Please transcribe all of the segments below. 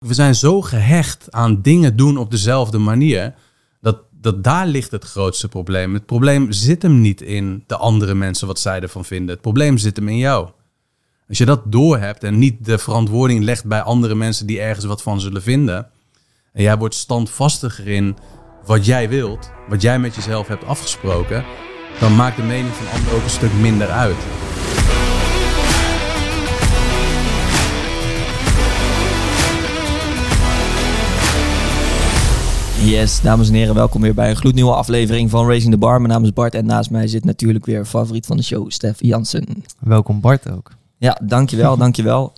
We zijn zo gehecht aan dingen doen op dezelfde manier, dat daar ligt het grootste probleem. Het probleem zit hem niet in de andere mensen wat zij ervan vinden. Het probleem zit hem in jou. Als je dat doorhebt en niet de verantwoording legt bij andere mensen die ergens wat van zullen vinden, en jij wordt standvastiger in wat jij wilt, wat jij met jezelf hebt afgesproken, dan maakt de mening van anderen ook een stuk minder uit. Yes, dames en heren, welkom weer bij een gloednieuwe aflevering van Raising the Bar. Mijn naam is Bart en naast mij zit natuurlijk weer favoriet van de show, Stef Jansen. Welkom Bart ook. Ja, dankjewel.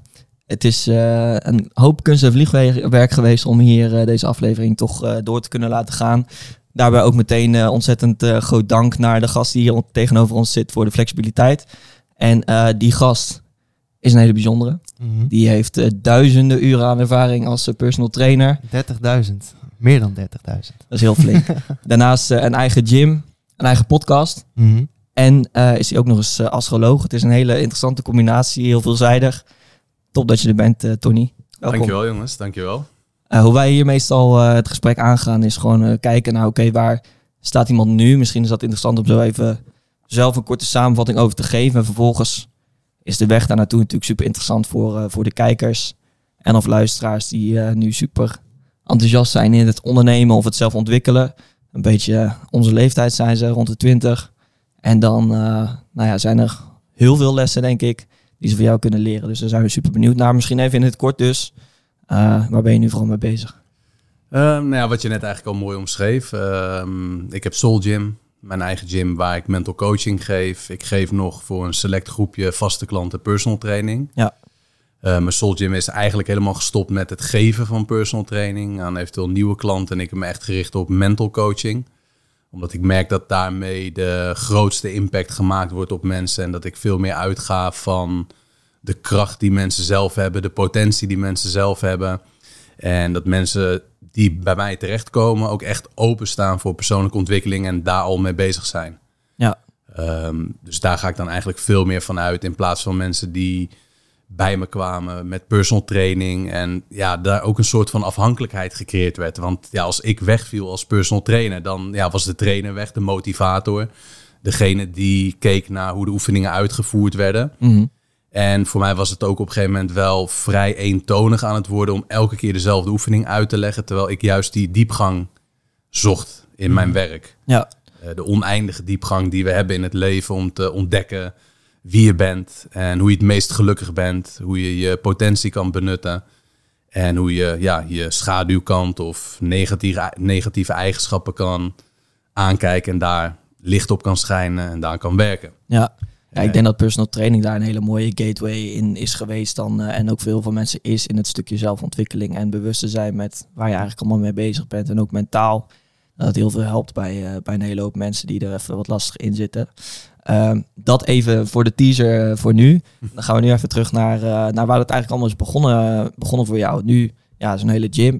Het is een hoop kunst- en vliegwerk geweest om hier deze aflevering toch door te kunnen laten gaan. Daarbij ook meteen ontzettend groot dank naar de gast die hier tegenover ons zit voor de flexibiliteit. En die gast is een hele bijzondere. Mm-hmm. Die heeft duizenden uren aan ervaring als personal trainer. 30.000. Meer dan 30.000. Dat is heel flink. Daarnaast een eigen gym, een eigen podcast. Mm-hmm. En is hij ook nog eens astroloog. Het is een hele interessante combinatie, heel veelzijdig. Top dat je er bent, Tony. Welkom. Dankjewel jongens, dankjewel. Hoe wij hier meestal het gesprek aangaan is gewoon kijken naar oké, waar staat iemand nu? Misschien is dat interessant om zo even zelf een korte samenvatting over te geven. En vervolgens is de weg daar naartoe natuurlijk super interessant voor de kijkers en of luisteraars die nu super enthousiast zijn in het ondernemen of het zelf ontwikkelen. Een beetje onze leeftijd zijn ze, rond de 20. En dan zijn er heel veel lessen, denk ik, die ze van jou kunnen leren. Dus daar zijn we super benieuwd naar. Misschien even in het kort dus. Waar ben je nu vooral mee bezig? Wat je net eigenlijk al mooi omschreef. Ik heb Soul Gym, mijn eigen gym waar ik mental coaching geef. Ik geef nog voor een select groepje vaste klanten personal training. Ja. Mijn Soul Gym is eigenlijk helemaal gestopt met het geven van personal training aan eventueel nieuwe klanten. En ik heb me echt gericht op mental coaching. Omdat ik merk dat daarmee de grootste impact gemaakt wordt op mensen. En dat ik veel meer uitga van de kracht die mensen zelf hebben, de potentie die mensen zelf hebben. En dat mensen die bij mij terechtkomen ook echt openstaan voor persoonlijke ontwikkeling en daar al mee bezig zijn. Ja. Dus daar ga ik dan eigenlijk veel meer van uit in plaats van mensen die bij me kwamen met personal training. En ja, daar ook een soort van afhankelijkheid gecreëerd werd. Want ja, als ik wegviel als personal trainer, dan was de trainer weg, de motivator. Degene die keek naar hoe de oefeningen uitgevoerd werden. Mm-hmm. En voor mij was het ook op een gegeven moment wel vrij eentonig aan het worden om elke keer dezelfde oefening uit te leggen. Terwijl ik juist die diepgang zocht in mijn werk. Ja. De oneindige diepgang die we hebben in het leven om te ontdekken wie je bent en hoe je het meest gelukkig bent. Hoe je je potentie kan benutten. En hoe je je schaduwkant of negatieve eigenschappen kan aankijken en daar licht op kan schijnen en daar kan werken. Ja. Ja, ik denk dat personal training daar een hele mooie gateway in is geweest dan. En ook voor heel veel mensen is in het stukje zelfontwikkeling en bewust zijn met waar je eigenlijk allemaal mee bezig bent. En ook mentaal. Dat het heel veel helpt bij een hele hoop mensen die er even wat lastig in zitten. Dat even voor de teaser voor nu. Dan gaan we nu even terug naar waar het eigenlijk allemaal is begonnen voor jou. Nu is een hele gym.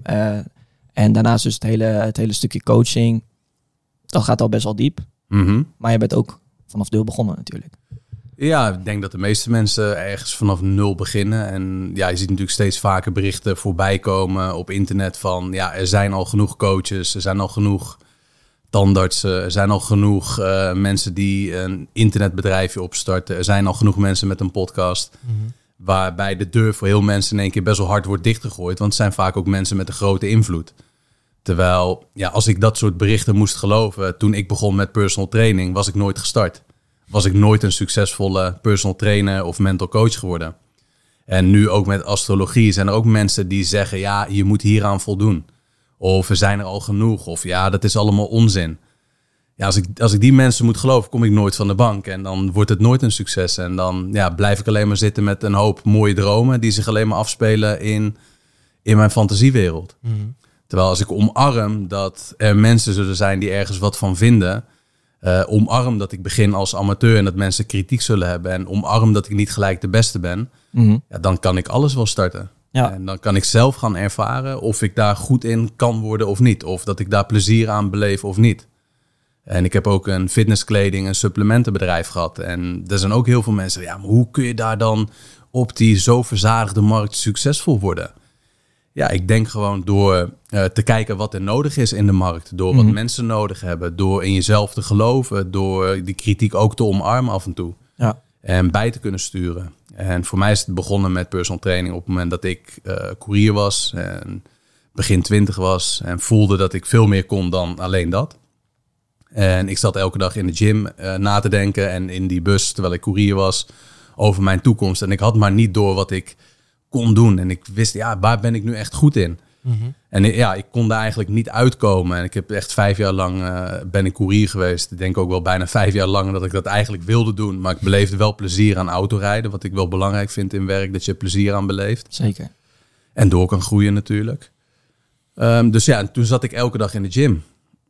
En daarnaast dus het hele stukje coaching. Dat gaat al best wel diep. Mm-hmm. Maar je bent ook vanaf nul begonnen natuurlijk. Ja, ik denk dat de meeste mensen ergens vanaf nul beginnen. En ja, je ziet natuurlijk steeds vaker berichten voorbij komen op internet van er zijn al genoeg coaches, er zijn al genoeg tandartsen, er zijn al genoeg mensen die een internetbedrijfje opstarten. Er zijn al genoeg mensen met een podcast. Mm-hmm. Waarbij de deur voor heel mensen in één keer best wel hard wordt dichtgegooid. Want het zijn vaak ook mensen met een grote invloed. Terwijl, als ik dat soort berichten moest geloven toen ik begon met personal training, was ik nooit gestart. Was ik nooit een succesvolle personal trainer of mental coach geworden. En nu ook met astrologie zijn er ook mensen die zeggen, je moet hieraan voldoen. Of er zijn er al genoeg. Of dat is allemaal onzin. Ja, als ik die mensen moet geloven, kom ik nooit van de bank. En dan wordt het nooit een succes. En dan blijf ik alleen maar zitten met een hoop mooie dromen die zich alleen maar afspelen in mijn fantasiewereld. Mm-hmm. Terwijl als ik omarm dat er mensen zullen zijn die ergens wat van vinden. Omarm dat ik begin als amateur en dat mensen kritiek zullen hebben. En omarm dat ik niet gelijk de beste ben. Mm-hmm. Dan kan ik alles wel starten. Ja. En dan kan ik zelf gaan ervaren of ik daar goed in kan worden of niet. Of dat ik daar plezier aan beleef of niet. En ik heb ook een fitnesskleding en supplementenbedrijf gehad. En er zijn ook heel veel mensen. Maar hoe kun je daar dan op die zo verzadigde markt succesvol worden? Ja, ik denk gewoon door te kijken wat er nodig is in de markt. Door wat mensen nodig hebben. Door in jezelf te geloven. Door die kritiek ook te omarmen af en toe. Ja. En bij te kunnen sturen. En voor mij is het begonnen met personal training op het moment dat ik koerier was. En begin 20 was. En voelde dat ik veel meer kon dan alleen dat. En ik zat elke dag in de gym na te denken. En in die bus, terwijl ik koerier was, over mijn toekomst. En ik had maar niet door wat ik kon doen. En ik wist, waar ben ik nu echt goed in? Mm-hmm. En ik kon daar eigenlijk niet uitkomen. En ik heb echt 5 jaar lang ben ik koerier geweest. Ik denk ook wel bijna 5 jaar lang dat ik dat eigenlijk wilde doen. Maar ik beleefde wel plezier aan autorijden. Wat ik wel belangrijk vind in werk, dat je plezier aan beleeft. Zeker. En door kan groeien natuurlijk. Dus en toen zat ik elke dag in de gym.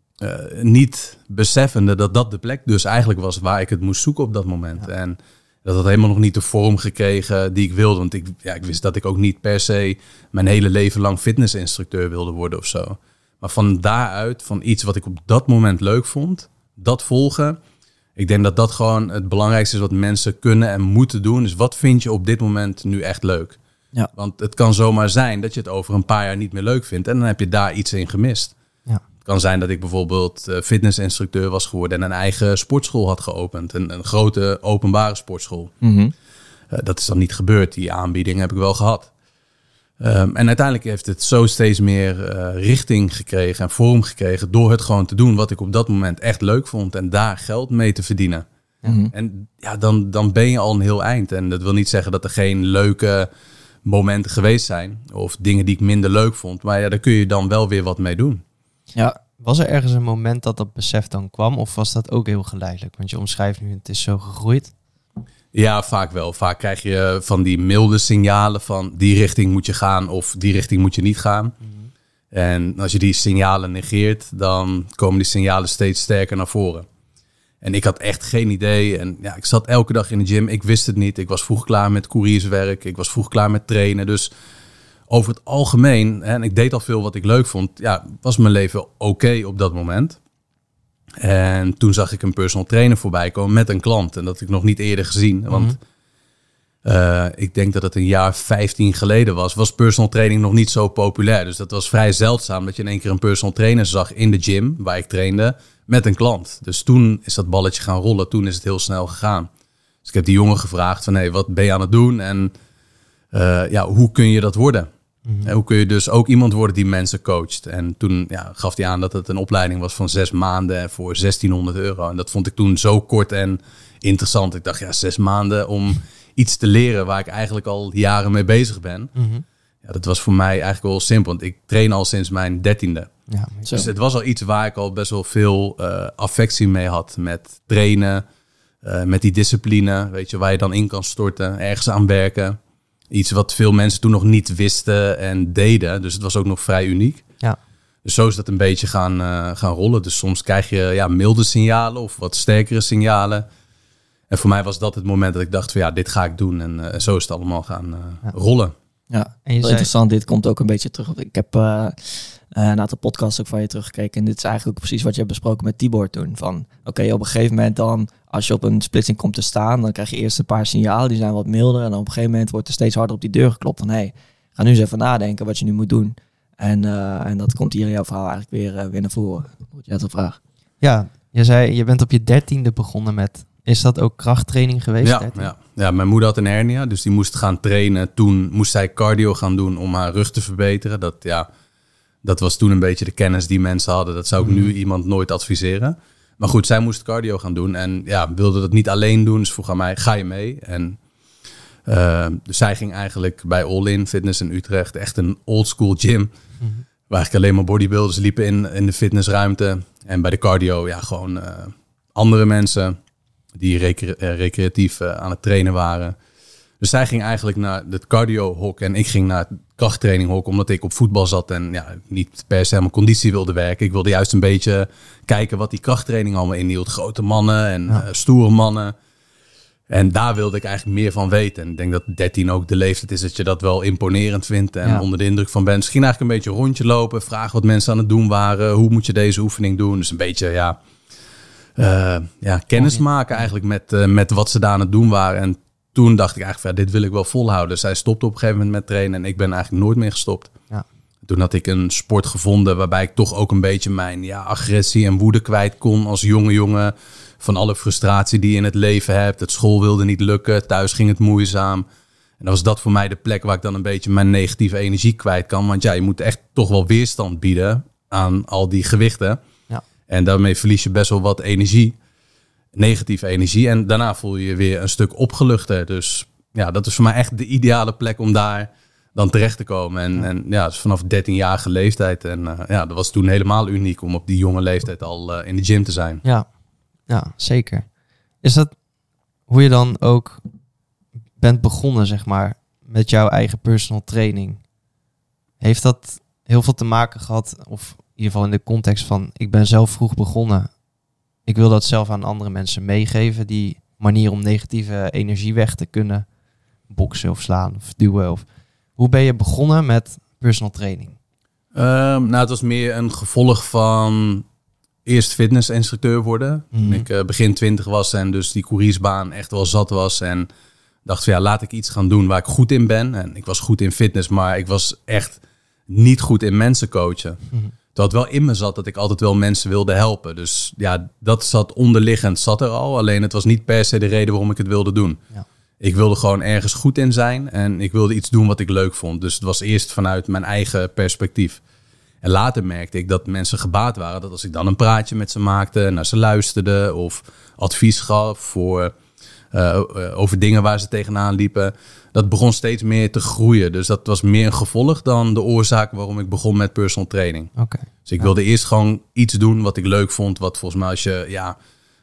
Niet beseffende dat dat de plek dus eigenlijk was waar ik het moest zoeken op dat moment. Ja. En dat had helemaal nog niet de vorm gekregen die ik wilde. Want ik wist dat ik ook niet per se mijn hele leven lang fitnessinstructeur wilde worden of zo. Maar van daaruit, van iets wat ik op dat moment leuk vond, dat volgen. Ik denk dat dat gewoon het belangrijkste is wat mensen kunnen en moeten doen. Dus wat vind je op dit moment nu echt leuk? Ja. Want het kan zomaar zijn dat je het over een paar jaar niet meer leuk vindt. En dan heb je daar iets in gemist. Ja. Het kan zijn dat ik bijvoorbeeld fitnessinstructeur was geworden en een eigen sportschool had geopend. Een grote openbare sportschool. Mm-hmm. Dat is dan niet gebeurd. Die aanbieding heb ik wel gehad. En uiteindelijk heeft het zo steeds meer richting gekregen en vorm gekregen door het gewoon te doen wat ik op dat moment echt leuk vond en daar geld mee te verdienen. Mm-hmm. En dan ben je al een heel eind. En dat wil niet zeggen dat er geen leuke momenten geweest zijn of dingen die ik minder leuk vond. Maar daar kun je dan wel weer wat mee doen. Ja, was er ergens een moment dat besef dan kwam of was dat ook heel geleidelijk? Want je omschrijft nu, het is zo gegroeid. Ja, vaak wel. Vaak krijg je van die milde signalen van die richting moet je gaan of die richting moet je niet gaan. Mm-hmm. En als je die signalen negeert, dan komen die signalen steeds sterker naar voren. En ik had echt geen idee. En ik zat elke dag in de gym. Ik wist het niet. Ik was vroeg klaar met koerierswerk. Ik was vroeg klaar met trainen. Dus over het algemeen, en ik deed al veel wat ik leuk vond, was mijn leven oké op dat moment. En toen zag ik een personal trainer voorbij komen met een klant. En dat had ik nog niet eerder gezien. Want ik denk dat het een jaar 15 geleden was personal training nog niet zo populair. Dus dat was vrij zeldzaam dat je in één keer een personal trainer zag in de gym waar ik trainde met een klant. Dus toen is dat balletje gaan rollen. Toen is het heel snel gegaan. Dus ik heb die jongen gevraagd van wat ben je aan het doen? En hoe kun je dat worden? Mm-hmm. En hoe kun je dus ook iemand worden die mensen coacht? En toen gaf hij aan dat het een opleiding was van 6 maanden voor €1.600. En dat vond ik toen zo kort en interessant. Ik dacht 6 maanden om iets te leren waar ik eigenlijk al jaren mee bezig ben. Mm-hmm. Ja, dat was voor mij eigenlijk wel simpel. Want ik train al sinds mijn 13e. Ja, dus het was al iets waar ik al best wel veel affectie mee had. Met trainen, met die discipline. Weet je, waar je dan in kan storten, ergens aan werken. Iets wat veel mensen toen nog niet wisten en deden. Dus het was ook nog vrij uniek. Ja. Dus zo is dat een beetje gaan rollen. Dus soms krijg je milde signalen of wat sterkere signalen. En voor mij was dat het moment dat ik dacht van dit ga ik doen. En zo is het allemaal gaan rollen. Ja, en interessant. Dit komt ook een beetje terug. Ik heb een aantal podcasts ook van je teruggekeken. En dit is eigenlijk ook precies wat je hebt besproken met Tibor toen. Van oké, op een gegeven moment dan, als je op een splitsing komt te staan, dan krijg je eerst een paar signalen, die zijn wat milder. En dan op een gegeven moment wordt er steeds harder op die deur geklopt van ga nu eens even nadenken wat je nu moet doen. En dat komt hier in jouw verhaal eigenlijk weer naar voren. Je had een vraag. Ja, je zei, je bent op je 13e begonnen met, is dat ook krachttraining geweest? Ja, mijn moeder had een hernia, dus die moest gaan trainen. Toen moest zij cardio gaan doen om haar rug te verbeteren. Dat was toen een beetje de kennis die mensen hadden. Dat zou ik nu iemand nooit adviseren. Maar goed, zij moest cardio gaan doen en wilde dat niet alleen doen. Dus vroeg aan mij, ga je mee? En dus zij ging eigenlijk bij All In Fitness in Utrecht, echt een old school gym. Mm-hmm. Waar eigenlijk alleen maar bodybuilders liepen in de fitnessruimte. En bij de cardio, gewoon andere mensen die recreatief aan het trainen waren. Dus zij ging eigenlijk naar het cardio-hok en ik ging naar het krachttraininghok, omdat ik op voetbal zat en niet per se aan mijn conditie wilde werken. Ik wilde juist een beetje kijken wat die krachttraining allemaal inhield. Grote mannen en stoere mannen. En daar wilde ik eigenlijk meer van weten. En ik denk dat 13 ook de leeftijd is dat je dat wel imponerend vindt en onder de indruk van bent. Misschien eigenlijk een beetje een rondje lopen, vragen wat mensen aan het doen waren. Hoe moet je deze oefening doen? Dus een beetje kennis maken eigenlijk met wat ze daar aan het doen waren. En toen dacht ik eigenlijk, dit wil ik wel volhouden. Zij stopte op een gegeven moment met trainen en ik ben eigenlijk nooit meer gestopt. Ja, Toen had ik een sport gevonden waarbij ik toch ook een beetje mijn agressie en woede kwijt kon als jonge jongen. Van alle frustratie die je in het leven hebt. Het school wilde niet lukken, thuis ging het moeizaam. En dan was dat voor mij de plek waar ik dan een beetje mijn negatieve energie kwijt kan. Want je moet echt toch wel weerstand bieden aan al die gewichten. Ja. En daarmee verlies je best wel wat energie, negatieve energie. En daarna voel je je weer een stuk opgeluchter. Dus ja, dat is voor mij echt de ideale plek om daar dan terecht te komen. En dus vanaf 13-jarige leeftijd. En dat was toen helemaal uniek om op die jonge leeftijd al in de gym te zijn. Ja, zeker. Is dat hoe je dan ook bent begonnen, zeg maar, met jouw eigen personal training? Heeft dat heel veel te maken gehad, of in ieder geval in de context van, ik ben zelf vroeg begonnen. Ik wil dat zelf aan andere mensen meegeven, die manier om negatieve energie weg te kunnen boksen of slaan of duwen. Hoe ben je begonnen met personal training? Het was meer een gevolg van eerst fitnessinstructeur worden. Toen ik begin 20 was en dus die couriersbaan echt wel zat was. En dacht van laat ik iets gaan doen waar ik goed in ben. En ik was goed in fitness, maar ik was echt niet goed in mensen coachen. Terwijl het wel in me zat dat ik altijd wel mensen wilde helpen. Dus dat zat onderliggend, zat er al. Alleen het was niet per se de reden waarom ik het wilde doen. Ja. Ik wilde gewoon ergens goed in zijn en ik wilde iets doen wat ik leuk vond. Dus het was eerst vanuit mijn eigen perspectief. En later merkte ik dat mensen gebaat waren dat als ik dan een praatje met ze maakte, naar ze luisterde of advies gaf voor, over dingen waar ze tegenaan liepen, dat begon steeds meer te groeien. Dus dat was meer een gevolg dan de oorzaak waarom ik begon met personal training. Okay. Dus ik wilde eerst gewoon iets doen wat ik leuk vond, wat volgens mij als je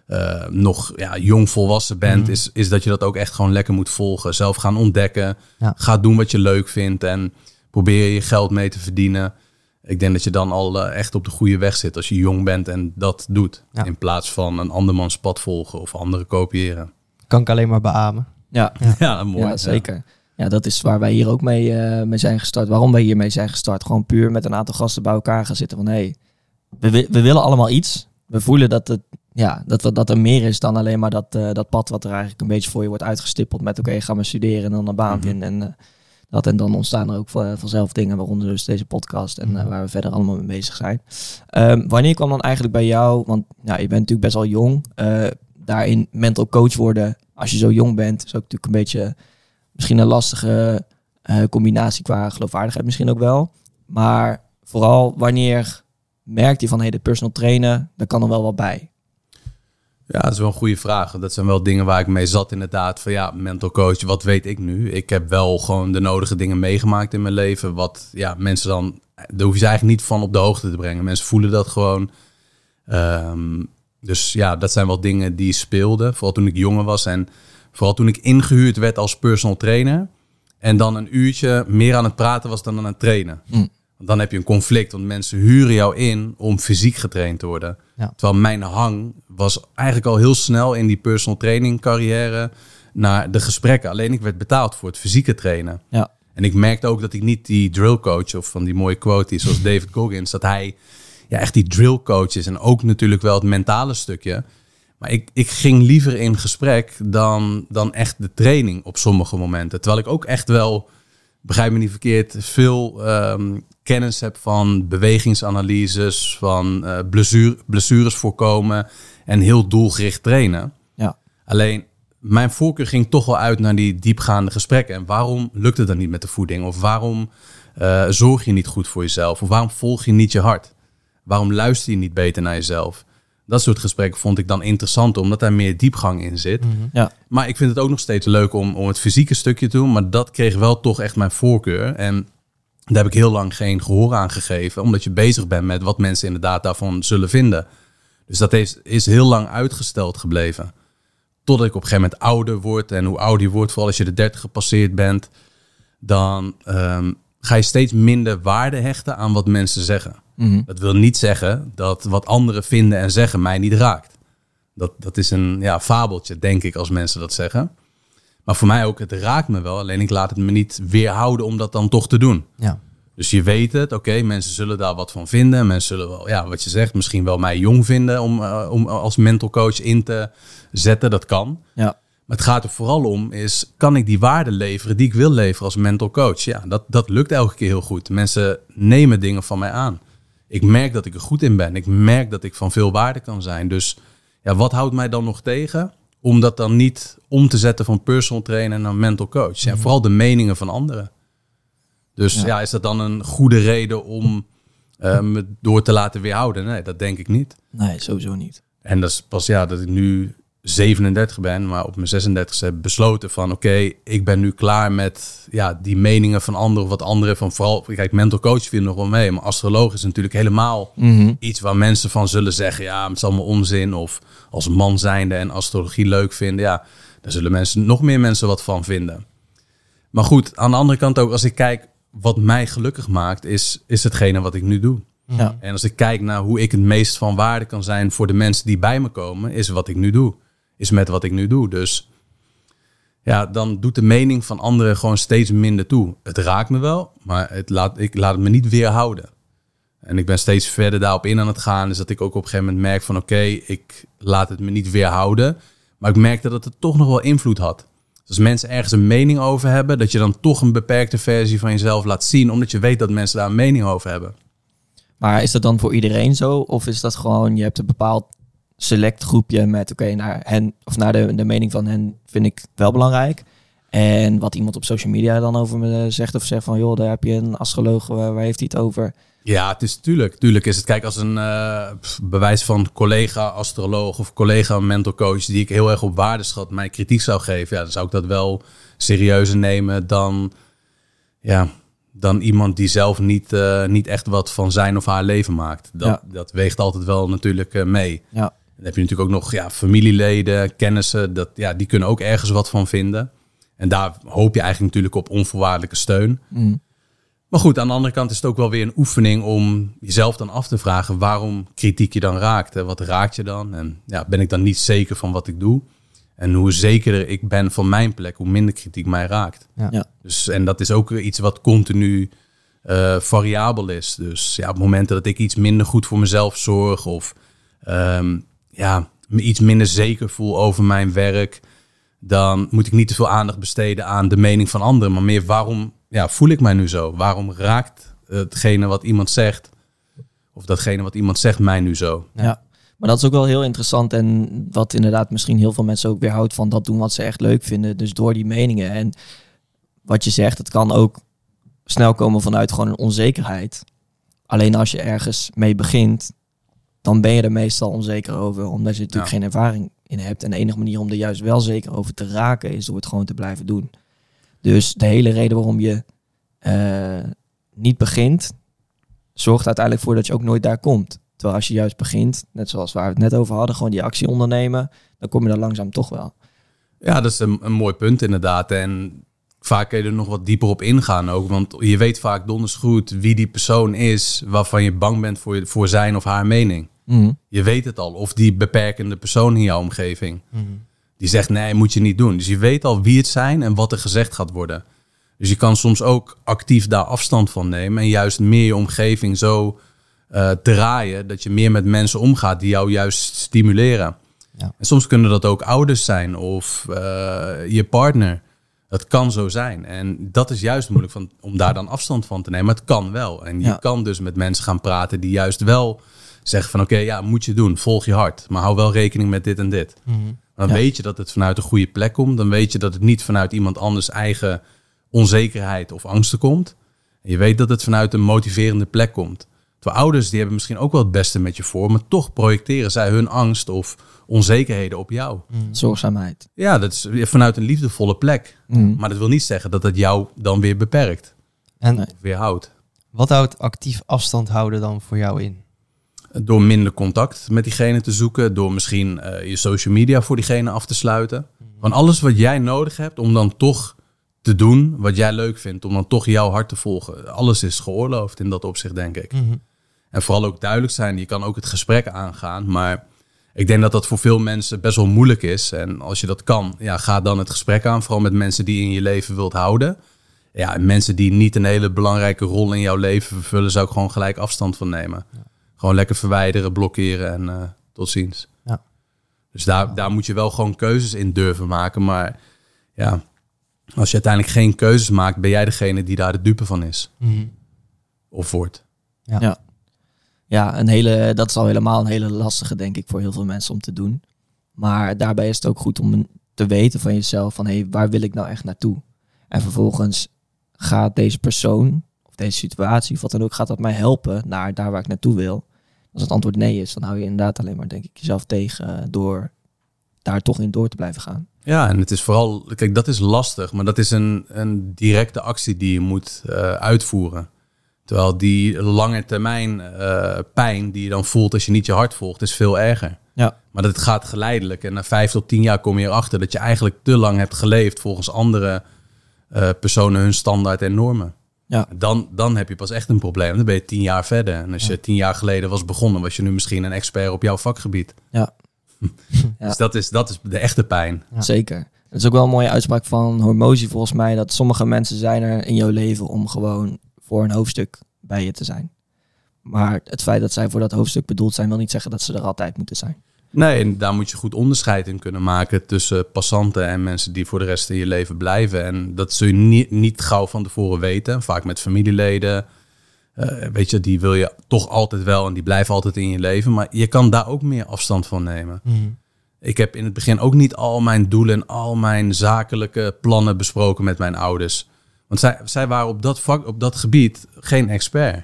nog jong volwassen bent, is dat je dat ook echt gewoon lekker moet volgen. Zelf gaan ontdekken, ga doen wat je leuk vindt en probeer je geld mee te verdienen. Ik denk dat je dan al echt op de goede weg zit als je jong bent en dat doet. Ja. In plaats van een andermans pad volgen of anderen kopiëren. Kan ik alleen maar beamen. Ja, mooi. Ja, zeker. Ja, dat is waar wij hier ook mee zijn gestart. Waarom wij hiermee zijn gestart. Gewoon puur met een aantal gasten bij elkaar gaan zitten. Van we willen allemaal iets. We voelen dat er meer is dan alleen maar dat pad wat er eigenlijk een beetje voor je wordt uitgestippeld. Met ga maar studeren en dan een baan vinden. En dan ontstaan er ook vanzelf dingen, waaronder dus deze podcast en waar we verder allemaal mee bezig zijn. Wanneer kwam dan eigenlijk bij jou, want je bent natuurlijk best wel jong, daarin mental coach worden als je zo jong bent, is ook natuurlijk een beetje misschien een lastige combinatie qua geloofwaardigheid misschien ook wel. Maar vooral wanneer merkt je van de personal trainen, daar kan er wel wat bij? Ja, dat is wel een goede vraag. Dat zijn wel dingen waar ik mee zat inderdaad. Van mental coach, wat weet ik nu? Ik heb wel gewoon de nodige dingen meegemaakt in mijn leven. Wat mensen dan, daar hoef je ze eigenlijk niet van op de hoogte te brengen. Mensen voelen dat gewoon. Dus dat zijn wel dingen die speelden. Vooral toen ik jonger was en vooral toen ik ingehuurd werd als personal trainer. En dan een uurtje meer aan het praten was dan aan het trainen. Want dan heb je een conflict, want mensen huren jou in om fysiek getraind te worden. Ja. Terwijl mijn hang was eigenlijk al heel snel in die personal training carrière naar de gesprekken. Alleen ik werd betaald voor het fysieke trainen. Ja. En ik merkte ook dat ik niet die drill coach of van die mooie quotes zoals David Goggins, dat hij echt die drill coach is en ook natuurlijk wel het mentale stukje. Maar ik ging liever in gesprek dan echt de training op sommige momenten. Terwijl ik ook echt wel, begrijp me niet verkeerd, veel kennis heb van bewegingsanalyses, van blessures voorkomen en heel doelgericht trainen. Ja. Alleen mijn voorkeur ging toch wel uit naar die diepgaande gesprekken. En waarom lukt het dan niet met de voeding? Of waarom zorg je niet goed voor jezelf? Of waarom volg je niet je hart? Waarom luister je niet beter naar jezelf? Dat soort gesprekken vond ik dan interessant, omdat daar meer diepgang in zit. Mm-hmm. Ja. Maar ik vind het ook nog steeds leuk om het fysieke stukje te doen. Maar dat kreeg wel toch echt mijn voorkeur. En daar heb ik heel lang geen gehoor aan gegeven. Omdat je bezig bent met wat mensen inderdaad daarvan zullen vinden. Dus dat is heel lang uitgesteld gebleven. Totdat ik op een gegeven moment ouder word. En hoe ouder je wordt, vooral als je de 30 gepasseerd bent, dan ga je steeds minder waarde hechten aan wat mensen zeggen. Mm-hmm. Dat wil niet zeggen dat wat anderen vinden en zeggen mij niet raakt. Dat is een fabeltje, denk ik, als mensen dat zeggen. Maar voor mij ook, het raakt me wel. Alleen ik laat het me niet weerhouden om dat dan toch te doen. Ja. Dus je weet het, oké, mensen zullen daar wat van vinden. Mensen zullen wel, wat je zegt, misschien wel mij jong vinden om als mental coach in te zetten. Dat kan. Ja. Maar het gaat er vooral om is, kan ik die waarde leveren die ik wil leveren als mental coach? Ja, dat lukt elke keer heel goed. Mensen nemen dingen van mij aan. Ik merk dat ik er goed in ben. Ik merk dat ik van veel waarde kan zijn. Dus ja, wat houdt mij dan nog tegen? Om dat dan niet om te zetten van personal trainer naar mental coach. Ja, vooral de meningen van anderen. Dus ja, is dat dan een goede reden om me door te laten weerhouden? Nee, dat denk ik niet. Nee, sowieso niet. En dat is pas dat ik nu 37 ben, maar op mijn 36e heb besloten van oké, ik ben nu klaar met die meningen van anderen of wat anderen van vooral, kijk, mental coach viel nog wel mee, maar astroloog is natuurlijk helemaal iets waar mensen van zullen zeggen, ja, het is allemaal onzin, of als man zijnde en astrologie leuk vinden, ja, daar zullen nog meer mensen wat van vinden. Maar goed, aan de andere kant ook, als ik kijk wat mij gelukkig maakt, is hetgene wat ik nu doe. Ja. En als ik kijk naar hoe ik het meest van waarde kan zijn voor de mensen die bij me komen, is wat ik nu doe. Is met wat ik nu doe. Dus ja, dan doet de mening van anderen gewoon steeds minder toe. Het raakt me wel, maar ik laat het me niet weerhouden. En ik ben steeds verder daarop in aan het gaan. Dus dat ik ook op een gegeven moment merk van oké, ik laat het me niet weerhouden. Maar ik merkte dat het toch nog wel invloed had. Dus als mensen ergens een mening over hebben, dat je dan toch een beperkte versie van jezelf laat zien. Omdat je weet dat mensen daar een mening over hebben. Maar is dat dan voor iedereen zo? Of is dat gewoon, je hebt een bepaald select groepje met naar hen of naar de mening van hen vind ik wel belangrijk. En wat iemand op social media dan over me zegt of zegt van joh, daar heb je een astroloog, waar heeft hij het over? Ja, het is tuurlijk is het, kijk, als een bewijs van collega-astroloog of collega-mental coach die ik heel erg op waarde schat, mij kritiek zou geven, ja, dan zou ik dat wel serieuzer nemen dan iemand die zelf niet echt wat van zijn of haar leven maakt. Dat weegt altijd wel natuurlijk mee. Ja. Dan heb je natuurlijk ook nog familieleden, kennissen, die kunnen ook ergens wat van vinden. En daar hoop je eigenlijk natuurlijk op onvoorwaardelijke steun. Maar goed, aan de andere kant is het ook wel weer een oefening om jezelf dan af te vragen waarom kritiek je dan raakt. Hè? Wat raakt je dan? En ben ik dan niet zeker van wat ik doe? En hoe zekerder ik ben van mijn plek, hoe minder kritiek mij raakt. Ja. Dus, en dat is ook iets wat continu variabel is. Dus op momenten dat ik iets minder goed voor mezelf zorg of me iets minder zeker voel over mijn werk, dan moet ik niet te veel aandacht besteden aan de mening van anderen, maar meer waarom voel ik mij nu zo? Waarom raakt hetgene wat iemand zegt of datgene wat iemand zegt mij nu zo? Ja. Maar dat is ook wel heel interessant en wat inderdaad misschien heel veel mensen ook weerhoudt van dat doen wat ze echt leuk vinden. Dus door die meningen. En wat je zegt, het kan ook snel komen vanuit gewoon een onzekerheid. Alleen als je ergens mee begint, dan ben je er meestal onzeker over. Omdat je natuurlijk geen ervaring in hebt. En de enige manier om er juist wel zeker over te raken is door het gewoon te blijven doen. Dus de hele reden waarom je niet begint, zorgt uiteindelijk voor dat je ook nooit daar komt. Terwijl als je juist begint, net zoals waar we het net over hadden, gewoon die actie ondernemen, dan kom je daar langzaam toch wel. Ja, dat is een mooi punt inderdaad. En vaak kun je er nog wat dieper op ingaan ook. Want je weet vaak donders goed wie die persoon is waarvan je bang bent voor zijn of haar mening. Je weet het al. Of die beperkende persoon in jouw omgeving. Die zegt nee, moet je niet doen. Dus je weet al wie het zijn en wat er gezegd gaat worden. Dus je kan soms ook actief daar afstand van nemen. En juist meer je omgeving zo draaien dat je meer met mensen omgaat die jou juist stimuleren. Ja. En soms kunnen dat ook ouders zijn of je partner. Dat kan zo zijn. En dat is juist moeilijk om daar dan afstand van te nemen. Maar het kan wel. En je kan dus met mensen gaan praten die juist wel zeggen van oké, moet je doen. Volg je hart. Maar hou wel rekening met dit en dit. Dan weet je dat het vanuit een goede plek komt. Dan weet je dat het niet vanuit iemand anders eigen onzekerheid of angsten komt. En je weet dat het vanuit een motiverende plek komt. Terwijl ouders die hebben misschien ook wel het beste met je voor, maar toch projecteren zij hun angst of onzekerheden op jou. Zorgzaamheid. Ja, dat is vanuit een liefdevolle plek. Maar dat wil niet zeggen dat het jou dan weer beperkt. En of weerhoudt. Wat houdt actief afstand houden dan voor jou in? Door minder contact met diegene te zoeken. Door misschien je social media voor diegene af te sluiten. Van alles wat jij nodig hebt om dan toch te doen wat jij leuk vindt. Om dan toch jouw hart te volgen. Alles is geoorloofd in dat opzicht, denk ik. En vooral ook duidelijk zijn. Je kan ook het gesprek aangaan. Maar ik denk dat dat voor veel mensen best wel moeilijk is. En als je dat kan, ga dan het gesprek aan. Vooral met mensen die je in je leven wilt houden. Ja, en mensen die niet een hele belangrijke rol in jouw leven vervullen, zou ik gewoon gelijk afstand van nemen. Ja. Gewoon lekker verwijderen, blokkeren en tot ziens. Ja. Dus daar moet je wel gewoon keuzes in durven maken. Maar ja, als je uiteindelijk geen keuzes maakt, ben jij degene die daar de dupe van is. Mm-hmm. Of wordt. Ja, dat is al helemaal een hele lastige, denk ik, voor heel veel mensen om te doen. Maar daarbij is het ook goed om te weten van jezelf van, waar wil ik nou echt naartoe? En vervolgens gaat deze persoon of deze situatie, of wat dan ook, gaat dat mij helpen naar daar waar ik naartoe wil? Als het antwoord nee is, dan hou je inderdaad alleen maar, denk ik, jezelf tegen door daar toch in door te blijven gaan. Ja, en het is vooral, kijk, dat is lastig, maar dat is een directe actie die je moet uitvoeren. Terwijl die lange termijn pijn die je dan voelt als je niet je hart volgt, is veel erger. Ja. Maar dat gaat geleidelijk. En na 5 tot 10 jaar kom je erachter dat je eigenlijk te lang hebt geleefd volgens andere personen hun standaard en normen. Ja. Dan heb je pas echt een probleem. Dan ben je 10 jaar verder. En als je 10 jaar geleden was begonnen, was je nu misschien een expert op jouw vakgebied. Ja. Dus dat is de echte pijn. Ja. Zeker. Het is ook wel een mooie uitspraak van Hormozy volgens mij, dat sommige mensen zijn er in jouw leven om gewoon voor een hoofdstuk bij je te zijn. Maar het feit dat zij voor dat hoofdstuk bedoeld zijn, wil niet zeggen dat ze er altijd moeten zijn. Nee, en daar moet je goed onderscheid in kunnen maken tussen passanten en mensen die voor de rest in je leven blijven. En dat zul je niet gauw van tevoren weten. Vaak met familieleden. Weet je, die wil je toch altijd wel en die blijven altijd in je leven. Maar je kan daar ook meer afstand van nemen. Mm-hmm. Ik heb in het begin ook niet al mijn doelen en al mijn zakelijke plannen besproken met mijn ouders. Want zij waren op dat gebied geen expert.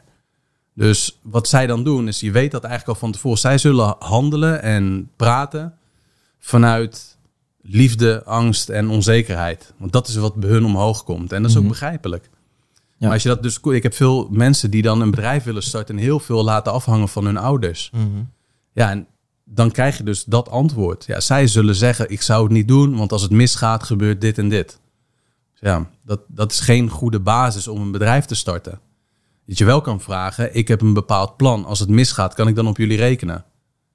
Dus wat zij dan doen is, je weet dat eigenlijk al van tevoren. Zij zullen handelen en praten vanuit liefde, angst en onzekerheid. Want dat is wat bij hun omhoog komt. En dat is ook begrijpelijk. Ja. Maar als je dat dus, ik heb veel mensen die dan een bedrijf willen starten en heel veel laten afhangen van hun ouders. Mm-hmm. Ja, en dan krijg je dus dat antwoord. Ja, zij zullen zeggen, ik zou het niet doen, want als het misgaat, gebeurt dit en dit. Dus ja, dat is geen goede basis om een bedrijf te starten. Dat je wel kan vragen, ik heb een bepaald plan. Als het misgaat, kan ik dan op jullie rekenen?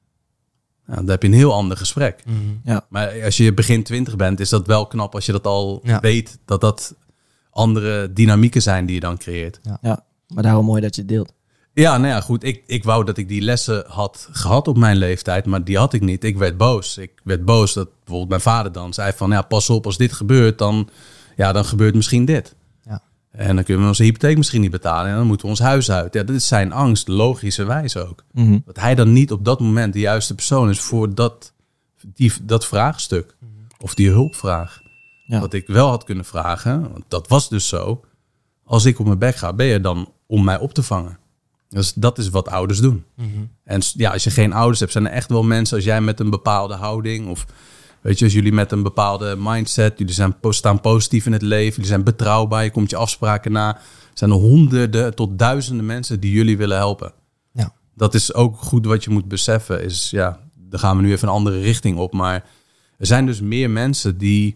Nou, dan heb je een heel ander gesprek. Mm-hmm. Ja. Maar als je begin 20 bent, is dat wel knap als je dat al weet. Dat andere dynamieken zijn die je dan creëert. Ja, maar daarom mooi dat je het deelt. Ja, nou ja, goed. Ik wou dat ik die lessen had gehad op mijn leeftijd, maar die had ik niet. Ik werd boos. Ik werd boos dat bijvoorbeeld mijn vader dan zei van, ja, pas op, als dit gebeurt, dan gebeurt misschien dit. Ja. En dan kunnen we onze hypotheek misschien niet betalen en dan moeten we ons huis uit. Ja, dat is zijn angst, logischerwijs ook. Mm-hmm. Dat hij dan niet op dat moment de juiste persoon is voor dat vraagstuk. Mm-hmm. Of die hulpvraag. Ja. Wat ik wel had kunnen vragen, want dat was dus zo. Als ik op mijn bek ga, ben je dan om mij op te vangen? Dus dat is wat ouders doen. Mm-hmm. En ja, als je geen ouders hebt, zijn er echt wel mensen, als jij met een bepaalde houding of weet je, als jullie met een bepaalde mindset, jullie staan positief in het leven, jullie zijn betrouwbaar, je komt je afspraken na, zijn er honderden tot duizenden mensen die jullie willen helpen. Ja. Dat is ook goed wat je moet beseffen. Is ja, daar gaan we nu even een andere richting op, maar er zijn dus meer mensen die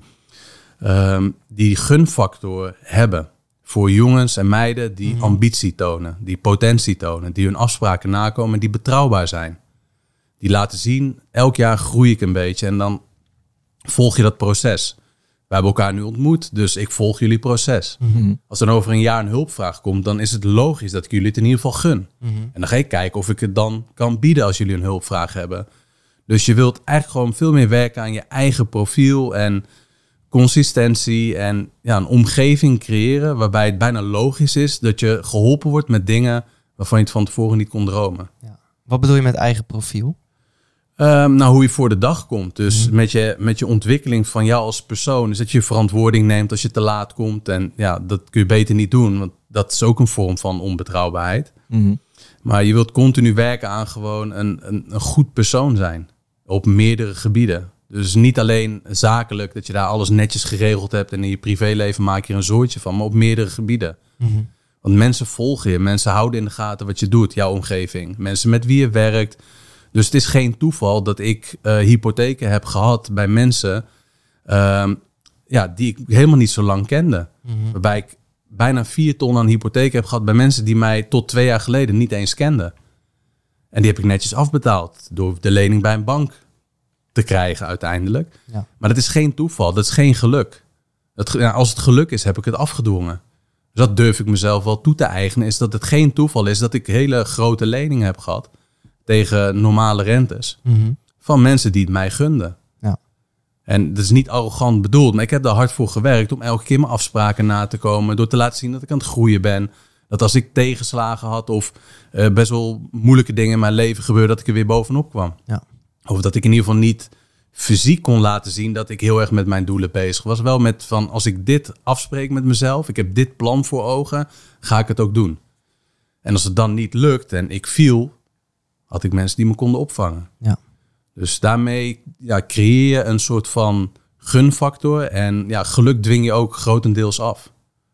gunfactor hebben. Voor jongens en meiden die ambitie tonen, die potentie tonen, die hun afspraken nakomen en die betrouwbaar zijn. Die laten zien, elk jaar groei ik een beetje en dan volg je dat proces. We hebben elkaar nu ontmoet, dus ik volg jullie proces. Mm-hmm. Als er over een jaar een hulpvraag komt, dan is het logisch dat ik jullie het in ieder geval gun. Mm-hmm. En dan ga ik kijken of ik het dan kan bieden als jullie een hulpvraag hebben. Dus je wilt eigenlijk gewoon veel meer werken aan je eigen profiel en consistentie en een omgeving creëren waarbij het bijna logisch is dat je geholpen wordt met dingen waarvan je het van tevoren niet kon dromen. Ja. Wat bedoel je met eigen profiel? Hoe je voor de dag komt. Dus met je ontwikkeling van jou als persoon is dat je verantwoording neemt als je te laat komt. En ja, dat kun je beter niet doen, want dat is ook een vorm van onbetrouwbaarheid. Mm-hmm. Maar je wilt continu werken aan gewoon een goed persoon zijn op meerdere gebieden. Dus niet alleen zakelijk, dat je daar alles netjes geregeld hebt en in je privéleven maak je er een zoortje van, maar op meerdere gebieden. Mm-hmm. Want mensen volgen je, mensen houden in de gaten wat je doet, jouw omgeving. Mensen met wie je werkt. Dus het is geen toeval dat ik hypotheken heb gehad bij mensen die ik helemaal niet zo lang kende. Mm-hmm. Waarbij ik bijna 4 ton aan hypotheken heb gehad bij mensen die mij tot 2 jaar geleden niet eens kenden. En die heb ik netjes afbetaald door de lening bij een bank te krijgen uiteindelijk. Ja. Maar dat is geen toeval, dat is geen geluk. Als het geluk is, heb ik het afgedwongen. Dus dat durf ik mezelf wel toe te eigenen, is dat het geen toeval is dat ik hele grote leningen heb gehad tegen normale rentes. Mm-hmm. van mensen die het mij gunden. Ja. En dat is niet arrogant bedoeld, maar ik heb daar hard voor gewerkt om elke keer mijn afspraken na te komen. Door te laten zien dat ik aan het groeien ben. Dat als ik tegenslagen had of best wel moeilijke dingen in mijn leven gebeurde, dat ik er weer bovenop kwam. Ja. Of dat ik in ieder geval niet fysiek kon laten zien dat ik heel erg met mijn doelen bezig was. Wel met van, als ik dit afspreek met mezelf, ik heb dit plan voor ogen, ga ik het ook doen. En als het dan niet lukt en ik viel, had ik mensen die me konden opvangen. Ja. Dus daarmee creëer je een soort van gunfactor. En geluk dwing je ook grotendeels af.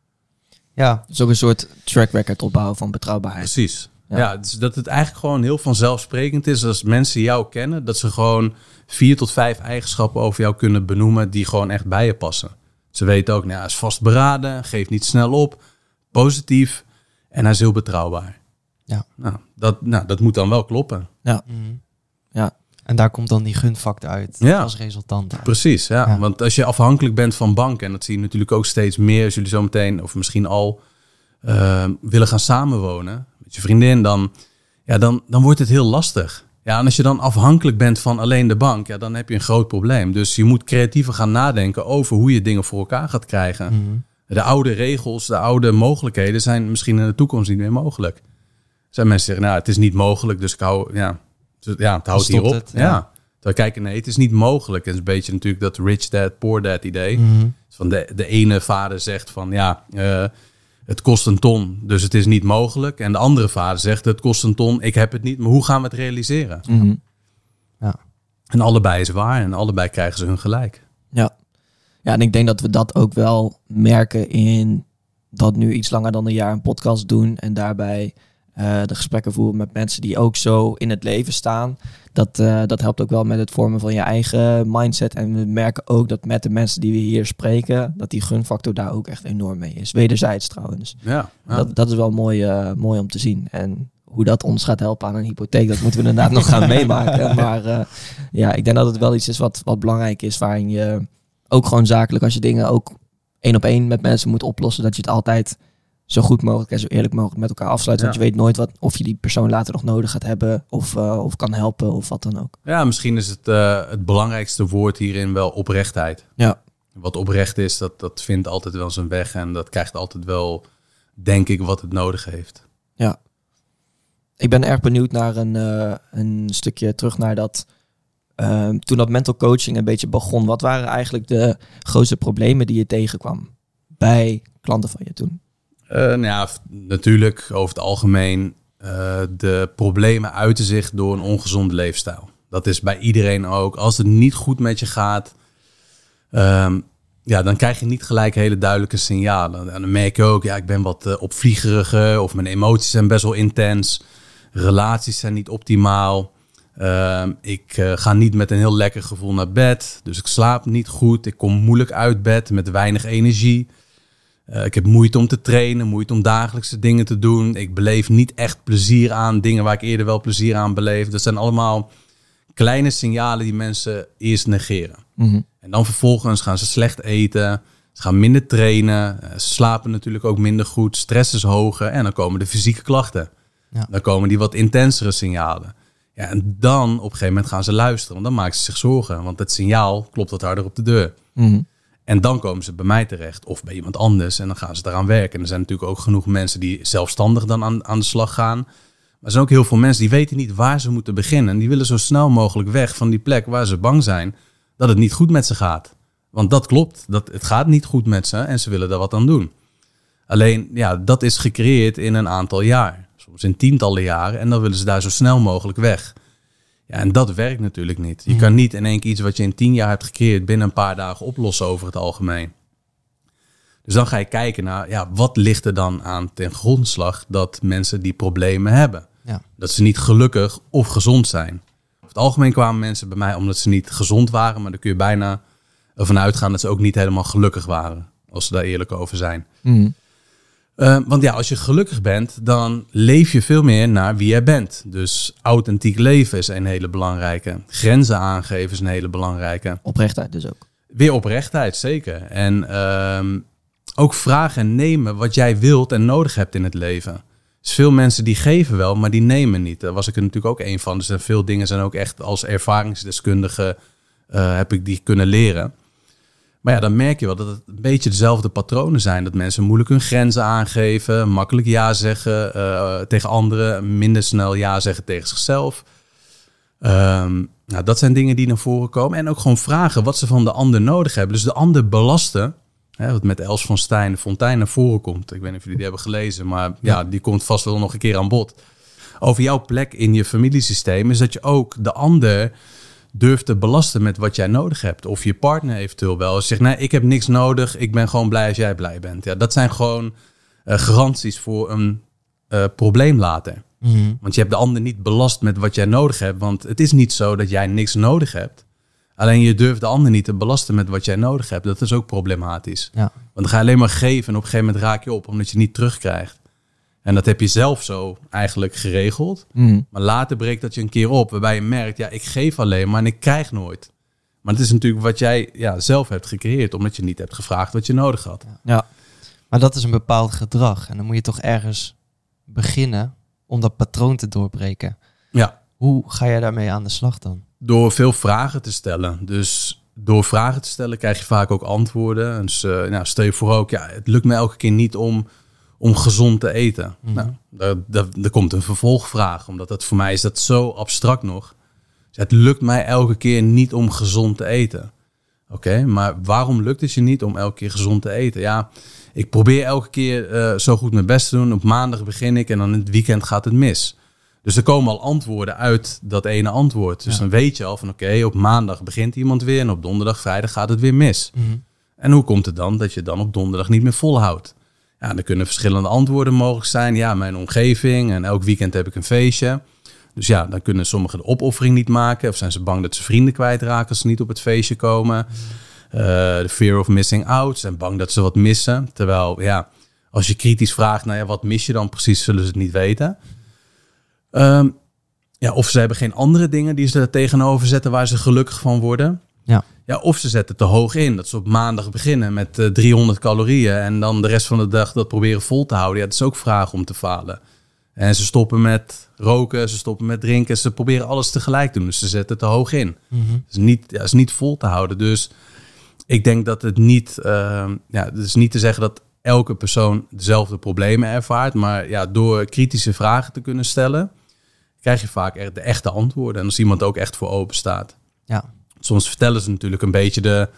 Ja. Dus ook een soort track record opbouwen van betrouwbaarheid. Precies. Ja, dus dat het eigenlijk gewoon heel vanzelfsprekend is als mensen jou kennen, dat ze gewoon 4 tot 5 eigenschappen over jou kunnen benoemen die gewoon echt bij je passen. Ze weten ook, hij is vastberaden, geeft niet snel op, positief en hij is heel betrouwbaar. Ja. Dat moet dan wel kloppen. Ja. Ja. En daar komt dan die gunfactor uit als resultant. Precies, ja. Want als je afhankelijk bent van banken, en dat zie je natuurlijk ook steeds meer als jullie zo meteen, of misschien al willen gaan samenwonen met je vriendin, dan wordt het heel lastig. Ja, en als je dan afhankelijk bent van alleen de bank, dan heb je een groot probleem. Dus je moet creatiever gaan nadenken over hoe je dingen voor elkaar gaat krijgen. Mm-hmm. De oude regels, de oude mogelijkheden zijn misschien in de toekomst niet meer mogelijk. Er zijn mensen die zeggen, het is niet mogelijk, dus ik hou, het houdt hierop. Terwijl kijken, nee, het is niet mogelijk. Het is een beetje natuurlijk dat rich dad, poor dad idee. Mm-hmm. Van de ene vader zegt van, het kost een ton, dus het is niet mogelijk. En de andere vader zegt, het kost een ton, ik heb het niet. Maar hoe gaan we het realiseren? Mm-hmm. Ja. En allebei is waar en allebei krijgen ze hun gelijk. Ja, en ik denk dat we dat ook wel merken in dat nu iets langer dan een jaar een podcast doen. En daarbij de gesprekken voeren met mensen die ook zo in het leven staan. Dat helpt ook wel met het vormen van je eigen mindset. En we merken ook dat met de mensen die we hier spreken, dat die gunfactor daar ook echt enorm mee is. Wederzijds trouwens. Ja. Dat is wel mooi om te zien. En hoe dat ons gaat helpen aan een hypotheek, dat moeten we inderdaad nog gaan meemaken. Maar ik denk dat het wel iets is wat belangrijk is, waarin je ook gewoon zakelijk, als je dingen ook 1-op-1 met mensen moet oplossen, dat je het altijd zo goed mogelijk en zo eerlijk mogelijk met elkaar afsluit. Want je weet nooit of je die persoon later nog nodig gaat hebben of kan helpen of wat dan ook. Ja, misschien is het belangrijkste woord hierin wel oprechtheid. Ja. Wat oprecht is, dat vindt altijd wel zijn weg en dat krijgt altijd wel, denk ik, wat het nodig heeft. Ja. Ik ben erg benieuwd naar een stukje terug naar dat toen dat mental coaching een beetje begon. Wat waren eigenlijk de grootste problemen die je tegenkwam bij klanten van je toen? Natuurlijk over het algemeen de problemen uiten zich door een ongezonde leefstijl. Dat is bij iedereen ook. Als het niet goed met je gaat, dan krijg je niet gelijk hele duidelijke signalen. En dan merk je ook, ik ben wat opvliegeriger of mijn emoties zijn best wel intens. Relaties zijn niet optimaal. Ik ga niet met een heel lekker gevoel naar bed. Dus ik slaap niet goed. Ik kom moeilijk uit bed met weinig energie. Ik heb moeite om te trainen, moeite om dagelijkse dingen te doen. Ik beleef niet echt plezier aan dingen waar ik eerder wel plezier aan beleef. Dat zijn allemaal kleine signalen die mensen eerst negeren. Mm-hmm. En dan vervolgens gaan ze slecht eten, ze gaan minder trainen, ze slapen natuurlijk ook minder goed, stress is hoger en dan komen de fysieke klachten. Ja. Dan komen die wat intensere signalen. Ja, en dan op een gegeven moment gaan ze luisteren, want dan maken ze zich zorgen. Want het signaal klopt wat harder op de deur. Mm-hmm. En dan komen ze bij mij terecht of bij iemand anders en dan gaan ze eraan werken. En er zijn natuurlijk ook genoeg mensen die zelfstandig dan aan de slag gaan. Maar er zijn ook heel veel mensen die weten niet waar ze moeten beginnen. En die willen zo snel mogelijk weg van die plek waar ze bang zijn dat het niet goed met ze gaat. Want dat klopt, het gaat niet goed met ze en ze willen daar wat aan doen. Alleen, dat is gecreëerd in een aantal jaar. Soms in tientallen jaren en dan willen ze daar zo snel mogelijk weg. Ja, en dat werkt natuurlijk niet. Je kan niet in één keer iets wat je in 10 jaar hebt gecreëerd binnen een paar dagen oplossen over het algemeen. Dus dan ga je kijken naar, wat ligt er dan aan ten grondslag dat mensen die problemen hebben? Ja. Dat ze niet gelukkig of gezond zijn. Over het algemeen kwamen mensen bij mij omdat ze niet gezond waren, maar dan kun je bijna ervan uitgaan dat ze ook niet helemaal gelukkig waren, als ze daar eerlijk over zijn. Mm. Want als je gelukkig bent, dan leef je veel meer naar wie jij bent. Dus authentiek leven is een hele belangrijke. Grenzen aangeven is een hele belangrijke. Oprechtheid dus ook. Weer oprechtheid, zeker. En ook vragen en nemen wat jij wilt en nodig hebt in het leven. Dus veel mensen die geven wel, maar die nemen niet. Daar was ik er natuurlijk ook één van. Dus veel dingen zijn ook echt als ervaringsdeskundige heb ik die kunnen leren. Maar ja, dan merk je wel dat het een beetje dezelfde patronen zijn. Dat mensen moeilijk hun grenzen aangeven, makkelijk ja zeggen tegen anderen, minder snel ja zeggen tegen zichzelf. Nou, dat zijn dingen die naar voren komen. En ook gewoon vragen wat ze van de ander nodig hebben. Dus de ander belasten. Wat met Els van Stijn de Fontein naar voren komt. Ik weet niet of jullie die hebben gelezen, maar ja, die komt vast wel nog een keer aan bod. Over jouw plek in je familiesysteem is dat je ook de ander durft te belasten met wat jij nodig hebt. Of je partner eventueel wel. Als je zegt, nee, ik heb niks nodig. Ik ben gewoon blij als jij blij bent. Ja, dat zijn gewoon garanties voor een probleem later. Mm-hmm. Want je hebt de ander niet belast met wat jij nodig hebt. Want het is niet zo dat jij niks nodig hebt. Alleen je durft de ander niet te belasten met wat jij nodig hebt. Dat is ook problematisch. Ja. Want dan ga je alleen maar geven en op een gegeven moment raak je op omdat je niet terugkrijgt. En dat heb je zelf zo eigenlijk geregeld. Mm. Maar later breekt dat je een keer op waarbij je merkt, ja, ik geef alleen maar en ik krijg nooit. Maar het is natuurlijk wat jij zelf hebt gecreëerd omdat je niet hebt gevraagd wat je nodig had. Ja, maar dat is een bepaald gedrag. En dan moet je toch ergens beginnen om dat patroon te doorbreken. Ja. Hoe ga jij daarmee aan de slag dan? Door veel vragen te stellen. Dus door vragen te stellen krijg je vaak ook antwoorden. Dus stel je voor ook, het lukt me elke keer niet om gezond te eten. Mm-hmm. Nou, daar komt een vervolgvraag. Omdat dat voor mij is dat zo abstract nog. Dus het lukt mij elke keer niet om gezond te eten. Oké, maar waarom lukt het je niet om elke keer gezond te eten? Ja, ik probeer elke keer zo goed mijn best te doen. Op maandag begin ik en dan in het weekend gaat het mis. Dus er komen al antwoorden uit dat ene antwoord. Dus dan weet je al van oké, op maandag begint iemand weer en op donderdag, vrijdag gaat het weer mis. Mm-hmm. En hoe komt het dan dat je dan op donderdag niet meer volhoudt? Ja, er kunnen verschillende antwoorden mogelijk zijn. Ja, mijn omgeving en elk weekend heb ik een feestje. Dus ja, dan kunnen sommigen de opoffering niet maken. Of zijn ze bang dat ze vrienden kwijtraken als ze niet op het feestje komen. De fear of missing out. Ze zijn bang dat ze wat missen. Terwijl, als je kritisch vraagt, wat mis je dan precies, zullen ze het niet weten. Of ze hebben geen andere dingen die ze er tegenover zetten waar ze gelukkig van worden. Ja, of ze zetten te hoog in. Dat ze op maandag beginnen met 300 calorieën en dan de rest van de dag dat proberen vol te houden. Ja, dat is ook vraag om te falen. En ze stoppen met roken, ze stoppen met drinken. Ze proberen alles tegelijk te doen. Dus ze zetten te hoog in. Mm-hmm. Het is niet vol te houden. Dus ik denk dat het niet... het is niet te zeggen dat elke persoon dezelfde problemen ervaart. Maar door kritische vragen te kunnen stellen, krijg je vaak de echte antwoorden. En als iemand ook echt voor open staat. Ja. Soms vertellen ze natuurlijk een beetje de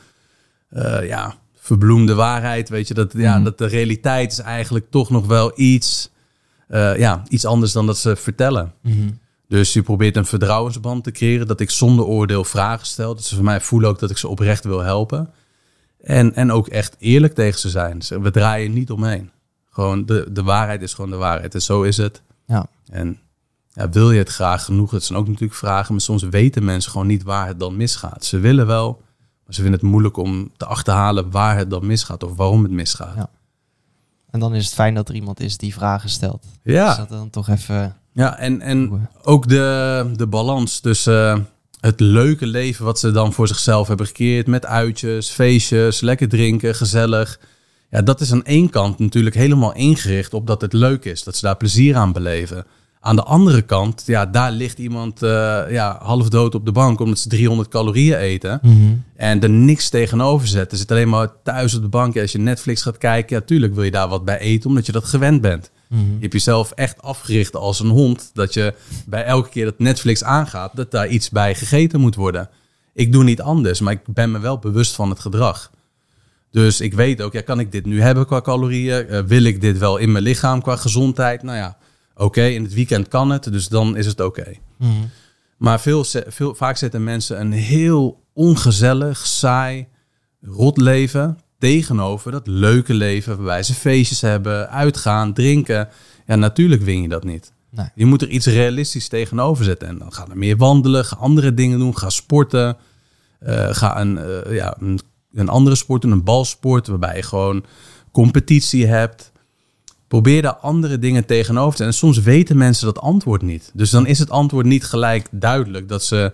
verbloemde waarheid. Weet je, dat de realiteit is eigenlijk toch nog wel iets anders dan dat ze vertellen. Mm-hmm. Dus je probeert een vertrouwensband te creëren. Dat ik zonder oordeel vragen stel. Dat ze voor mij voelen ook dat ik ze oprecht wil helpen. En ook echt eerlijk tegen ze zijn. Dus we draaien niet omheen. Gewoon de waarheid is gewoon de waarheid. En zo is het. Ja. En wil je het graag genoeg? Dat zijn ook natuurlijk vragen. Maar soms weten mensen gewoon niet waar het dan misgaat. Ze willen wel, maar ze vinden het moeilijk om te achterhalen waar het dan misgaat. Of waarom het misgaat. Ja. En dan is het fijn dat er iemand is die vragen stelt. Ja. Dus dat dan toch even... Ja, en ook de balans tussen het leuke leven wat ze dan voor zichzelf hebben gecreëerd. Met uitjes, feestjes, lekker drinken, gezellig. Ja, dat is aan één kant natuurlijk helemaal ingericht op dat het leuk is. Dat ze daar plezier aan beleven. Aan de andere kant, daar ligt iemand half dood op de bank omdat ze 300 calorieën eten. Mm-hmm. En er niks tegenover zetten. Zit alleen maar thuis op de bank. Als je Netflix gaat kijken, tuurlijk wil je daar wat bij eten omdat je dat gewend bent. Mm-hmm. Je hebt jezelf echt afgericht als een hond. Dat je bij elke keer dat Netflix aangaat, dat daar iets bij gegeten moet worden. Ik doe niet anders, maar ik ben me wel bewust van het gedrag. Dus ik weet ook, kan ik dit nu hebben qua calorieën? Wil ik dit wel in mijn lichaam qua gezondheid? Oké, in het weekend kan het, dus dan is het oké. Mm-hmm. Maar vaak zetten mensen een heel ongezellig, saai, rot leven tegenover dat leuke leven waarbij ze feestjes hebben, uitgaan, drinken. Ja, natuurlijk win je dat niet. Nee. Je moet er iets realistisch tegenover zetten. En dan ga er meer wandelen, ga andere dingen doen, ga sporten. Ga een andere sport doen, een balsport waarbij je gewoon competitie hebt. Probeer daar andere dingen tegenover te zetten. En soms weten mensen dat antwoord niet. Dus dan is het antwoord niet gelijk duidelijk dat ze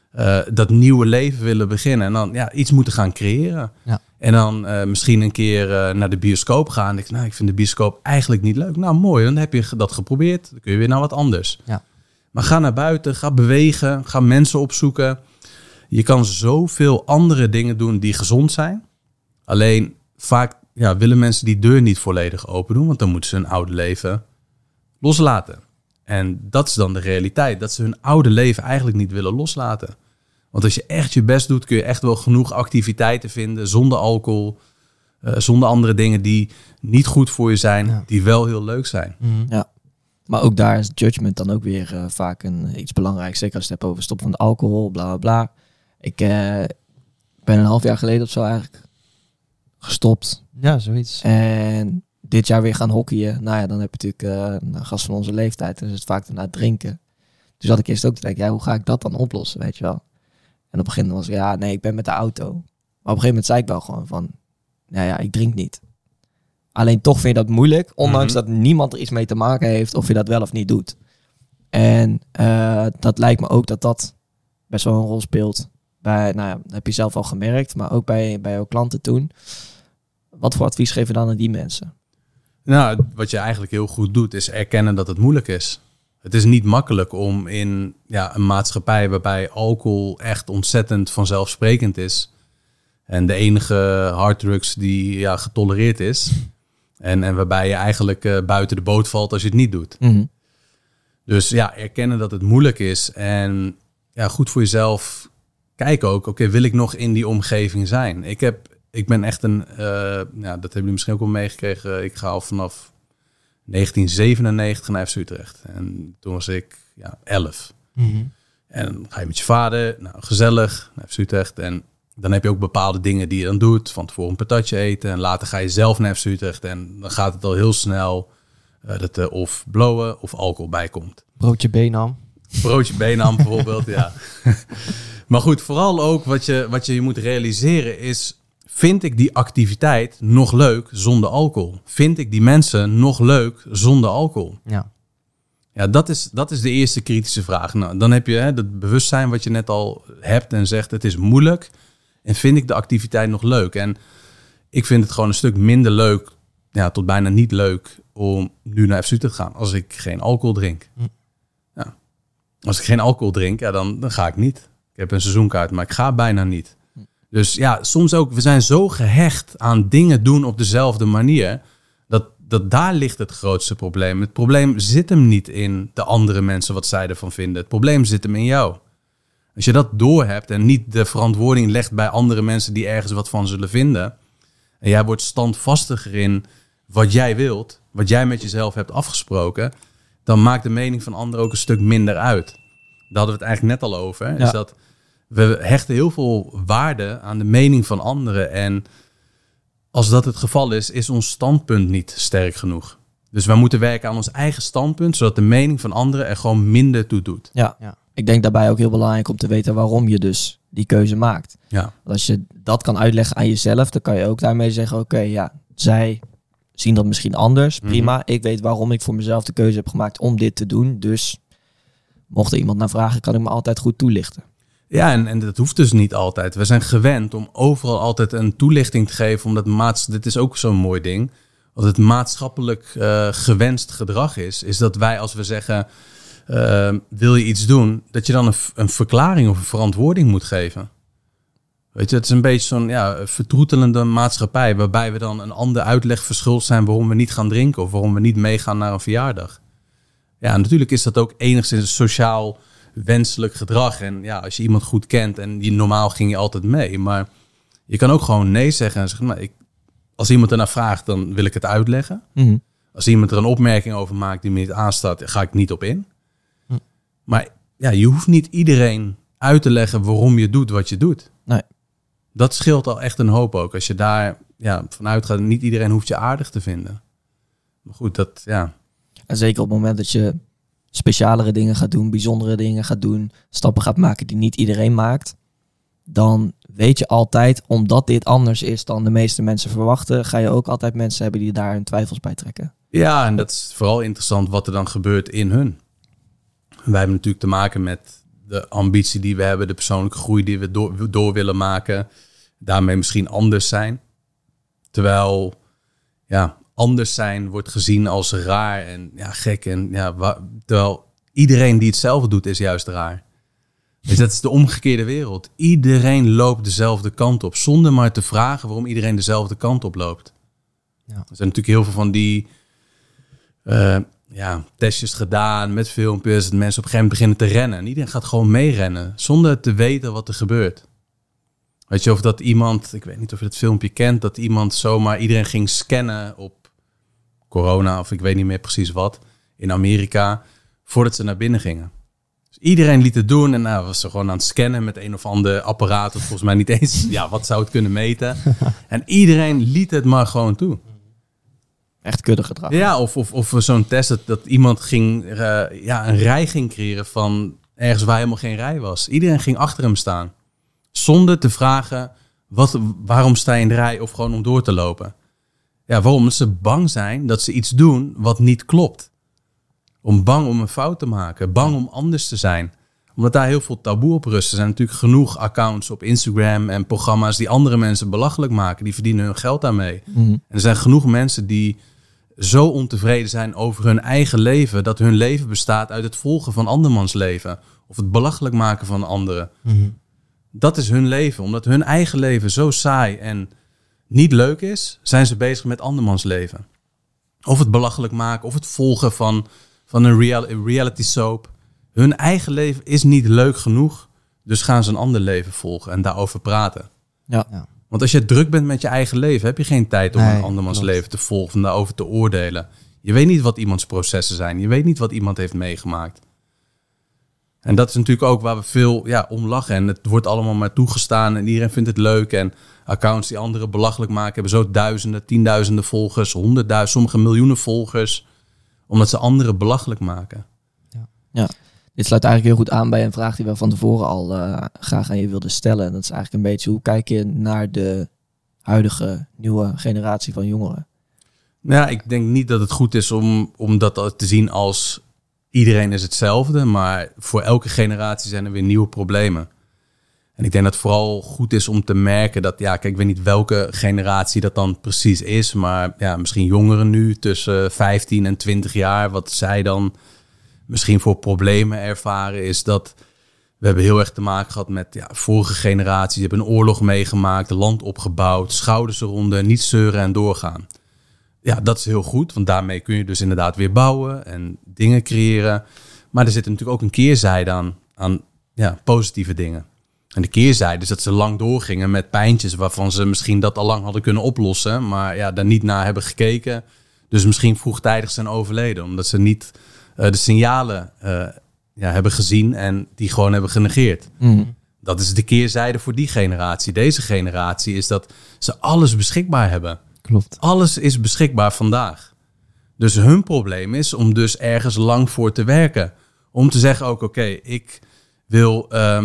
dat nieuwe leven willen beginnen. En dan iets moeten gaan creëren. Ja. En dan misschien een keer naar de bioscoop gaan. Ik vind de bioscoop eigenlijk niet leuk. Nou, mooi, dan heb je dat geprobeerd. Dan kun je weer naar wat anders. Ja. Maar ga naar buiten, ga bewegen, ga mensen opzoeken. Je kan zoveel andere dingen doen die gezond zijn. Alleen vaak willen mensen die deur niet volledig open doen. Want dan moeten ze hun oude leven loslaten. En dat is dan de realiteit. Dat ze hun oude leven eigenlijk niet willen loslaten. Want als je echt je best doet, kun je echt wel genoeg activiteiten vinden. Zonder alcohol. Zonder andere dingen die niet goed voor je zijn. Ja. Die wel heel leuk zijn. Mm-hmm. Ja. Maar ook daar is judgment dan ook weer vaak iets belangrijks. Zeker als je het hebt over stoppen van de alcohol, bla bla bla. Ik ben een half jaar geleden of zo eigenlijk gestopt. Ja, zoiets. En dit jaar weer gaan hockeyen. Nou ja, dan heb je natuurlijk een gast van onze leeftijd. Dan is het vaak daarna drinken. Dus had ik eerst ook te denken, hoe ga ik dat dan oplossen, weet je wel? En op het begin was ik ben met de auto. Maar op een gegeven moment zei ik wel gewoon van, ik drink niet. Alleen toch vind je dat moeilijk, ondanks dat niemand er iets mee te maken heeft of je dat wel of niet doet. En dat lijkt me ook dat best wel een rol speelt. Dat heb je zelf al gemerkt, maar ook bij jouw klanten toen. Wat voor advies geef je dan aan die mensen? Nou, wat je eigenlijk heel goed doet, is erkennen dat het moeilijk is. Het is niet makkelijk om in een maatschappij waarbij alcohol echt ontzettend vanzelfsprekend is. En de enige harddrugs die getolereerd is. En waarbij je eigenlijk buiten de boot valt als je het niet doet. Mm-hmm. Dus erkennen dat het moeilijk is. En goed voor jezelf kijken ook. Oké, wil ik nog in die omgeving zijn? Ik ben echt dat hebben jullie misschien ook wel meegekregen. Ik ga al vanaf 1997 naar FC Utrecht. En toen was ik 11. Mm-hmm. En dan ga je met je vader, gezellig, naar FC Utrecht. En dan heb je ook bepaalde dingen die je dan doet. Van tevoren een patatje eten. En later ga je zelf naar FC Utrecht. En dan gaat het al heel snel dat er of blowen of alcohol bij komt. Broodje Benam. Broodje Benam bijvoorbeeld, ja. Maar goed, vooral ook wat je moet realiseren is... Vind ik die activiteit nog leuk zonder alcohol? Vind ik die mensen nog leuk zonder alcohol? Ja. Ja, dat is de eerste kritische vraag. Nou, dan heb je dat bewustzijn wat je net al hebt en zegt... het is moeilijk en vind ik de activiteit nog leuk? En ik vind het gewoon een stuk minder leuk... tot bijna niet leuk om nu naar FC Utrecht te gaan... als ik geen alcohol drink. Ja. Als ik geen alcohol drink, dan ga ik niet. Ik heb een seizoenkaart, maar ik ga bijna niet. Dus soms ook, we zijn zo gehecht aan dingen doen op dezelfde manier... dat daar ligt het grootste probleem. Het probleem zit hem niet in de andere mensen wat zij ervan vinden. Het probleem zit hem in jou. Als je dat doorhebt en niet de verantwoording legt bij andere mensen... die ergens wat van zullen vinden... en jij wordt standvastiger in wat jij wilt... wat jij met jezelf hebt afgesproken... dan maakt de mening van anderen ook een stuk minder uit. Daar hadden we het eigenlijk net al over. Hè? Is dat we hechten heel veel waarde aan de mening van anderen... en als dat het geval is ons standpunt niet sterk genoeg. Dus wij moeten werken aan ons eigen standpunt... zodat de mening van anderen er gewoon minder toe doet. Ja. Ik denk daarbij ook heel belangrijk om te weten waarom je dus die keuze maakt. Ja. Want als je dat kan uitleggen aan jezelf... dan kan je ook daarmee zeggen... oké, zij zien dat misschien anders. Prima, ik weet waarom ik voor mezelf de keuze heb gemaakt om dit te doen. Dus mocht er iemand naar vragen... kan ik me altijd goed toelichten. Ja, en dat hoeft dus niet altijd. We zijn gewend om overal altijd een toelichting te geven... omdat dit is ook zo'n mooi ding... wat het maatschappelijk gewenst gedrag is dat wij als we zeggen... wil je iets doen, dat je dan een verklaring of een verantwoording moet geven. Weet je, het is een beetje zo'n vertroetelende maatschappij... waarbij we dan een ander uitleg verschuldigd zijn... waarom we niet gaan drinken of waarom we niet meegaan naar een verjaardag. Ja, natuurlijk is dat ook enigszins sociaal wenselijk gedrag. En als je iemand goed kent en normaal ging je altijd mee. Maar je kan ook gewoon nee zeggen en zeggen... als iemand ernaar vraagt, dan wil ik het uitleggen. Mm-hmm. Als iemand er een opmerking over maakt die me niet aanstaat... ga ik niet op in. Maar je hoeft niet iedereen uit te leggen waarom je doet wat je doet. Nee. Dat scheelt al echt een hoop ook. Als je daar vanuit gaat, niet iedereen hoeft je aardig te vinden. Maar goed, En zeker op het moment dat je specialere dingen gaat doen, bijzondere dingen gaat doen, stappen gaat maken die niet iedereen maakt, dan weet je altijd, omdat dit anders is dan de meeste mensen verwachten, ga je ook altijd mensen hebben die daar hun twijfels bij trekken. Ja, en dat is vooral interessant wat er dan gebeurt in hun. Wij hebben natuurlijk te maken met de ambitie die we hebben, de persoonlijke groei die we door willen maken, daarmee misschien anders zijn. Terwijl anders zijn wordt gezien als raar en gek. En terwijl iedereen die hetzelfde doet is juist raar. Dus dat is de omgekeerde wereld. Iedereen loopt dezelfde kant op, zonder maar te vragen waarom iedereen dezelfde kant op loopt. Ja. Er zijn natuurlijk heel veel van die testjes gedaan met filmpjes. Dat mensen op een gegeven moment beginnen te rennen. En iedereen gaat gewoon meerennen, zonder te weten wat er gebeurt. Weet je, of dat iemand, ik weet niet of je dat filmpje kent, dat iemand zomaar iedereen ging scannen op corona, of ik weet niet meer precies wat, in Amerika, voordat ze naar binnen gingen. Dus iedereen liet het doen en was ze gewoon aan het scannen met een of ander apparaat, of volgens mij niet eens, wat zou het kunnen meten. En iedereen liet het maar gewoon toe. Echt kudde gedrag. Ja, of zo'n test dat iemand ging een rij ging creëren van ergens waar helemaal geen rij was. Iedereen ging achter hem staan. Zonder te vragen, waarom sta je in de rij of gewoon om door te lopen. Ja, waarom? Omdat ze bang zijn dat ze iets doen wat niet klopt. Bang om een fout te maken. Bang om anders te zijn. Omdat daar heel veel taboe op rust. Er zijn natuurlijk genoeg accounts op Instagram en programma's die andere mensen belachelijk maken. Die verdienen hun geld daarmee. Mm-hmm. En er zijn genoeg mensen die zo ontevreden zijn over hun eigen leven, dat hun leven bestaat uit het volgen van andermans leven. Of het belachelijk maken van anderen. Mm-hmm. Dat is hun leven. Omdat hun eigen leven zo saai en niet leuk is, zijn ze bezig met andermans leven. Of het belachelijk maken, of het volgen van een reality soap. Hun eigen leven is niet leuk genoeg, dus gaan ze een ander leven volgen en daarover praten. Ja. Want als je druk bent met je eigen leven, heb je geen tijd om een andermans leven te volgen en daarover te oordelen. Je weet niet wat iemands processen zijn. Je weet niet wat iemand heeft meegemaakt. En dat is natuurlijk ook waar we veel om lachen. En het wordt allemaal maar toegestaan en iedereen vindt het leuk. En accounts die anderen belachelijk maken hebben zo duizenden, tienduizenden volgers, 100.000, sommige miljoenen volgers. Omdat ze anderen belachelijk maken. Ja. Dit sluit eigenlijk heel goed aan bij een vraag die we van tevoren al graag aan je wilden stellen. En dat is eigenlijk een beetje, hoe kijk je naar de huidige nieuwe generatie van jongeren? Nou, ik denk niet dat het goed is om dat te zien als iedereen is hetzelfde. Maar voor elke generatie zijn er weer nieuwe problemen. En ik denk dat het vooral goed is om te merken dat, kijk, ik weet niet welke generatie dat dan precies is. Maar misschien jongeren nu tussen 15 en 20 jaar, wat zij dan misschien voor problemen ervaren, is dat we hebben heel erg te maken gehad met vorige generaties. Die hebben een oorlog meegemaakt, land opgebouwd, schouders eronder, niet zeuren en doorgaan. Ja, dat is heel goed, want daarmee kun je dus inderdaad weer bouwen en dingen creëren. Maar er zit natuurlijk ook een keerzijde aan positieve dingen. En de keerzijde is dat ze lang doorgingen met pijntjes waarvan ze misschien dat al lang hadden kunnen oplossen, maar daar niet naar hebben gekeken. Dus misschien vroegtijdig zijn overleden, omdat ze niet de signalen hebben gezien en die gewoon hebben genegeerd. Mm. Dat is de keerzijde voor die generatie. Deze generatie is dat ze alles beschikbaar hebben. Klopt. Alles is beschikbaar vandaag. Dus hun probleem is om dus ergens lang voor te werken. Om te zeggen ook, oké, ik wil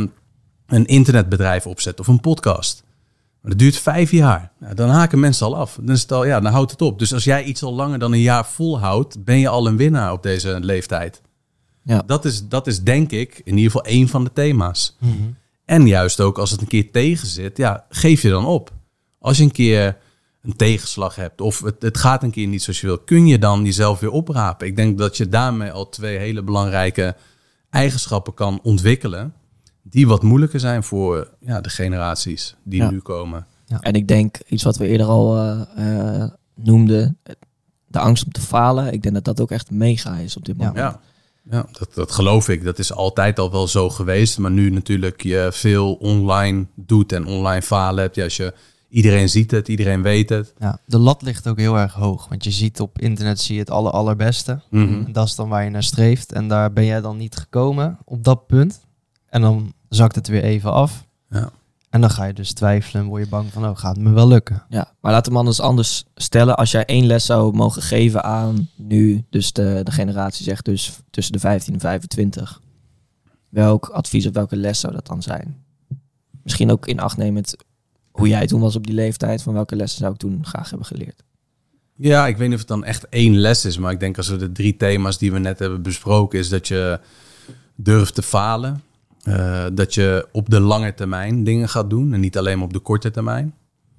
een internetbedrijf opzetten of een podcast. Maar dat duurt 5 jaar. Nou, dan haken mensen al af. Dan is het al, dan houdt het op. Dus als jij iets al langer dan een jaar volhoudt, ben je al een winnaar op deze leeftijd. Ja. Dat is denk ik in ieder geval één van de thema's. Mm-hmm. En juist ook als het een keer tegen zit, geef je dan op. Als je een keer een tegenslag hebt of het gaat een keer niet zoals je wil, kun je dan jezelf weer oprapen. Ik denk dat je daarmee al 2 hele belangrijke eigenschappen kan ontwikkelen die wat moeilijker zijn voor de generaties die nu komen. Ja. En ik denk, iets wat we eerder al noemden, de angst om te falen. Ik denk dat dat ook echt mega is op dit moment. Ja, dat geloof ik. Dat is altijd al wel zo geweest. Maar nu natuurlijk je veel online doet en online falen hebt. Als je iedereen ziet het, iedereen weet het. Ja, de lat ligt ook heel erg hoog. Want je ziet op internet zie je het allerbeste. Mm-hmm. Dat is dan waar je naar streeft. En daar ben jij dan niet gekomen op dat punt. En dan zakt het weer even af. Ja. En dan ga je dus twijfelen en word je bang van, gaat het me wel lukken? Ja, maar laat de man eens anders stellen. Als jij 1 les zou mogen geven aan nu, dus de generatie zegt dus tussen de 15 en 25. Welk advies of welke les zou dat dan zijn? Misschien ook in acht nemend hoe jij toen was op die leeftijd. Van welke lessen zou ik toen graag hebben geleerd? Ja, ik weet niet of het dan echt 1 les is. Maar ik denk als we de 3 thema's die we net hebben besproken, is dat je durft te falen. Dat je op de lange termijn dingen gaat doen en niet alleen maar op de korte termijn.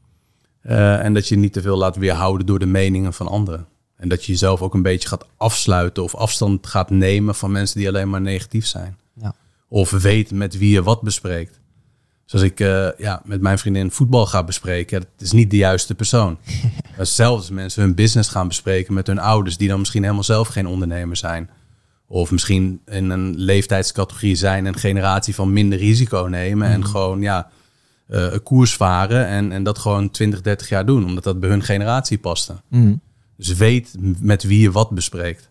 En dat je niet te veel laat weerhouden door de meningen van anderen. En dat je jezelf ook een beetje gaat afsluiten of afstand gaat nemen van mensen die alleen maar negatief zijn. Ja. Of weet met wie je wat bespreekt. Zoals ik met mijn vriendin voetbal ga bespreken. Dat is niet de juiste persoon. Zelfs mensen hun business gaan bespreken met hun ouders, die dan misschien helemaal zelf geen ondernemer zijn. Of misschien in een leeftijdscategorie zijn, een generatie van minder risico nemen. En gewoon een koers varen en dat gewoon 20, 30 jaar doen. Omdat dat bij hun generatie paste. Dus weet met wie je wat bespreekt.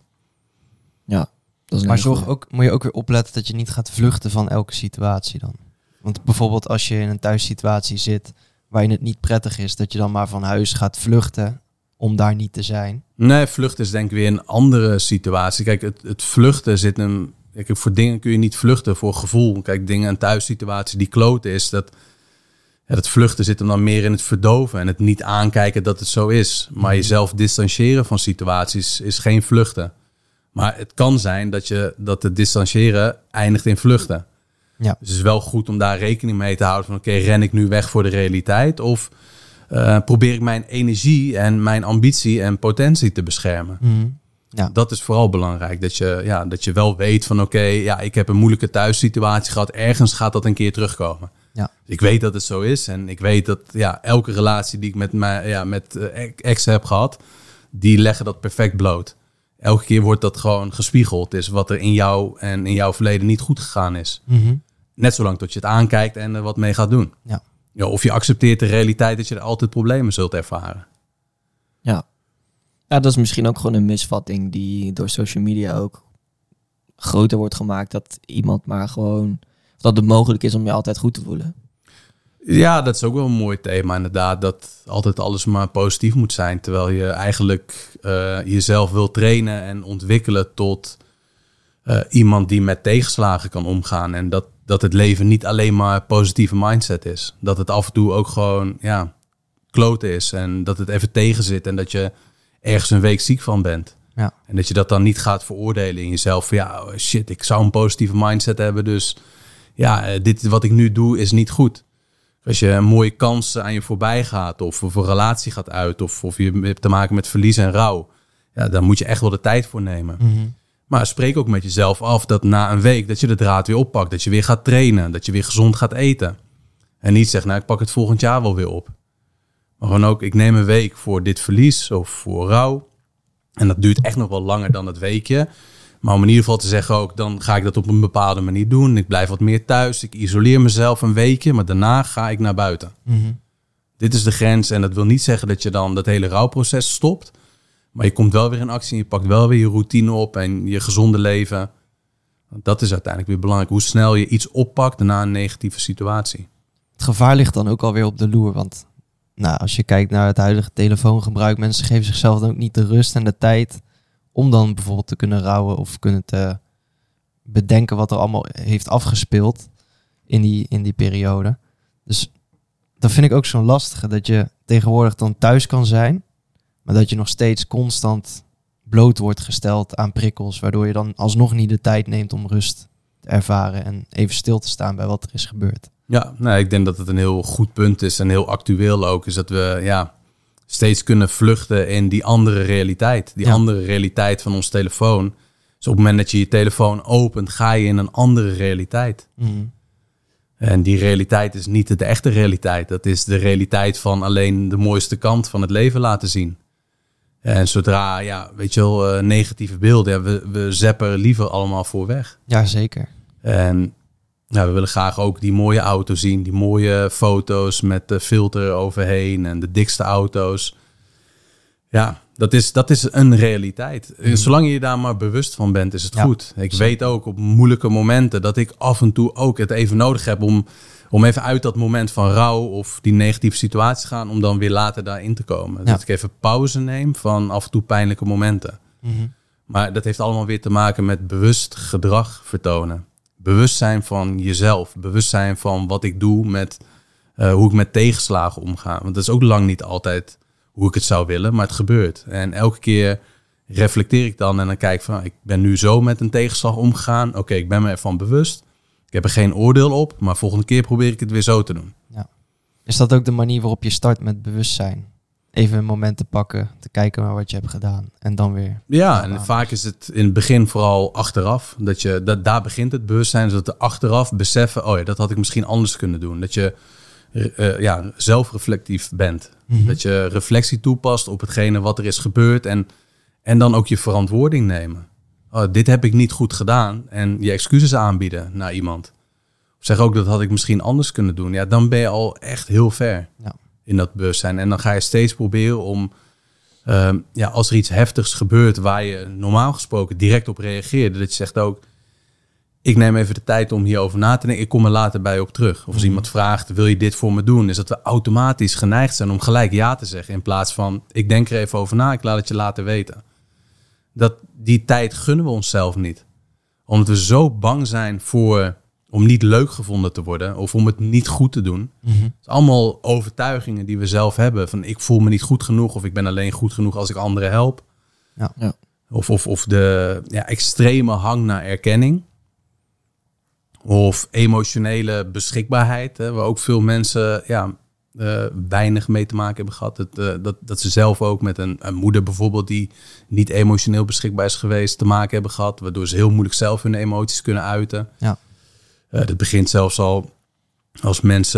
Ja, dat is maar moet je ook weer opletten dat je niet gaat vluchten van elke situatie dan. Want bijvoorbeeld als je in een thuissituatie zit waarin het niet prettig is, dat je dan maar van huis gaat vluchten om daar niet te zijn. Nee, vluchten is denk ik weer een andere situatie. Kijk, het vluchten zit hem. Kijk, voor dingen kun je niet vluchten voor gevoel. Kijk, dingen, een thuissituatie die kloot is, dat vluchten zit hem dan meer in het verdoven en het niet aankijken dat het zo is. Maar jezelf distancieren van situaties is geen vluchten. Maar het kan zijn dat het distancieren eindigt in vluchten. Ja. Dus het is wel goed om daar rekening mee te houden van oké, ren ik nu weg voor de realiteit of probeer ik mijn energie en mijn ambitie en potentie te beschermen. Ja. Dat is vooral belangrijk. Dat je wel weet van oké, ik heb een moeilijke thuissituatie gehad. Ergens gaat dat een keer terugkomen. Ja. Dus ik weet dat het zo is. En ik weet dat elke relatie die ik met ex heb gehad, die leggen dat perfect bloot. Elke keer wordt dat gewoon gespiegeld. Is wat er in jou en in jouw verleden niet goed gegaan is. Net zolang tot je het aankijkt en er wat mee gaat doen. Ja, of je accepteert de realiteit dat je er altijd problemen zult ervaren. Ja, dat is misschien ook gewoon een misvatting die door social media ook groter wordt gemaakt. Dat iemand maar gewoon, dat het mogelijk is om je altijd goed te voelen. Ja, dat is ook wel een mooi thema inderdaad. Dat altijd alles maar positief moet zijn. Terwijl je eigenlijk jezelf wil trainen en ontwikkelen tot iemand die met tegenslagen kan omgaan. En dat het leven niet alleen maar positieve mindset is. Dat het af en toe ook gewoon kloten is. En dat het even tegen zit. En dat je ergens een week ziek van bent. Ja. En dat je dat dan niet gaat veroordelen in jezelf. Van shit, ik zou een positieve mindset hebben. Dus dit wat ik nu doe is niet goed. Als je een mooie kans aan je voorbij gaat. Of een relatie gaat uit. Of je hebt te maken met verlies en rouw. Ja, daar moet je echt wel de tijd voor nemen. Maar spreek ook met jezelf af dat na een week dat je de draad weer oppakt. Dat je weer gaat trainen. Dat je weer gezond gaat eten. En niet zeggen, ik pak het volgend jaar wel weer op. Maar gewoon ook, ik neem een week voor dit verlies of voor rouw. En dat duurt echt nog wel langer dan het weekje. Maar om in ieder geval te zeggen ook, dan ga ik dat op een bepaalde manier doen. Ik blijf wat meer thuis. Ik isoleer mezelf een weekje, maar daarna ga ik naar buiten. Dit is de grens en dat wil niet zeggen dat je dan dat hele rouwproces stopt. Maar je komt wel weer in actie en je pakt wel weer je routine op en je gezonde leven. Dat is uiteindelijk weer belangrijk. Hoe snel je iets oppakt na een negatieve situatie. Het gevaar ligt dan ook alweer op de loer. Want als je kijkt naar het huidige telefoongebruik, mensen geven zichzelf dan ook niet de rust en de tijd om dan bijvoorbeeld te kunnen rouwen of kunnen te bedenken wat er allemaal heeft afgespeeld in die periode. Dus dat vind ik ook zo'n lastige, dat je tegenwoordig dan thuis kan zijn, maar dat je nog steeds constant bloot wordt gesteld aan prikkels, waardoor je dan alsnog niet de tijd neemt om rust te ervaren en even stil te staan bij wat er is gebeurd. Ja, ik denk dat het een heel goed punt is en heel actueel ook, is dat we steeds kunnen vluchten in die andere realiteit. Die andere realiteit van ons telefoon. Dus op het moment dat je je telefoon opent, ga je in een andere realiteit. En die realiteit is niet de echte realiteit. Dat is de realiteit van alleen de mooiste kant van het leven laten zien. En zodra, negatieve beelden, we zappen er liever allemaal voor weg. Ja, zeker. En we willen graag ook die mooie auto zien. Die mooie foto's met de filter overheen en de dikste auto's. Ja, dat is een realiteit. Zolang je daar maar bewust van bent, is het goed. Ik weet ook op moeilijke momenten dat ik af en toe ook het even nodig heb om even uit dat moment van rouw of die negatieve situatie te gaan, om dan weer later daarin te komen. Dat ik even pauze neem van af en toe pijnlijke momenten. Maar dat heeft allemaal weer te maken met bewust gedrag vertonen. Bewustzijn van jezelf. Bewustzijn van wat ik doe met hoe ik met tegenslagen omga. Want dat is ook lang niet altijd hoe ik het zou willen, maar het gebeurt. En elke keer reflecteer ik dan en dan kijk ik van, ik ben nu zo met een tegenslag omgegaan. Oké, ik ben me ervan bewust. Ik heb er geen oordeel op, maar volgende keer probeer ik het weer zo te doen. Ja. Is dat ook de manier waarop je start met bewustzijn? Even een moment te pakken, te kijken naar wat je hebt gedaan en dan weer... Ja, en vaak is het in het begin vooral achteraf. Daar begint het bewustzijn, zodat we achteraf beseffen... dat had ik misschien anders kunnen doen. Dat je zelfreflectief bent. Mm-hmm. Dat je reflectie toepast op hetgene wat er is gebeurd... en dan ook je verantwoording nemen. Dit heb ik niet goed gedaan en je excuses aanbieden naar iemand. Of zeg ook, dat had ik misschien anders kunnen doen. Ja, dan ben je al echt heel ver in dat bewustzijn. En dan ga je steeds proberen om... als er iets heftigs gebeurt waar je normaal gesproken direct op reageert... dat je zegt ook, ik neem even de tijd om hierover na te denken. Ik kom er later bij op terug. Of als iemand vraagt, wil je dit voor me doen? Is dat we automatisch geneigd zijn om gelijk ja te zeggen. In plaats van, ik denk er even over na, ik laat het je later weten. Die tijd gunnen we onszelf niet. Omdat we zo bang zijn om niet leuk gevonden te worden. Of om het niet goed te doen. Mm-hmm. Het is allemaal overtuigingen die we zelf hebben. Van ik voel me niet goed genoeg. Of ik ben alleen goed genoeg als ik anderen help. Ja. Of de extreme hang naar erkenning. Of emotionele beschikbaarheid. Waar ook veel mensen weinig mee te maken hebben gehad. Dat ze zelf ook met een moeder bijvoorbeeld... die niet emotioneel beschikbaar is geweest... te maken hebben gehad. Waardoor ze heel moeilijk zelf hun emoties kunnen uiten. Ja. Dat begint zelfs al als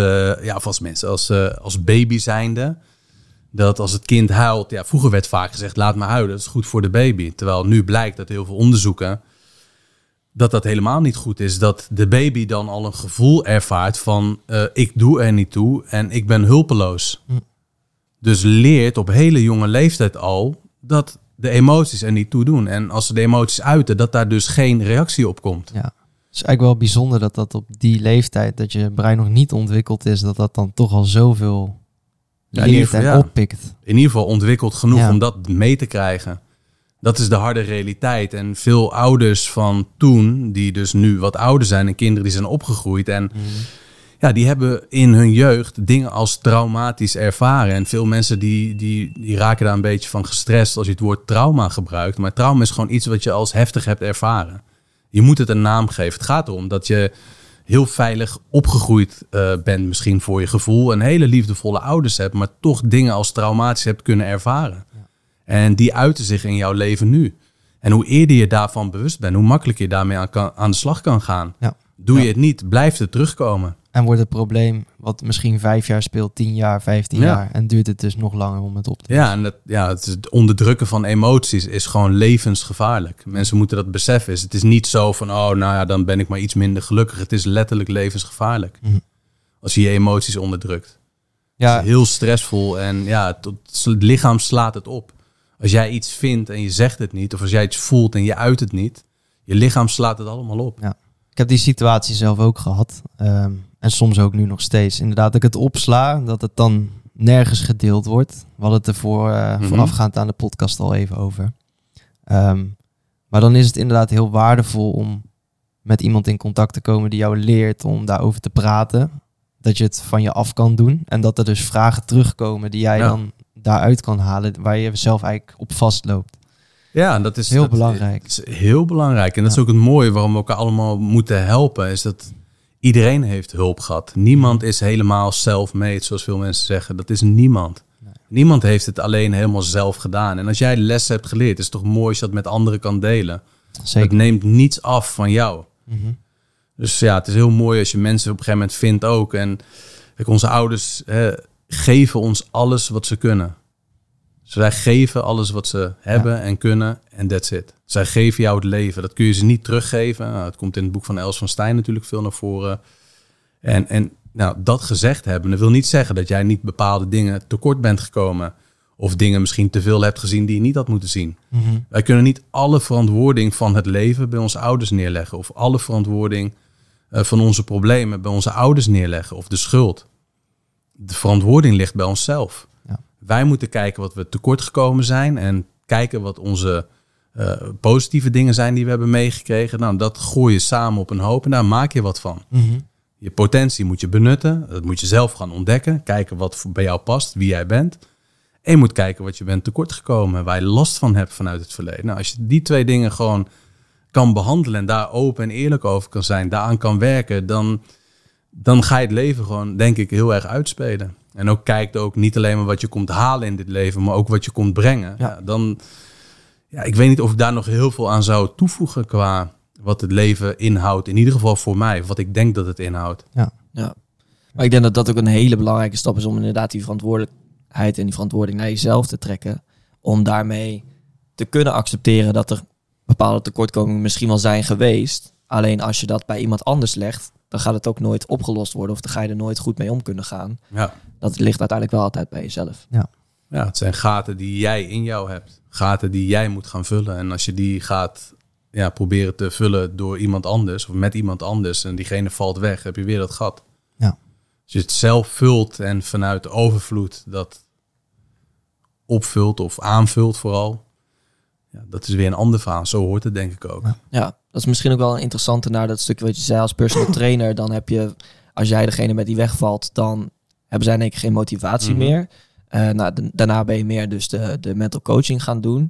als baby zijnde. Dat als het kind huilt... Ja, vroeger werd vaak gezegd, laat maar huilen. Dat is goed voor de baby. Terwijl nu blijkt dat heel veel onderzoeken... dat helemaal niet goed is. Dat de baby dan al een gevoel ervaart van... ik doe er niet toe en ik ben hulpeloos. Dus leert op hele jonge leeftijd al... dat de emoties er niet toe doen. En als ze de emoties uiten... dat daar dus geen reactie op komt. Ja. Het is eigenlijk wel bijzonder dat op die leeftijd... dat je brein nog niet ontwikkeld is... dat dan toch al zoveel leert en oppikt. In ieder geval ontwikkeld genoeg om dat mee te krijgen. Dat is de harde realiteit. En veel ouders van toen, die dus nu wat ouder zijn... en kinderen die zijn opgegroeid... en die hebben in hun jeugd dingen als traumatisch ervaren. En veel mensen die raken daar een beetje van gestrest... als je het woord trauma gebruikt. Maar trauma is gewoon iets wat je als heftig hebt ervaren. Je moet het een naam geven. Het gaat erom dat je heel veilig opgegroeid bent misschien voor je gevoel... en hele liefdevolle ouders hebt... maar toch dingen als traumatisch hebt kunnen ervaren. En die uiten zich in jouw leven nu. En hoe eerder je daarvan bewust bent... hoe makkelijker je daarmee aan de slag kan gaan. Ja. Doe je het niet, blijft het terugkomen. En wordt het probleem wat misschien 5 jaar speelt... 10 jaar, 15 jaar... en duurt het dus nog langer om het op te lossen. Het onderdrukken van emoties is gewoon levensgevaarlijk. Mensen moeten dat beseffen. Het is niet zo van... dan ben ik maar iets minder gelukkig. Het is letterlijk levensgevaarlijk. Als je je emoties onderdrukt. Ja. Het is heel stressvol en het lichaam slaat het op. Als jij iets vindt en je zegt het niet... of als jij iets voelt en je uit het niet... je lichaam slaat het allemaal op. Ja. Ik heb die situatie zelf ook gehad. En soms ook nu nog steeds. Inderdaad, dat ik het opsla, dat het dan nergens gedeeld wordt. We hadden het er voorafgaand aan de podcast al even over. Maar dan is het inderdaad heel waardevol om met iemand in contact te komen... die jou leert om daarover te praten. Dat je het van je af kan doen. En dat er dus vragen terugkomen die jij dan daaruit kan halen... waar je zelf eigenlijk op vastloopt. Ja, dat is heel belangrijk. Het is heel belangrijk. En dat is ook het mooie waarom we elkaar allemaal moeten helpen. Is dat iedereen heeft hulp gehad. Niemand is helemaal self-made, zoals veel mensen zeggen. Dat is niemand. Nee. Niemand heeft het alleen helemaal zelf gedaan. En als jij de les hebt geleerd, is het toch mooi als je dat met anderen kan delen. Zeker. Het neemt niets af van jou. Mm-hmm. Dus het is heel mooi als je mensen op een gegeven moment vindt ook. En kijk, onze ouders geven ons alles wat ze kunnen. Zij geven alles wat ze hebben en kunnen en that's it. Zij geven jou het leven. Dat kun je ze niet teruggeven. Het komt in het boek van Els van Stijn natuurlijk veel naar voren. En dat gezegd hebben, dat wil niet zeggen dat jij niet bepaalde dingen tekort bent gekomen. Of dingen misschien te veel hebt gezien die je niet had moeten zien. Mm-hmm. Wij kunnen niet alle verantwoording van het leven bij onze ouders neerleggen. Of alle verantwoording van onze problemen bij onze ouders neerleggen. Of de schuld. De verantwoording ligt bij onszelf. Wij moeten kijken wat we tekort gekomen zijn. En kijken wat onze positieve dingen zijn die we hebben meegekregen. Nou, dat gooi je samen op een hoop en daar maak je wat van. Mm-hmm. Je potentie moet je benutten. Dat moet je zelf gaan ontdekken. Kijken wat bij jou past, wie jij bent. En je moet kijken wat je bent tekort gekomen. Waar je last van hebt vanuit het verleden. Nou, als je die 2 dingen gewoon kan behandelen en daar open en eerlijk over kan zijn, daaraan kan werken, dan ga je het leven gewoon, denk ik, heel erg uitspelen. En ook kijkt ook niet alleen maar wat je komt halen in dit leven, maar ook wat je komt brengen. Ja, ik weet niet of ik daar nog heel veel aan zou toevoegen qua wat het leven inhoudt. In ieder geval voor mij, wat ik denk dat het inhoudt. Ja. Maar ik denk dat dat ook een hele belangrijke stap is om inderdaad die verantwoordelijkheid en die verantwoording naar jezelf te trekken. Om daarmee te kunnen accepteren dat er bepaalde tekortkomingen misschien wel zijn geweest. Alleen als je dat bij iemand anders legt, dan gaat het ook nooit opgelost worden. Of dan ga je er nooit goed mee om kunnen gaan. Ja. Dat ligt uiteindelijk wel altijd bij jezelf. Ja, het zijn gaten die jij in jou hebt. Gaten die jij moet gaan vullen. En als je die gaat proberen te vullen door iemand anders of met iemand anders en diegene valt weg, heb je weer dat gat. Ja. Als je het zelf vult en vanuit de overvloed dat opvult of aanvult vooral, dat is weer een ander verhaal. Zo hoort het denk ik ook. Ja, dat is misschien ook wel een interessante naar dat stukje wat je zei als personal trainer. Dan heb je, als jij degene met die wegvalt, dan hebben zij denk ik geen motivatie meer. Daarna ben je meer dus de mental coaching gaan doen.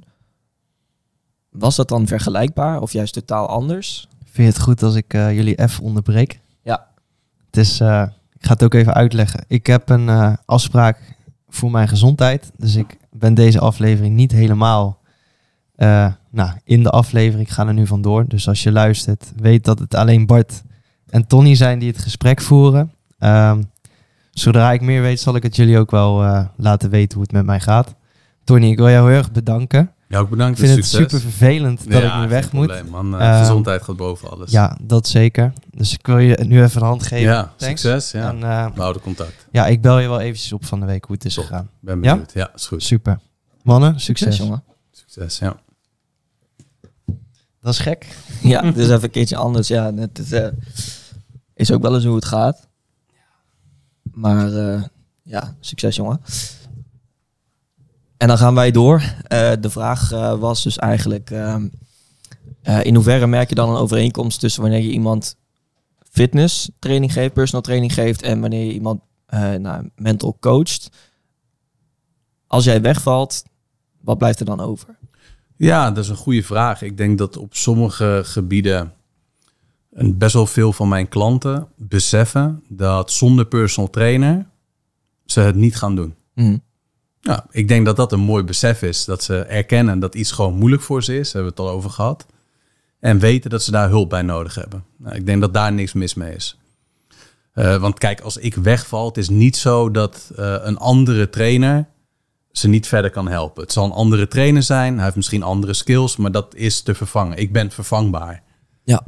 Was dat dan vergelijkbaar of juist totaal anders? Vind je het goed als ik jullie even onderbreek? Ja. Het is, ik ga het ook even uitleggen. Ik heb een afspraak voor mijn gezondheid. Dus ik ben deze aflevering niet helemaal in de aflevering. Ik ga er nu vandoor. Dus als je luistert, weet dat het alleen Bart en Tony zijn die het gesprek voeren. Zodra ik meer weet, zal ik het jullie ook wel laten weten hoe het met mij gaat. Tony, ik wil jou heel erg bedanken. Ja, ook bedankt. Ik vind het super vervelend dat ik nu weg moet. Probleem, man. Gezondheid gaat boven alles. Ja, dat zeker. Dus ik wil je nu even een hand geven. Ja, thanks. Succes. Ja. En, we houden contact. Ja, ik bel je wel eventjes op van de week hoe het is gegaan. Ben benieuwd. Ja, is goed. Super. Mannen, succes. Jongen. Succes, ja. Dat is gek. Ja, dus even een keertje anders. Ja, het is ook wel eens hoe het gaat. Maar succes jongen. En dan gaan wij door. De vraag was dus eigenlijk, in hoeverre merk je dan een overeenkomst tussen wanneer je iemand fitness training geeft, personal training geeft en wanneer je iemand mental coacht? Als jij wegvalt, wat blijft er dan over? Ja, dat is een goede vraag. Ik denk dat op sommige gebieden best wel veel van mijn klanten beseffen dat zonder personal trainer ze het niet gaan doen. Mm. Ja, ik denk dat dat een mooi besef is. Dat ze erkennen dat iets gewoon moeilijk voor ze is. Daar hebben we het al over gehad. En weten dat ze daar hulp bij nodig hebben. Nou, ik denk dat daar niks mis mee is. Want kijk, als ik wegval, het is niet zo dat een andere trainer ze niet verder kan helpen. Het zal een andere trainer zijn. Hij heeft misschien andere skills, maar dat is te vervangen. Ik ben vervangbaar. Ja.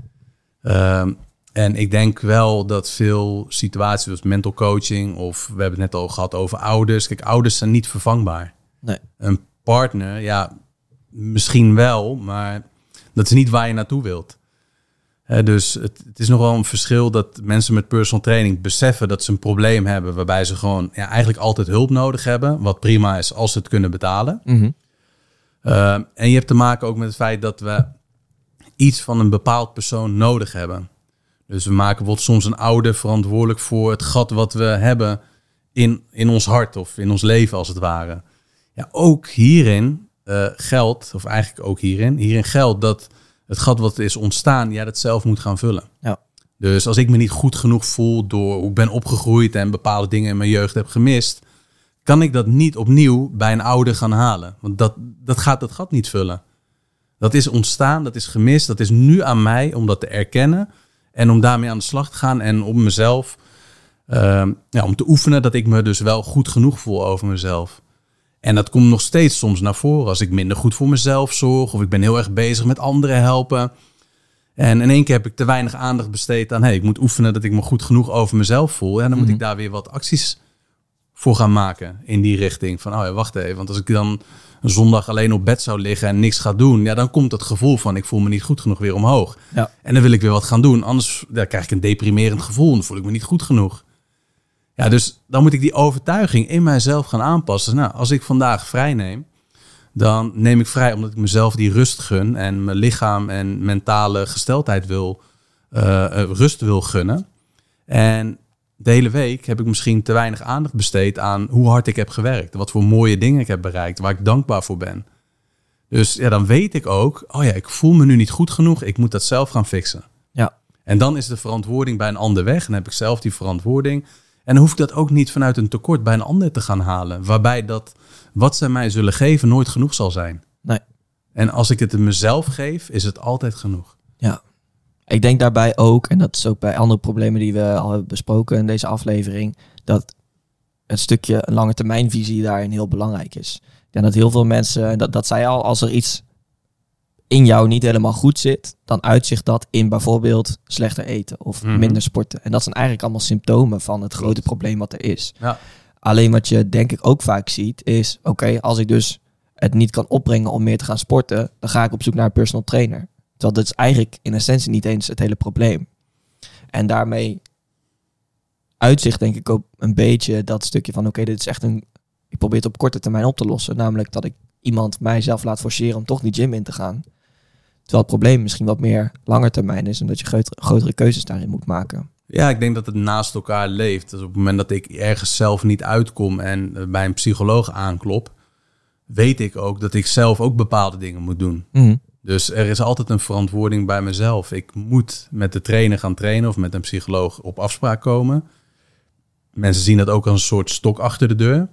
En ik denk wel dat veel situaties, zoals mental coaching, of we hebben het net al gehad over ouders. Kijk, ouders zijn niet vervangbaar. Nee. Een partner, ja, misschien wel, maar dat is niet waar je naartoe wilt. Dus het is nog wel een verschil dat mensen met personal training beseffen dat ze een probleem hebben waarbij ze gewoon eigenlijk altijd hulp nodig hebben. Wat prima is als ze het kunnen betalen. Mm-hmm. En je hebt te maken ook met het feit dat we iets van een bepaald persoon nodig hebben. Dus we maken bijvoorbeeld soms een ouder verantwoordelijk voor het gat wat we hebben in ons hart of in ons leven als het ware. Ja, ook hierin geldt, of eigenlijk ook hierin geldt dat het gat wat is ontstaan, dat zelf moet gaan vullen. Ja. Dus als ik me niet goed genoeg voel door hoe ik ben opgegroeid en bepaalde dingen in mijn jeugd heb gemist, kan ik dat niet opnieuw bij een ouder gaan halen. Want dat gaat dat gat niet vullen. Dat is ontstaan, dat is gemist, dat is nu aan mij om dat te erkennen en om daarmee aan de slag te gaan en om mezelf, om te oefenen dat ik me dus wel goed genoeg voel over mezelf. En dat komt nog steeds soms naar voren als ik minder goed voor mezelf zorg of ik ben heel erg bezig met anderen helpen. En in één keer heb ik te weinig aandacht besteed aan, ik moet oefenen dat ik me goed genoeg over mezelf voel. En dan moet ik daar weer wat acties voor gaan maken in die richting. Van, wacht even, want als ik dan een zondag alleen op bed zou liggen en niks ga doen, dan komt het gevoel van, ik voel me niet goed genoeg weer omhoog. Ja. En dan wil ik weer wat gaan doen. Anders krijg ik een deprimerend gevoel en dan voel ik me niet goed genoeg. Ja, dus dan moet ik die overtuiging in mijzelf gaan aanpassen. Nou, als ik vandaag vrij neem, dan neem ik vrij omdat ik mezelf die rust gun en mijn lichaam en mentale gesteldheid rust wil gunnen. En de hele week heb ik misschien te weinig aandacht besteed aan hoe hard ik heb gewerkt. Wat voor mooie dingen ik heb bereikt, waar ik dankbaar voor ben. Dus ja, dan weet ik ook, ik voel me nu niet goed genoeg. Ik moet dat zelf gaan fixen. Ja. En dan is de verantwoording bij een ander weg. En dan heb ik zelf die verantwoording. En dan hoef ik dat ook niet vanuit een tekort bij een ander te gaan halen. Waarbij dat wat zij mij zullen geven nooit genoeg zal zijn. Nee. En als ik het mezelf geef, is het altijd genoeg. Ja. Ik denk daarbij ook, en dat is ook bij andere problemen die we al hebben besproken in deze aflevering, dat het stukje lange termijnvisie daarin heel belangrijk is. Ik denk dat heel veel mensen, dat zei al, als er iets in jou niet helemaal goed zit, dan uitzicht dat in bijvoorbeeld slechter eten of minder sporten. En dat zijn eigenlijk allemaal symptomen van het grote probleem wat er is. Ja. Alleen wat je denk ik ook vaak ziet is, als ik dus het niet kan opbrengen om meer te gaan sporten, dan ga ik op zoek naar een personal trainer. Terwijl dat is eigenlijk in essentie niet eens het hele probleem. En daarmee uitzicht denk ik ook een beetje dat stukje van dit is echt ik probeer het op korte termijn op te lossen. Namelijk dat ik iemand mijzelf laat forceren om toch die gym in te gaan. Terwijl het probleem misschien wat meer langer termijn is en dat je grotere keuzes daarin moet maken. Ja, ik denk dat het naast elkaar leeft. Dus op het moment dat ik ergens zelf niet uitkom en bij een psycholoog aanklop, weet ik ook dat ik zelf ook bepaalde dingen moet doen. Mm. Dus er is altijd een verantwoording bij mezelf. Ik moet met de trainer gaan trainen of met een psycholoog op afspraak komen. Mensen zien dat ook als een soort stok achter de deur.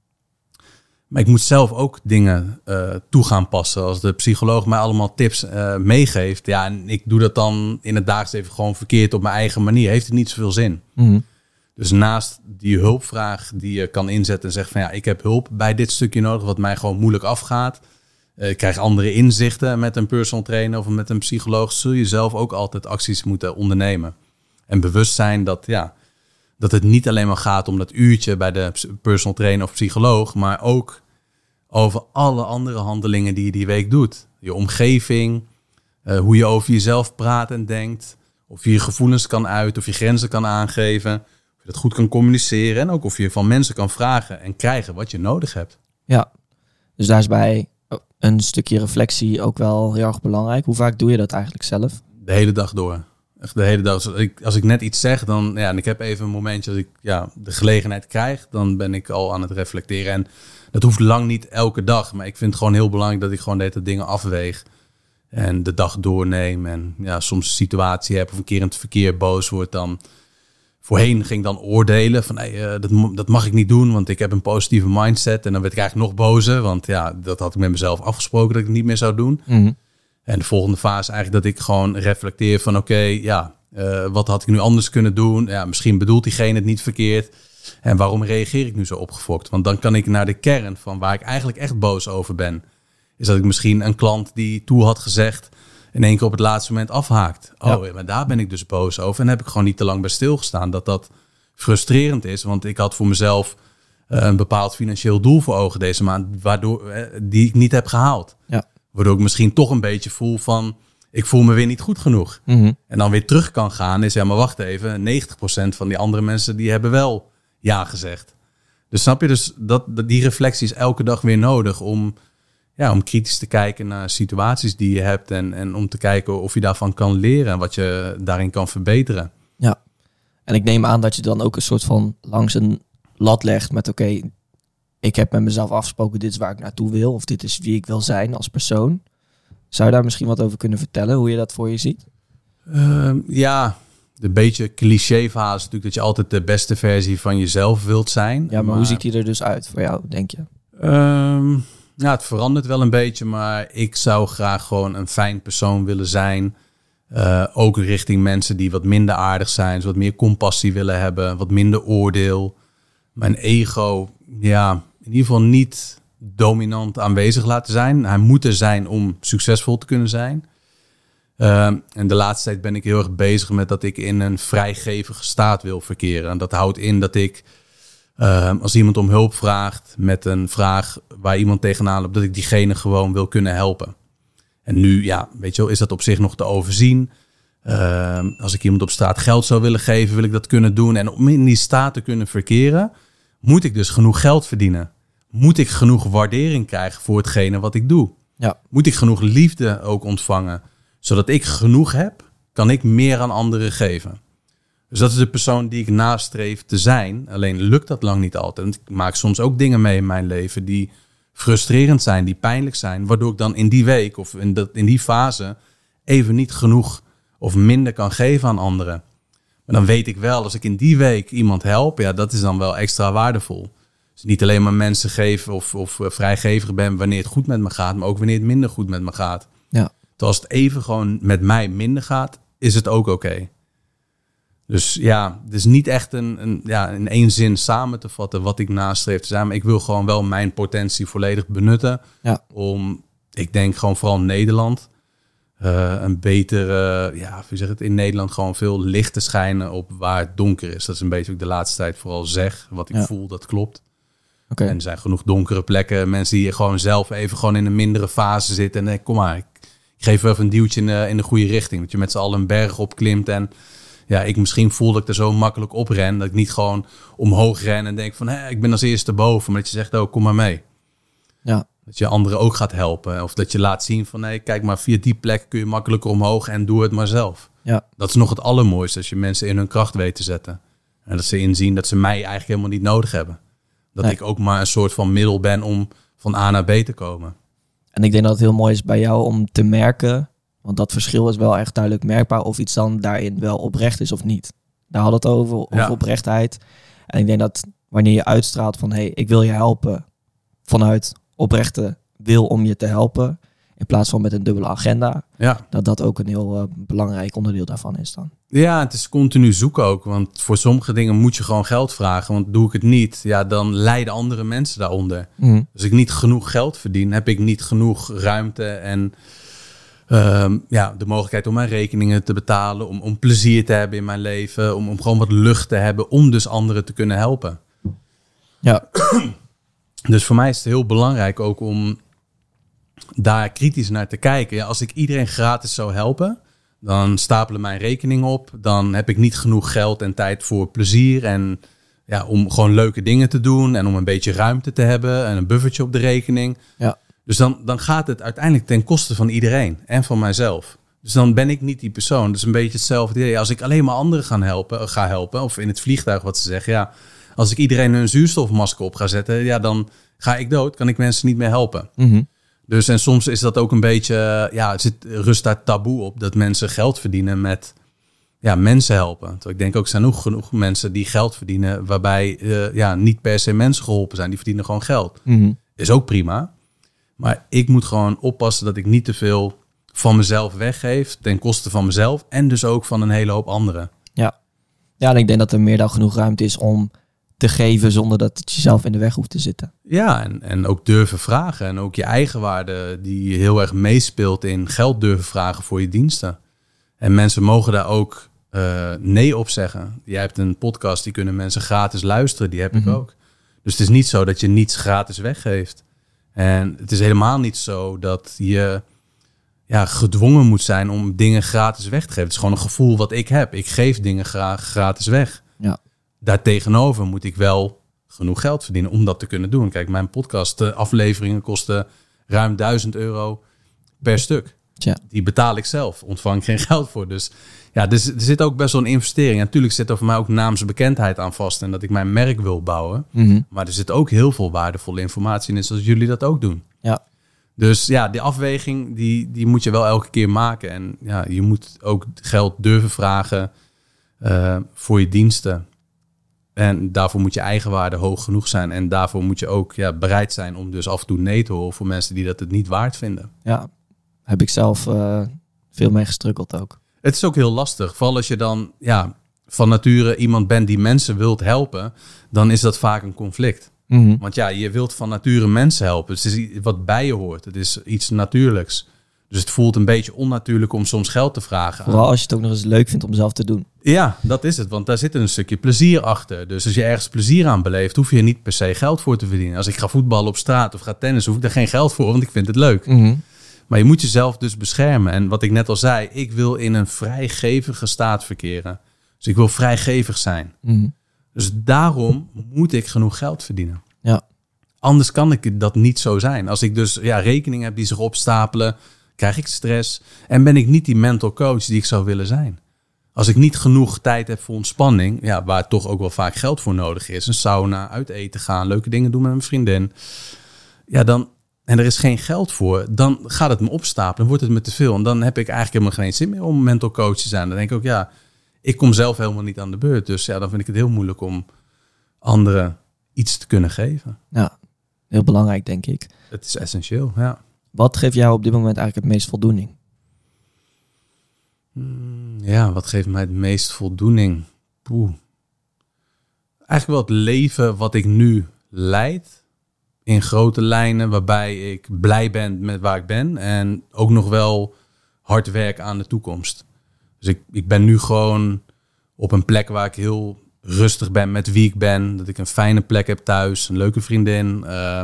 Maar ik moet zelf ook dingen toe gaan passen. Als de psycholoog mij allemaal tips meegeeft, ja, en ik doe dat dan in het dagelijks even gewoon verkeerd op mijn eigen manier, heeft het niet zoveel zin. Mm. Dus naast die hulpvraag die je kan inzetten en zegt van ik heb hulp bij dit stukje nodig wat mij gewoon moeilijk afgaat. Ik krijg andere inzichten met een personal trainer of met een psycholoog. Zul je zelf ook altijd acties moeten ondernemen. En bewust zijn dat het niet alleen maar gaat om dat uurtje bij de personal trainer of psycholoog, maar ook over alle andere handelingen die je die week doet. Je omgeving, hoe je over jezelf praat en denkt, of je je gevoelens kan uiten, of je grenzen kan aangeven, of je dat goed kan communiceren en ook of je van mensen kan vragen en krijgen wat je nodig hebt. Ja, dus daar is bij een stukje reflectie ook wel heel erg belangrijk. Hoe vaak doe je dat eigenlijk zelf? De hele dag door. Echt de hele dag. Als ik net iets zeg, dan en ik heb even een momentje dat ik de gelegenheid krijg, dan ben ik al aan het reflecteren. En dat hoeft lang niet elke dag, maar ik vind het gewoon heel belangrijk dat ik gewoon deze dingen afweeg en de dag doorneem en soms een situatie heb of een keer in het verkeer boos word, dan voorheen ging ik dan oordelen van dat mag ik niet doen, want ik heb een positieve mindset. En dan werd ik eigenlijk nog bozer, want dat had ik met mezelf afgesproken dat ik het niet meer zou doen. Mm-hmm. En de volgende fase is eigenlijk dat ik gewoon reflecteer van wat had ik nu anders kunnen doen? Ja, misschien bedoelt diegene het niet verkeerd. En waarom reageer ik nu zo opgefokt? Want dan kan ik naar de kern van waar ik eigenlijk echt boos over ben. Is dat ik misschien een klant die toe had gezegd in één keer op het laatste moment afhaakt. Maar daar ben ik dus boos over. En heb ik gewoon niet te lang bij stilgestaan. Dat frustrerend is. Want ik had voor mezelf een bepaald financieel doel voor ogen deze maand. Die ik niet heb gehaald. Ja. Waardoor ik misschien toch een beetje voel van, ik voel me weer niet goed genoeg. Mm-hmm. En dan weer terug kan gaan is, maar wacht even, 90% van die andere mensen die hebben wel ja gezegd. Dus snap je, dus die reflectie is elke dag weer nodig om kritisch te kijken naar situaties die je hebt en om te kijken of je daarvan kan leren en wat je daarin kan verbeteren. Ja, en ik neem aan dat je dan ook een soort van langs een lat legt met ik heb met mezelf afgesproken, dit is waar ik naartoe wil, of dit is wie ik wil zijn als persoon. Zou je daar misschien wat over kunnen vertellen, hoe je dat voor je ziet? De beetje cliché verhaal is natuurlijk dat je altijd de beste versie van jezelf wilt zijn. Ja, maar hoe ziet die er dus uit voor jou, denk je? Het verandert wel een beetje, maar ik zou graag gewoon een fijn persoon willen zijn. Ook richting mensen die wat minder aardig zijn, wat meer compassie willen hebben, wat minder oordeel. Mijn ego, in ieder geval niet dominant aanwezig laten zijn. Hij moet er zijn om succesvol te kunnen zijn. En de laatste tijd ben ik heel erg bezig met dat ik in een vrijgevige staat wil verkeren. En dat houdt in dat ik, als iemand om hulp vraagt met een vraag waar iemand tegenaan loopt, dat ik diegene gewoon wil kunnen helpen. En nu, weet je wel, is dat op zich nog te overzien. Als ik iemand op straat geld zou willen geven, wil ik dat kunnen doen. En om in die staat te kunnen verkeren, moet ik dus genoeg geld verdienen. Moet ik genoeg waardering krijgen voor hetgene wat ik doe? Ja. Moet ik genoeg liefde ook ontvangen? Zodat ik genoeg heb, kan ik meer aan anderen geven. Dus dat is de persoon die ik nastreef te zijn. Alleen lukt dat lang niet altijd. Want ik maak soms ook dingen mee in mijn leven die frustrerend zijn, die pijnlijk zijn. Waardoor ik dan in die week of in die fase even niet genoeg of minder kan geven aan anderen. Maar dan weet ik wel, als ik in die week iemand help, ja, dat is dan wel extra waardevol. Dus niet alleen maar mensen geven of vrijgevig ben wanneer het goed met me gaat, maar ook wanneer het minder goed met me gaat. Ja. Als het even gewoon met mij minder gaat, is het ook oké. Dus ja, het is niet echt in één zin samen te vatten wat ik nastreef te zijn. Maar ik wil gewoon wel mijn potentie volledig benutten. Ja. Om, ik denk gewoon vooral Nederland, een betere, hoe zeg het, in Nederland gewoon veel licht te schijnen op waar het donker is. Dat is een beetje wat ik de laatste tijd vooral zeg. Wat ik voel, dat klopt. Okay. En er zijn genoeg donkere plekken. Mensen die gewoon zelf even gewoon in een mindere fase zitten. En denk, kom maar, ik geef wel even een duwtje in de goede richting. Dat je met z'n allen een berg opklimt. En ja, ik misschien voel dat ik er zo makkelijk op ren. Dat ik niet gewoon omhoog ren en denk van, ik ben als eerste boven. Maar dat je zegt, kom maar mee. Ja. Dat je anderen ook gaat helpen. Of dat je laat zien van, kijk maar, via die plek kun je makkelijker omhoog en doe het maar zelf. Ja. Dat is nog het allermooiste, als je mensen in hun kracht weet te zetten. En dat ze inzien dat ze mij eigenlijk helemaal niet nodig hebben. Dat ik ook maar een soort van middel ben om van A naar B te komen. En ik denk dat het heel mooi is bij jou om te merken, want dat verschil is wel echt duidelijk merkbaar, of iets dan daarin wel oprecht is of niet. Daar hadden we het over oprechtheid. En ik denk dat wanneer je uitstraalt van, ik wil je helpen vanuit oprechte wil om je te helpen, in plaats van met een dubbele agenda, dat ook een heel belangrijk onderdeel daarvan is dan. Ja, het is continu zoeken ook. Want voor sommige dingen moet je gewoon geld vragen. Want doe ik het niet, dan lijden andere mensen daaronder. Mm. Als ik niet genoeg geld verdien, heb ik niet genoeg ruimte en de mogelijkheid om mijn rekeningen te betalen, om plezier te hebben in mijn leven, om gewoon wat lucht te hebben, om dus anderen te kunnen helpen. Ja. Dus voor mij is het heel belangrijk ook om daar kritisch naar te kijken. Ja, als ik iedereen gratis zou helpen, dan stapelen mijn rekeningen op. Dan heb ik niet genoeg geld en tijd voor plezier. En om gewoon leuke dingen te doen. En om een beetje ruimte te hebben. En een buffertje op de rekening. Ja. Dus dan gaat het uiteindelijk ten koste van iedereen. En van mijzelf. Dus dan ben ik niet die persoon. Dus een beetje hetzelfde idee. Als ik alleen maar anderen ga helpen. Of in het vliegtuig wat ze zeggen. Ja, als ik iedereen hun zuurstofmasker op ga zetten. Dan ga ik dood. Kan ik mensen niet meer helpen. Mm-hmm. Dus en soms is dat ook een beetje, rust daar taboe op dat mensen geld verdienen met mensen helpen. Want ik denk ook, er zijn ook genoeg mensen die geld verdienen waarbij niet per se mensen geholpen zijn. Die verdienen gewoon geld. Mm-hmm. Is ook prima. Maar ik moet gewoon oppassen dat ik niet te veel van mezelf weggeef ten koste van mezelf en dus ook van een hele hoop anderen. Ja, en ik denk dat er meer dan genoeg ruimte is om te geven zonder dat het jezelf in de weg hoeft te zitten. Ja, en ook durven vragen. En ook je eigenwaarde die heel erg meespeelt in geld durven vragen voor je diensten. En mensen mogen daar ook nee op zeggen. Jij hebt een podcast, die kunnen mensen gratis luisteren. Die heb ik ook. Dus het is niet zo dat je niets gratis weggeeft. En het is helemaal niet zo dat je gedwongen moet zijn om dingen gratis weg te geven. Het is gewoon een gevoel wat ik heb. Ik geef dingen graag gratis weg. Ja. Daartegenover moet ik wel genoeg geld verdienen om dat te kunnen doen. Kijk, mijn podcast afleveringen kosten ruim €1000 per stuk. Tja. Die betaal ik zelf. Ontvang ik geen geld voor. Dus er zit ook best wel een investering. En natuurlijk zit er voor mij ook naamsbekendheid aan vast. En dat ik mijn merk wil bouwen. Mm-hmm. Maar er zit ook heel veel waardevolle informatie in. Zoals jullie dat ook doen. Ja. Dus die afweging die moet je wel elke keer maken. En je moet ook geld durven vragen voor je diensten. En daarvoor moet je eigenwaarde hoog genoeg zijn. En daarvoor moet je ook bereid zijn om dus af en toe nee te horen voor mensen die dat het niet waard vinden. Ja, heb ik zelf veel mee gestruggeld ook. Het is ook heel lastig. Vooral als je dan van nature iemand bent die mensen wilt helpen, dan is dat vaak een conflict. Mm-hmm. Want je wilt van nature mensen helpen. Het is iets wat bij je hoort. Het is iets natuurlijks. Dus het voelt een beetje onnatuurlijk om soms geld te vragen. Vooral als je het ook nog eens leuk vindt om zelf te doen. Ja, dat is het. Want daar zit een stukje plezier achter. Dus als je ergens plezier aan beleeft, hoef je er niet per se geld voor te verdienen. Als ik ga voetballen op straat of ga tennis, hoef ik daar geen geld voor, want ik vind het leuk. Mm-hmm. Maar je moet jezelf dus beschermen. En wat ik net al zei, ik wil in een vrijgevige staat verkeren. Dus ik wil vrijgevig zijn. Mm-hmm. Dus daarom moet ik genoeg geld verdienen. Ja. Anders kan ik dat niet zo zijn. Als ik dus rekeningen heb die zich opstapelen, krijg ik stress en ben ik niet die mental coach die ik zou willen zijn. Als ik niet genoeg tijd heb voor ontspanning, waar toch ook wel vaak geld voor nodig is, een sauna, uit eten gaan, leuke dingen doen met mijn vriendin, ja, dan, en er is geen geld voor, dan gaat het me opstapelen, dan wordt het me te veel. En dan heb ik eigenlijk helemaal geen zin meer om mental coach te zijn. Dan denk ik ook, ja, ik kom zelf helemaal niet aan de beurt. Dus ja, dan vind ik het heel moeilijk om anderen iets te kunnen geven. Ja, heel belangrijk, denk ik. Het is essentieel, ja. Wat geeft jou op dit moment eigenlijk het meest voldoening? Ja, wat geeft mij het meest voldoening? Eigenlijk wel het leven wat ik nu leid. In grote lijnen, waarbij ik blij ben met waar ik ben. En ook nog wel hard werken aan de toekomst. Dus ik ben nu gewoon op een plek waar ik heel rustig ben met wie ik ben. Dat ik een fijne plek heb thuis, een leuke vriendin.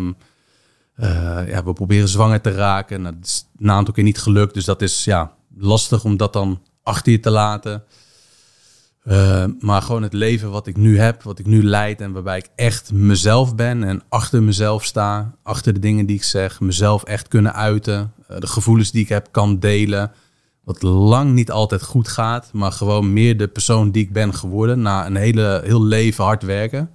We proberen zwanger te raken. Nou, dat is een aantal keer niet gelukt. Dus dat is lastig om dat dan achter je te laten. Maar gewoon het leven wat ik nu heb, wat ik nu leid en waarbij ik echt mezelf ben en achter mezelf sta, achter de dingen die ik zeg, mezelf echt kunnen uiten, de gevoelens die ik heb kan delen, wat lang niet altijd goed gaat, maar gewoon meer de persoon die ik ben geworden na een heel leven hard werken.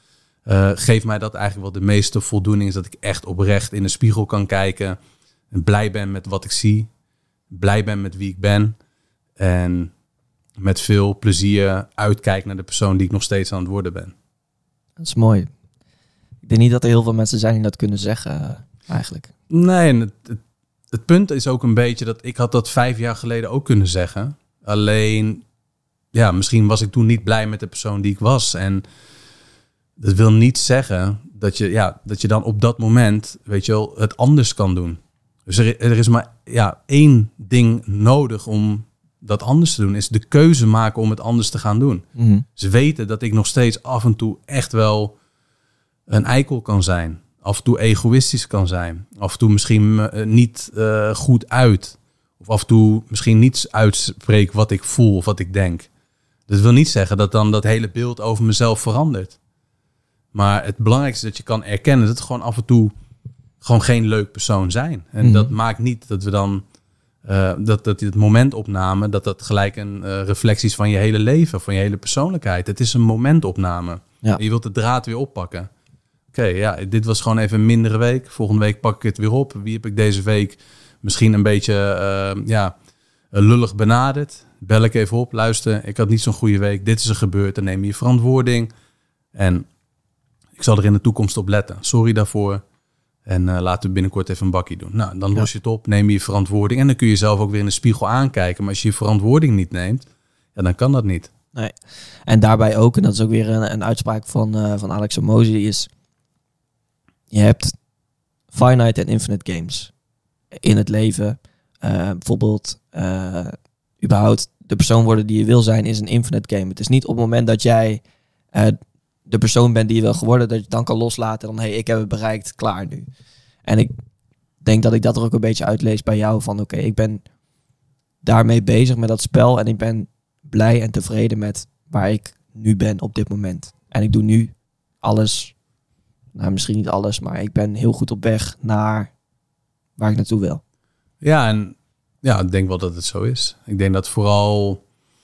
Geeft mij dat eigenlijk wel de meeste voldoening, is dat ik echt oprecht in de spiegel kan kijken en blij ben met wat ik zie, blij ben met wie ik ben en met veel plezier uitkijk naar de persoon die ik nog steeds aan het worden ben. Dat is mooi. Ik denk niet dat er heel veel mensen zijn die dat kunnen zeggen, eigenlijk. Nee, en het punt is ook een beetje dat ik had dat 5 jaar geleden ook kunnen zeggen. Alleen, ja, misschien was ik toen niet blij met de persoon die ik was. En dat wil niet zeggen dat je dan op dat moment, weet je wel, het anders kan doen. Dus er is maar één ding nodig om dat anders te doen, is de keuze maken om het anders te gaan doen. Mm-hmm. Ze weten dat ik nog steeds af en toe echt wel een eikel kan zijn. Af en toe egoïstisch kan zijn. Af en toe misschien niet goed uit. Of af en toe misschien niets uitspreek wat ik voel of wat ik denk. Dat wil niet zeggen dat dan dat hele beeld over mezelf verandert. Maar het belangrijkste is dat je kan erkennen dat het gewoon af en toe gewoon geen leuk persoon zijn. En dat maakt niet dat we dan dat het momentopname, dat gelijk een reflectie is van je hele leven, van je hele persoonlijkheid. Het is een momentopname. Ja. Je wilt de draad weer oppakken. Oké, dit was gewoon even een mindere week. Volgende week pak ik het weer op. Wie heb ik deze week misschien een beetje lullig benaderd? Bel ik even op, luister, ik had niet zo'n goede week. Dit is er gebeurd, dan neem je verantwoording. En ik zal er in de toekomst op letten. Sorry daarvoor. En laten we binnenkort even een bakkie doen. Nou, dan los je het op, neem je verantwoording. En dan kun je zelf ook weer in de spiegel aankijken. Maar als je je verantwoording niet neemt, dan kan dat niet. Nee. En daarbij ook, en dat is ook weer een uitspraak van Alex Hormozi, is je hebt finite en infinite games in het leven. Bijvoorbeeld, überhaupt de persoon worden die je wil zijn is een infinite game. Het is niet op het moment dat jij de persoon bent die je wil geworden, dat je dan kan loslaten dan, ik heb het bereikt, klaar nu. En ik denk dat ik dat er ook een beetje uitlees bij jou van, oké, ik ben daarmee bezig met dat spel en ik ben blij en tevreden met waar ik nu ben op dit moment. En ik doe nu alles, nou misschien niet alles, maar ik ben heel goed op weg naar waar ik naartoe wil. Ja, en ik denk wel dat het zo is. Ik denk dat vooral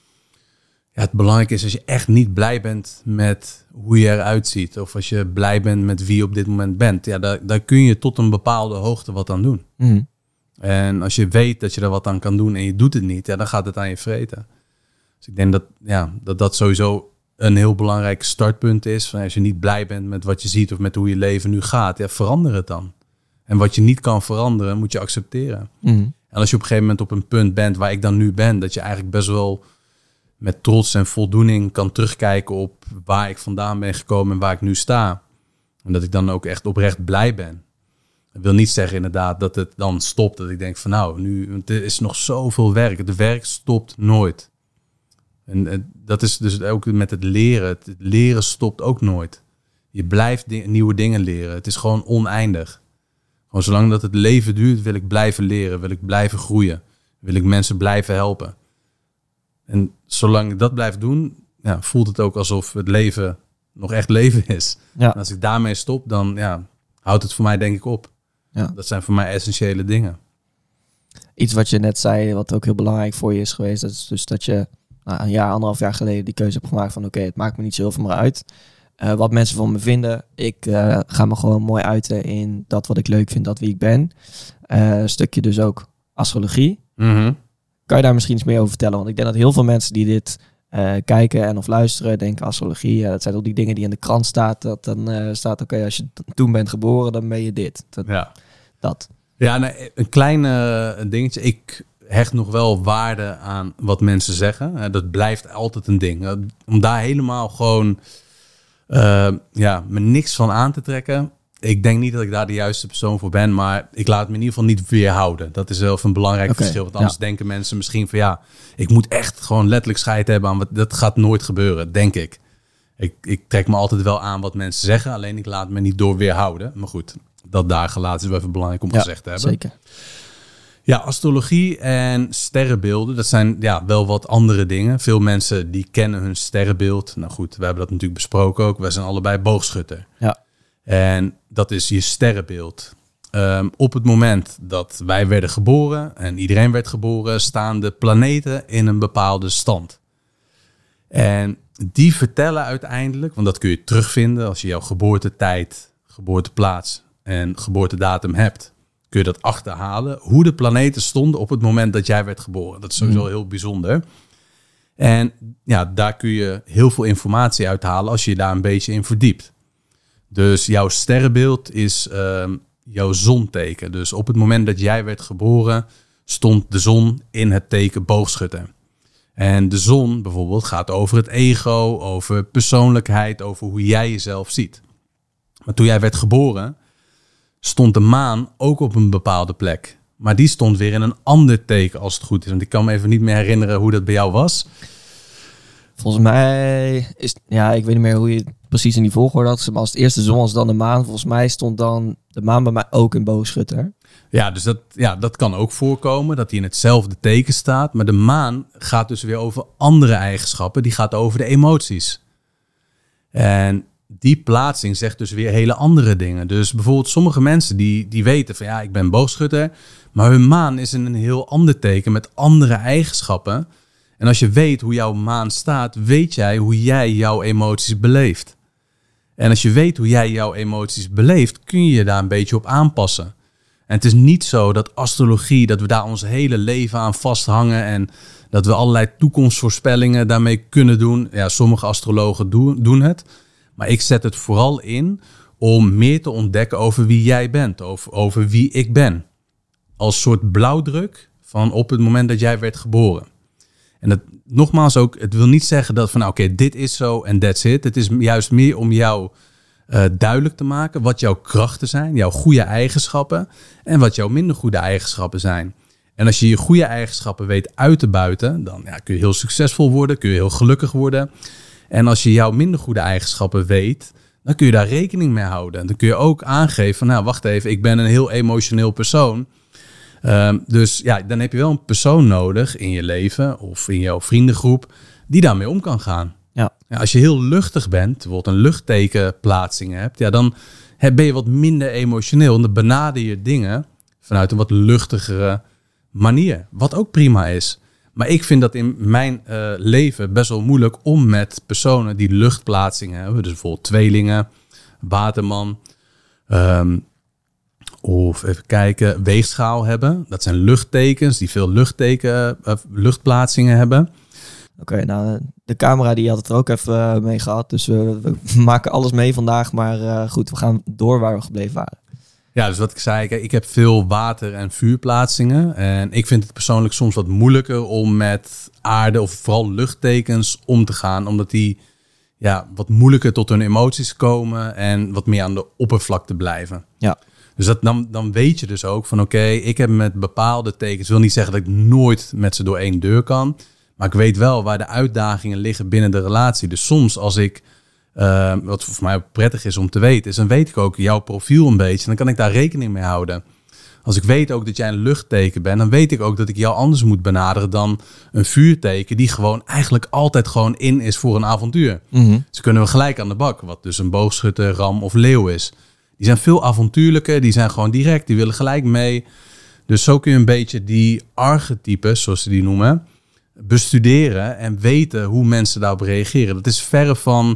het belangrijk is als je echt niet blij bent met hoe je eruit ziet. Of als je blij bent met wie je op dit moment bent. Ja, daar kun je tot een bepaalde hoogte wat aan doen. Mm. En als je weet dat je er wat aan kan doen en je doet het niet, dan gaat het aan je vreten. Dus ik denk dat sowieso een heel belangrijk startpunt is. Van als je niet blij bent met wat je ziet of met hoe je leven nu gaat, verander het dan. En wat je niet kan veranderen, moet je accepteren. Mm. En als je op een gegeven moment op een punt bent waar ik dan nu ben, dat je eigenlijk best wel met trots en voldoening kan terugkijken op waar ik vandaan ben gekomen en waar ik nu sta. En dat ik dan ook echt oprecht blij ben. Dat wil niet zeggen inderdaad dat het dan stopt. Dat ik denk van nu er is nog zoveel werk. Het werk stopt nooit. En dat is dus ook met het leren. Het leren stopt ook nooit. Je blijft nieuwe dingen leren. Het is gewoon oneindig. Gewoon zolang dat het leven duurt, wil ik blijven leren. Wil ik blijven groeien. Wil ik mensen blijven helpen. En zolang ik dat blijf doen, voelt het ook alsof het leven nog echt leven is. Ja. En als ik daarmee stop, dan houdt het voor mij denk ik op. Ja. Dat zijn voor mij essentiële dingen. Iets wat je net zei, wat ook heel belangrijk voor je is geweest, dat is dus dat je een jaar, 1,5 jaar geleden die keuze hebt gemaakt van oké, het maakt me niet zo heel veel meer uit. wat mensen van me vinden. Ik ga me gewoon mooi uiten in dat wat ik leuk vind, dat wie ik ben. Een stukje dus ook astrologie. Mm-hmm. Kan je daar misschien iets meer over vertellen? Want ik denk dat heel veel mensen die dit kijken en of luisteren, denken astrologie. Dat zijn ook die dingen die in de krant staat. Dat dan staat, oké, als je toen bent geboren, dan ben je dit. Dat. Ja, nee, een klein dingetje. Ik hecht nog wel waarde aan wat mensen zeggen. Dat blijft altijd een ding. Om daar helemaal gewoon me niks van aan te trekken. Ik denk niet dat ik daar de juiste persoon voor ben, maar ik laat me in ieder geval niet weerhouden. Dat is wel een belangrijk verschil. Want anders denken mensen misschien van ik moet echt gewoon letterlijk scheid hebben aan dat gaat nooit gebeuren, denk ik. Ik trek me altijd wel aan wat mensen zeggen, alleen ik laat me niet door weerhouden. Maar goed, dat daar gelaten is wel even belangrijk om gezegd te hebben. Zeker. Ja, astrologie en sterrenbeelden, dat zijn wel wat andere dingen. Veel mensen die kennen hun sterrenbeeld. Nou goed, we hebben dat natuurlijk besproken ook. Wij zijn allebei boogschutter. Ja. En dat is je sterrenbeeld. Op het moment dat wij werden geboren en iedereen werd geboren, staan de planeten in een bepaalde stand. En die vertellen uiteindelijk, want dat kun je terugvinden als je jouw geboortetijd, geboorteplaats en geboortedatum hebt, kun je dat achterhalen hoe de planeten stonden op het moment dat jij werd geboren. Dat is sowieso heel bijzonder. En daar kun je heel veel informatie uithalen als je je daar een beetje in verdiept. Dus jouw sterrenbeeld is jouw zonteken. Dus op het moment dat jij werd geboren, stond de zon in het teken boogschutter. En de zon bijvoorbeeld gaat over het ego, over persoonlijkheid, over hoe jij jezelf ziet. Maar toen jij werd geboren, stond de maan ook op een bepaalde plek. Maar die stond weer in een ander teken als het goed is. Want ik kan me even niet meer herinneren hoe dat bij jou was. Volgens mij is... Ja, ik weet niet meer hoe je precies in die volgorde had. Maar als het eerst de zon was, dan de maan. Volgens mij stond dan de maan bij mij ook in boogschutter. Ja, dus dat kan ook voorkomen, dat hij in hetzelfde teken staat. Maar de maan gaat dus weer over andere eigenschappen. Die gaat over de emoties. En die plaatsing zegt dus weer hele andere dingen. Dus bijvoorbeeld sommige mensen die weten van ik ben boogschutter. Maar hun maan is in een heel ander teken met andere eigenschappen. En als je weet hoe jouw maan staat, weet jij hoe jij jouw emoties beleeft. En als je weet hoe jij jouw emoties beleeft, kun je je daar een beetje op aanpassen. En het is niet zo dat astrologie, dat we daar ons hele leven aan vasthangen en dat we allerlei toekomstvoorspellingen daarmee kunnen doen. Ja, sommige astrologen doen het. Maar ik zet het vooral in om meer te ontdekken over wie jij bent, over wie ik ben. Als soort blauwdruk van op het moment dat jij werd geboren. En dat, nogmaals ook, het wil niet zeggen dat van oké, dit is zo en that's it. Het is juist meer om jou duidelijk te maken wat jouw krachten zijn, jouw goede eigenschappen en wat jouw minder goede eigenschappen zijn. En als je je goede eigenschappen weet uit te buiten, dan kun je heel succesvol worden, kun je heel gelukkig worden. En als je jouw minder goede eigenschappen weet, dan kun je daar rekening mee houden. En dan kun je ook aangeven van wacht even, ik ben een heel emotioneel persoon. Dus dan heb je wel een persoon nodig in je leven of in jouw vriendengroep die daarmee om kan gaan. Ja. Als je heel luchtig bent, bijvoorbeeld een luchttekenplaatsing hebt, dan ben je wat minder emotioneel. En dan benader je dingen vanuit een wat luchtigere manier. Wat ook prima is. Maar ik vind dat in mijn leven best wel moeilijk om met personen die luchtplaatsingen hebben. Dus bijvoorbeeld tweelingen, waterman, of even kijken, weegschaal hebben. Dat zijn luchttekens die veel luchtplaatsingen hebben. Oké, nou de camera die had het er ook even mee gehad. Dus we maken alles mee vandaag. Maar goed, we gaan door waar we gebleven waren. Ja, dus wat ik zei, kijk, ik heb veel water- en vuurplaatsingen. En ik vind het persoonlijk soms wat moeilijker om met aarde of vooral luchttekens om te gaan. Omdat die wat moeilijker tot hun emoties komen en wat meer aan de oppervlakte blijven. Ja. Dus dan weet je dus ook van oké, ik heb met bepaalde tekens, wil niet zeggen dat ik nooit met ze door één deur kan. Maar ik weet wel waar de uitdagingen liggen binnen de relatie. Dus soms als ik, wat voor mij ook prettig is om te weten, is dan weet ik ook jouw profiel een beetje. En dan kan ik daar rekening mee houden. Als ik weet ook dat jij een luchtteken bent, dan weet ik ook dat ik jou anders moet benaderen dan een vuurteken die gewoon eigenlijk altijd gewoon in is voor een avontuur. Mm-hmm. Dus kunnen we gelijk aan de bak, wat dus een boogschutter, ram of leeuw is. Die zijn veel avontuurlijker, die zijn gewoon direct, die willen gelijk mee. Dus zo kun je een beetje die archetypes, zoals ze die noemen, bestuderen en weten hoe mensen daarop reageren. Dat is verre van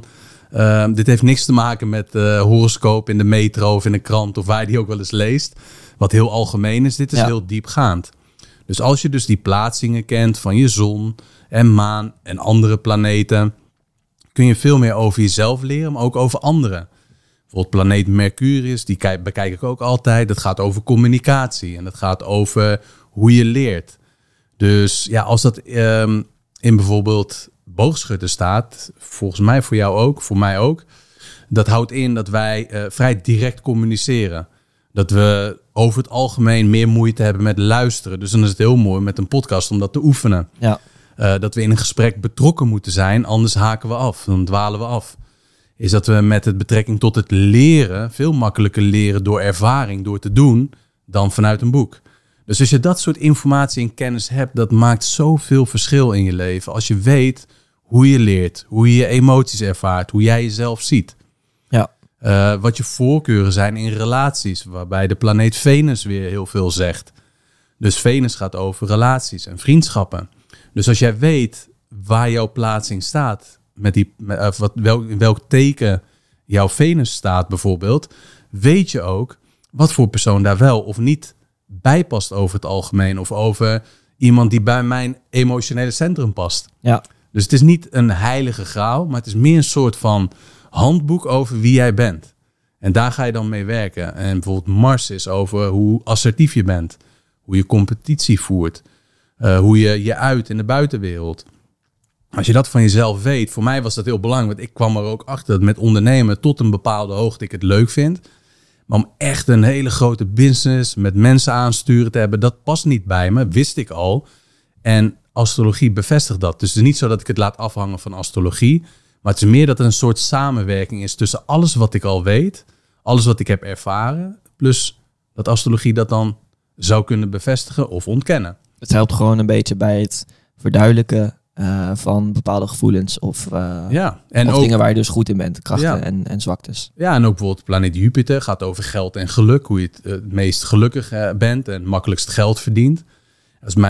Dit heeft niks te maken met horoscoop in de metro of in een krant of waar je die ook wel eens leest. Wat heel algemeen is. Dit is heel diepgaand. Dus als je dus die plaatsingen kent van je zon en maan en andere planeten, kun je veel meer over jezelf leren, maar ook over anderen. Bijvoorbeeld planeet Mercurius, die bekijk ik ook altijd. Dat gaat over communicatie en dat gaat over hoe je leert. Dus ja, als dat in bijvoorbeeld boogschutter staat, volgens mij voor jou ook, voor mij ook. Dat houdt in dat wij vrij direct communiceren. Dat we over het algemeen meer moeite hebben met luisteren. Dus dan is het heel mooi met een podcast om dat te oefenen. Ja. Dat we in een gesprek betrokken moeten zijn, anders haken we af, dan dwalen we af. Is dat we met het betrekking tot het leren veel makkelijker leren door ervaring, door te doen, dan vanuit een boek. Dus als je dat soort informatie en kennis hebt, dat maakt zoveel verschil in je leven. Als je weet hoe je leert, hoe je je emoties ervaart, hoe jij jezelf ziet. Ja. Wat je voorkeuren zijn in relaties, waarbij de planeet Venus weer heel veel zegt. Dus Venus gaat over relaties en vriendschappen. Dus als jij weet waar jouw plaatsing staat, in welk teken jouw Venus staat bijvoorbeeld, weet je ook wat voor persoon daar wel of niet bij past over het algemeen. Of over iemand die bij mijn emotionele centrum past. Ja. Dus het is niet een heilige graal, maar het is meer een soort van handboek over wie jij bent. En daar ga je dan mee werken. En bijvoorbeeld Mars is over hoe assertief je bent. Hoe je competitie voert. Hoe je je uit in de buitenwereld. Als je dat van jezelf weet, voor mij was dat heel belangrijk. Want ik kwam er ook achter dat met ondernemen tot een bepaalde hoogte ik het leuk vind. Maar om echt een hele grote business met mensen aansturen te hebben, dat past niet bij me, wist ik al. En astrologie bevestigt dat. Dus het is niet zo dat ik het laat afhangen van astrologie. Maar het is meer dat er een soort samenwerking is tussen alles wat ik al weet, alles wat ik heb ervaren, plus dat astrologie dat dan zou kunnen bevestigen of ontkennen. Het helpt gewoon een beetje bij het verduidelijken van bepaalde gevoelens of en ook dingen waar je dus goed in bent, krachten en zwaktes. Ja, en ook bijvoorbeeld planeet Jupiter gaat over geld en geluk, hoe je het meest gelukkig bent en makkelijkst geld verdient. Dat is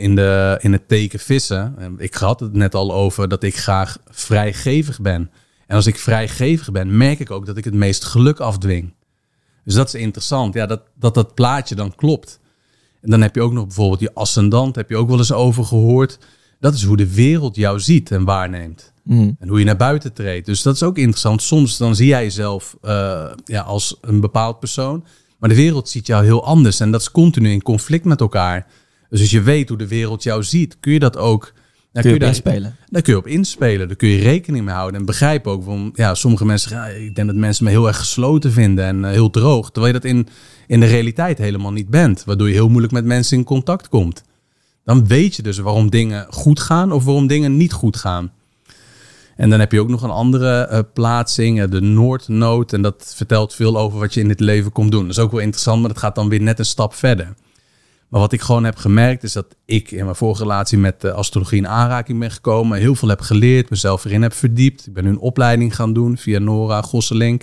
in het teken vissen. Ik had het net al over dat ik graag vrijgevig ben. En als ik vrijgevig ben, merk ik ook dat ik het meest geluk afdwing. Dus dat is interessant, ja, dat plaatje dan klopt. En dan heb je ook nog bijvoorbeeld je ascendant, heb je ook wel eens over gehoord. Dat is hoe de wereld jou ziet en waarneemt. En hoe je naar buiten treedt. Dus dat is ook interessant. Soms dan zie jij jezelf als een bepaald persoon. Maar de wereld ziet jou heel anders. En dat is continu in conflict met elkaar. Dus als je weet hoe de wereld jou ziet, kun je dat ook... Kun je inspelen. Daar kun je op inspelen. Daar kun je rekening mee houden. En begrijp ook waarom sommige mensen zeggen... ik denk dat mensen me heel erg gesloten vinden en heel droog. Terwijl je dat in de realiteit helemaal niet bent. Waardoor je heel moeilijk met mensen in contact komt. Dan weet je dus waarom dingen goed gaan of waarom dingen niet goed gaan. En dan heb je ook nog een andere plaatsing, de Noordnood. En dat vertelt veel over wat je in het leven komt doen. Dat is ook wel interessant, maar dat gaat dan weer net een stap verder. Maar wat ik gewoon heb gemerkt is dat ik in mijn vorige relatie met astrologie in aanraking ben gekomen. Heel veel heb geleerd, mezelf erin heb verdiept. Ik ben nu een opleiding gaan doen via Nora Gosselink.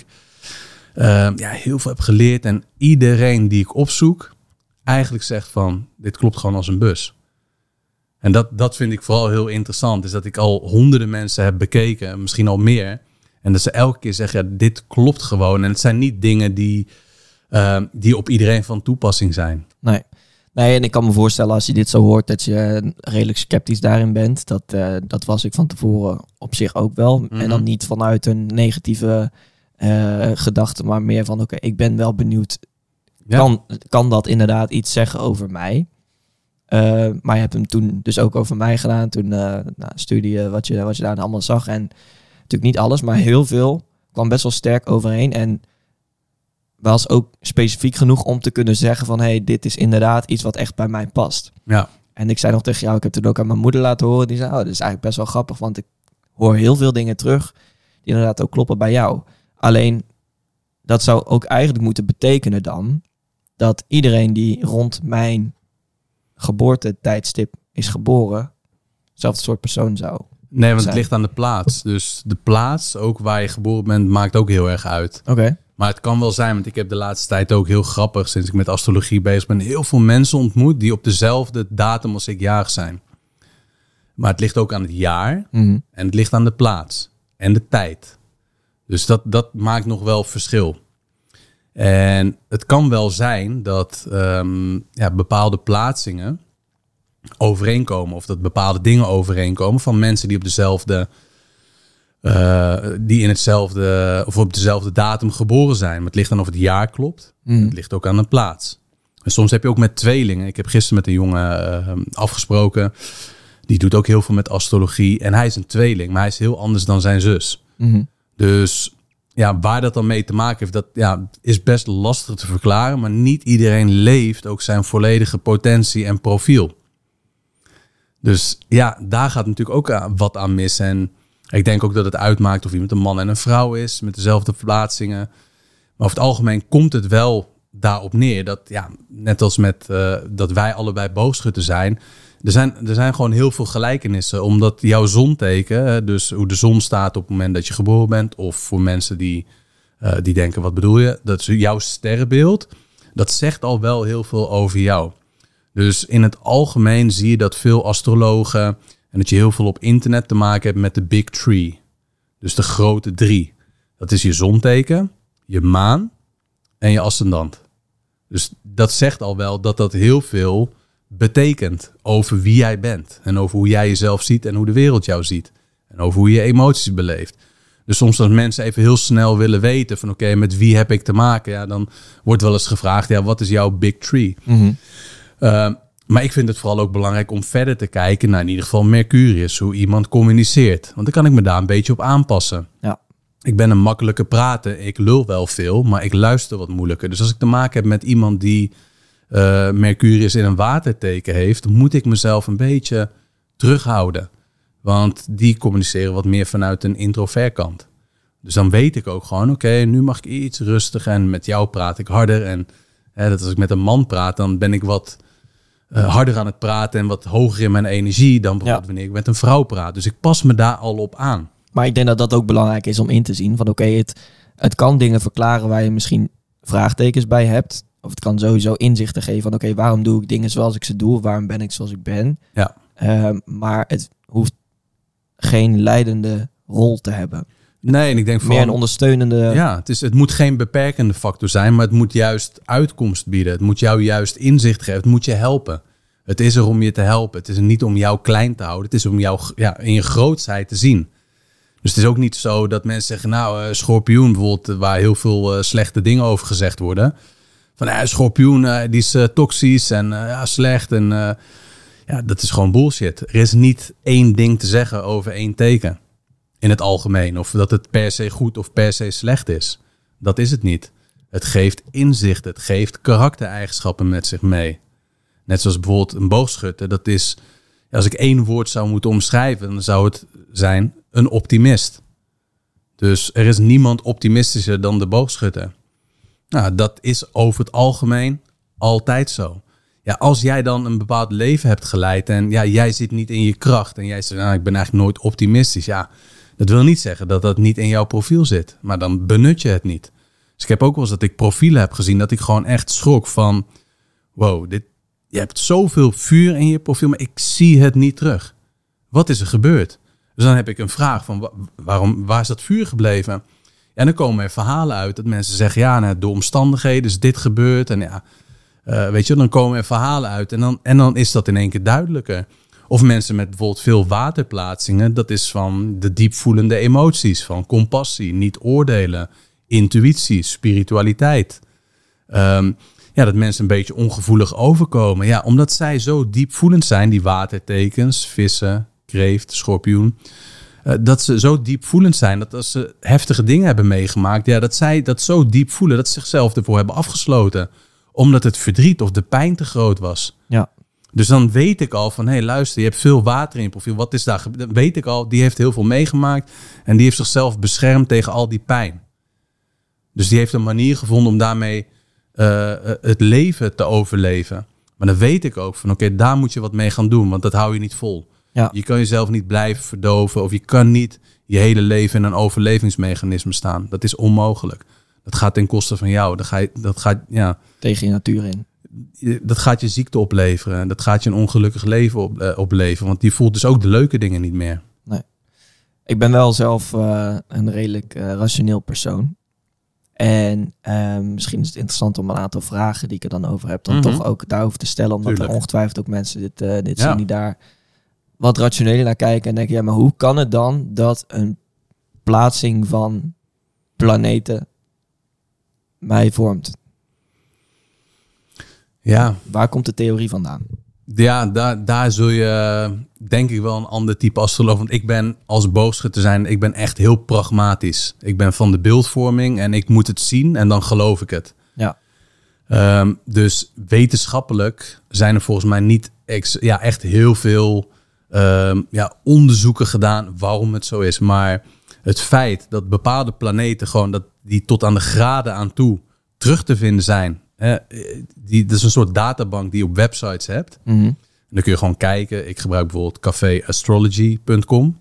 Heel veel heb geleerd. En iedereen die ik opzoek eigenlijk zegt van, dit klopt gewoon als een bus. En dat vind ik vooral heel interessant. Is dat ik al honderden mensen heb bekeken, misschien al meer. En dat ze elke keer zeggen, dit klopt gewoon. En het zijn niet dingen die op iedereen van toepassing zijn. Nee, en ik kan me voorstellen als je dit zo hoort dat je redelijk sceptisch daarin bent. Dat was ik van tevoren op zich ook wel. Mm-hmm. En dan niet vanuit een negatieve gedachte, maar meer van oké, ik ben wel benieuwd. Ja. Kan dat inderdaad iets zeggen over mij? Maar je hebt hem toen dus ook over mij gedaan. Toen studie wat je daar allemaal zag. En natuurlijk niet alles, maar heel veel kwam best wel sterk overeen. En was ook specifiek genoeg om te kunnen zeggen van... hey, dit is inderdaad iets wat echt bij mij past. Ja. En ik zei nog tegen jou, ik heb het ook aan mijn moeder laten horen. Die zei, dit is eigenlijk best wel grappig, want ik hoor heel veel dingen terug... die inderdaad ook kloppen bij jou. Alleen, dat zou ook eigenlijk moeten betekenen dan... dat iedereen die rond mijn geboortetijdstip is geboren... hetzelfde soort persoon zou Nee, want zijn. het ligt aan de plaats. Dus de plaats, ook waar je geboren bent, maakt ook heel erg uit. Oké. Maar het kan wel zijn, want ik heb de laatste tijd ook heel grappig... sinds ik met astrologie bezig ben, heel veel mensen ontmoet... die op dezelfde datum als ik jarig zijn. Maar het ligt ook aan het jaar... Mm-hmm. en het ligt aan de plaats en de tijd. Dus dat maakt nog wel verschil. En het kan wel zijn dat bepaalde plaatsingen overeenkomen. Of dat bepaalde dingen overeenkomen van mensen die op dezelfde datum geboren zijn. Maar het ligt dan of het jaar klopt. Het ligt ook aan de plaats. En soms heb je ook met tweelingen. Ik heb gisteren met een jongen afgesproken. Die doet ook heel veel met astrologie. En hij is een tweeling, maar hij is heel anders dan zijn zus. Mm-hmm. Dus ja, waar dat dan mee te maken heeft, dat is best lastig te verklaren. Maar niet iedereen leeft ook zijn volledige potentie en profiel. Dus ja, daar gaat natuurlijk ook wat aan mis. En ik denk ook dat het uitmaakt of iemand een man en een vrouw is met dezelfde verplaatsingen. Maar over het algemeen komt het wel daarop neer dat, net als met dat wij allebei boogschutter zijn, er zijn gewoon heel veel gelijkenissen. Omdat jouw zonteken, dus hoe de zon staat op het moment dat je geboren bent, of voor mensen die denken, wat bedoel je? Dat is jouw sterrenbeeld. Dat zegt al wel heel veel over jou. Dus in het algemeen zie je dat veel astrologen en dat je heel veel op internet te maken hebt met de Big Three. Dus de grote 3. Dat is je zonteken, je maan en je ascendant. Dus dat zegt al wel dat heel veel betekent over wie jij bent. En over hoe jij jezelf ziet en hoe de wereld jou ziet. En over hoe je emoties beleeft. Dus soms als mensen even heel snel willen weten van oké, met wie heb ik te maken? Ja, dan wordt wel eens gevraagd, wat is jouw Big Three? Mm-hmm. Maar ik vind het vooral ook belangrijk om verder te kijken naar in ieder geval Mercurius, hoe iemand communiceert. Want dan kan ik me daar een beetje op aanpassen. Ja. Ik ben een makkelijke prater. Ik lul wel veel, maar ik luister wat moeilijker. Dus als ik te maken heb met iemand die Mercurius in een waterteken heeft, moet ik mezelf een beetje terughouden. Want die communiceren wat meer vanuit een introvert kant. Dus dan weet ik ook gewoon, oké, nu mag ik iets rustiger en met jou praat ik harder. En dat als ik met een man praat, dan ben ik wat harder aan het praten en wat hoger in mijn energie dan bijvoorbeeld wanneer ik met een vrouw praat. Dus ik pas me daar al op aan. Maar ik denk dat dat ook belangrijk is om in te zien van het kan dingen verklaren waar je misschien vraagtekens bij hebt. Of het kan sowieso inzichten geven van waarom doe ik dingen zoals ik ze doe? Of waarom ben ik zoals ik ben? Ja. Maar het hoeft geen leidende rol te hebben. Nee, en ik denk meer een ondersteunende. Ja, het moet geen beperkende factor zijn, maar het moet juist uitkomst bieden. Het moet jou juist inzicht geven. Het moet je helpen. Het is er om je te helpen. Het is er niet om jou klein te houden. Het is om jou in je grootsheid te zien. Dus het is ook niet zo dat mensen zeggen, schorpioen bijvoorbeeld, waar heel veel slechte dingen over gezegd worden. Van schorpioen, die is toxisch en slecht. En dat is gewoon bullshit. Er is niet één ding te zeggen over één teken. In het algemeen. Of dat het per se goed of per se slecht is. Dat is het niet. Het geeft inzicht. Het geeft karaktereigenschappen met zich mee. Net zoals bijvoorbeeld een boogschutter. Dat is, als ik één woord zou moeten omschrijven, dan zou het zijn een optimist. Dus er is niemand optimistischer dan de boogschutter. Nou, dat is over het algemeen altijd zo. Ja, als jij dan een bepaald leven hebt geleid en jij zit niet in je kracht en jij zegt, ik ben eigenlijk nooit optimistisch. Ja, dat wil niet zeggen dat dat niet in jouw profiel zit, maar dan benut je het niet. Dus ik heb ook wel eens dat ik profielen heb gezien dat ik gewoon echt schrok van, wow, je hebt zoveel vuur in je profiel, maar ik zie het niet terug. Wat is er gebeurd? Dus dan heb ik een vraag van, waar is dat vuur gebleven? En dan komen er verhalen uit dat mensen zeggen, door omstandigheden is dit gebeurd. En dan komen er verhalen uit en dan is dat in één keer duidelijker. Of mensen met bijvoorbeeld veel waterplaatsingen, dat is van de diepvoelende emoties, van compassie, niet oordelen, intuïtie, spiritualiteit. Dat mensen een beetje ongevoelig overkomen. Ja, omdat zij zo diepvoelend zijn, die watertekens, vissen, kreeft, schorpioen. Dat ze zo diepvoelend zijn, dat als ze heftige dingen hebben meegemaakt, dat zij dat zo diep voelen, dat ze zichzelf ervoor hebben afgesloten. Omdat het verdriet of de pijn te groot was. Ja. Dus dan weet ik al van, luister, je hebt veel water in je profiel. Wat is daar gebeurd? Dan weet ik al, die heeft heel veel meegemaakt. En die heeft zichzelf beschermd tegen al die pijn. Dus die heeft een manier gevonden om daarmee het leven te overleven. Maar dan weet ik ook van, daar moet je wat mee gaan doen. Want dat hou je niet vol. Ja. Je kan jezelf niet blijven verdoven. Of je kan niet je hele leven in een overlevingsmechanisme staan. Dat is onmogelijk. Dat gaat ten koste van jou. Dat gaat tegen je natuur in. Dat gaat je ziekte opleveren. Dat gaat je een ongelukkig leven opleveren. Want die voelt dus ook de leuke dingen niet meer. Nee. Ik ben wel zelf een redelijk rationeel persoon. En misschien is het interessant om een aantal vragen die ik er dan over heb, dan toch ook daarover te stellen. Omdat er ongetwijfeld ook mensen dit zien die daar wat rationeler naar kijken. En denken, ja, maar hoe kan het dan dat een plaatsing van planeten mij vormt? Ja. Waar komt de theorie vandaan? Ja, daar zul je denk ik wel een ander type astroloog. Want ik ben als boogschutter zijn, ik ben echt heel pragmatisch. Ik ben van de beeldvorming en ik moet het zien en dan geloof ik het. Ja. Dus wetenschappelijk zijn er volgens mij niet echt heel veel onderzoeken gedaan waarom het zo is. Maar het feit dat bepaalde planeten gewoon dat die tot aan de graden aan toe terug te vinden zijn. Dat is een soort databank die je op websites hebt. Mm-hmm. En dan kun je gewoon kijken. Ik gebruik bijvoorbeeld cafeastrology.com.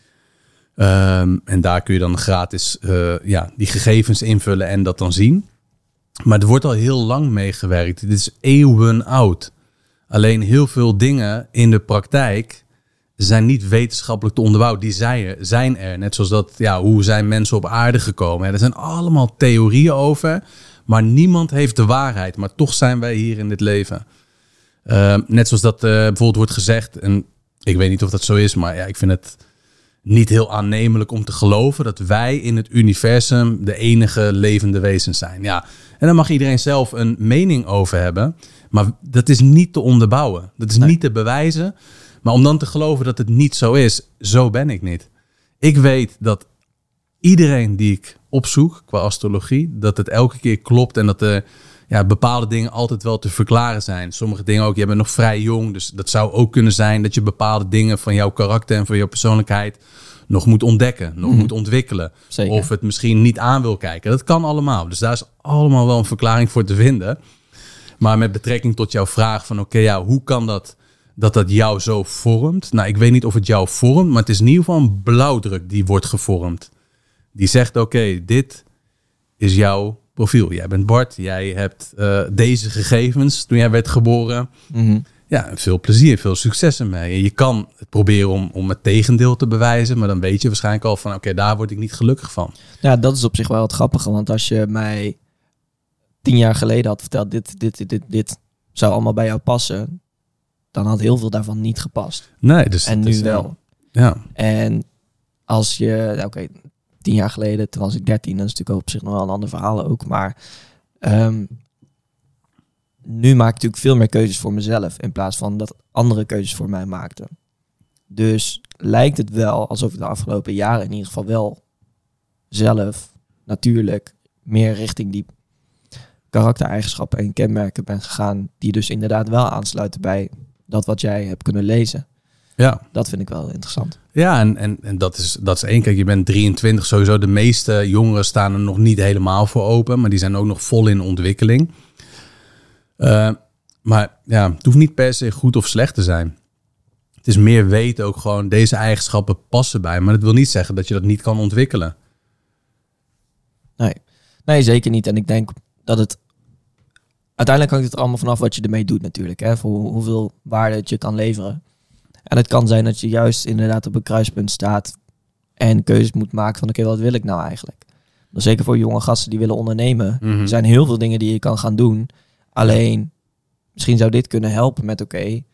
En daar kun je dan gratis die gegevens invullen en dat dan zien. Maar er wordt al heel lang mee gewerkt. Dit is eeuwen oud. Alleen heel veel dingen in de praktijk zijn niet wetenschappelijk te onderbouwen. Die zijn er. Net zoals dat, hoe zijn mensen op aarde gekomen? Er zijn allemaal theorieën over. Maar niemand heeft de waarheid. Maar toch zijn wij hier in dit leven. Net zoals dat bijvoorbeeld wordt gezegd. En ik weet niet of dat zo is. Maar ik vind het niet heel aannemelijk om te geloven dat wij in het universum de enige levende wezens zijn. Ja, en daar mag iedereen zelf een mening over hebben. Maar dat is niet te onderbouwen. Dat is niet te bewijzen. Maar om dan te geloven dat het niet zo is, zo ben ik niet. Ik weet dat iedereen die ik opzoek qua astrologie, dat het elke keer klopt en dat er bepaalde dingen altijd wel te verklaren zijn. Sommige dingen ook, je bent nog vrij jong, dus dat zou ook kunnen zijn dat je bepaalde dingen van jouw karakter en van jouw persoonlijkheid nog moet ontdekken, nog moet ontwikkelen. Zeker. Of het misschien niet aan wil kijken. Dat kan allemaal. Dus daar is allemaal wel een verklaring voor te vinden. Maar met betrekking tot jouw vraag van hoe kan dat jou zo vormt? Nou, ik weet niet of het jou vormt, maar het is in ieder geval een blauwdruk die wordt gevormd. Die zegt, dit is jouw profiel. Jij bent Bart, jij hebt deze gegevens toen jij werd geboren. Mm-hmm. Ja, veel plezier, veel succes ermee. Je kan het proberen om het tegendeel te bewijzen, maar dan weet je waarschijnlijk al van, daar word ik niet gelukkig van. Ja, dat is op zich wel het grappige, want als je mij 10 jaar geleden had verteld, dit zou allemaal bij jou passen, dan had heel veel daarvan niet gepast. Nee, dus en nu wel. Ja. En als je, 10 jaar geleden, toen was ik 13, dat is natuurlijk op zich nog wel een ander verhaal ook, maar nu maak ik natuurlijk veel meer keuzes voor mezelf, in plaats van dat andere keuzes voor mij maakten. Dus lijkt het wel alsof ik de afgelopen jaren in ieder geval wel zelf natuurlijk meer richting die karaktereigenschappen en kenmerken ben gegaan, die dus inderdaad wel aansluiten bij dat wat jij hebt kunnen lezen. Ja. Dat vind ik wel interessant. Ja, en dat is één. Kijk, je bent 23 sowieso. De meeste jongeren staan er nog niet helemaal voor open, maar die zijn ook nog vol in ontwikkeling. Maar het hoeft niet per se goed of slecht te zijn. Het is meer weten ook gewoon, deze eigenschappen passen bij. Maar dat wil niet zeggen dat je dat niet kan ontwikkelen. Nee, zeker niet. En ik denk dat het uiteindelijk hangt het er allemaal vanaf wat je ermee doet natuurlijk. Hè? Voor hoeveel waarde het je kan leveren. En het kan zijn dat je juist inderdaad op een kruispunt staat en keuzes moet maken van wat wil ik nou eigenlijk? Dus zeker voor jonge gasten die willen ondernemen. Er zijn heel veel dingen die je kan gaan doen. Alleen, misschien zou dit kunnen helpen met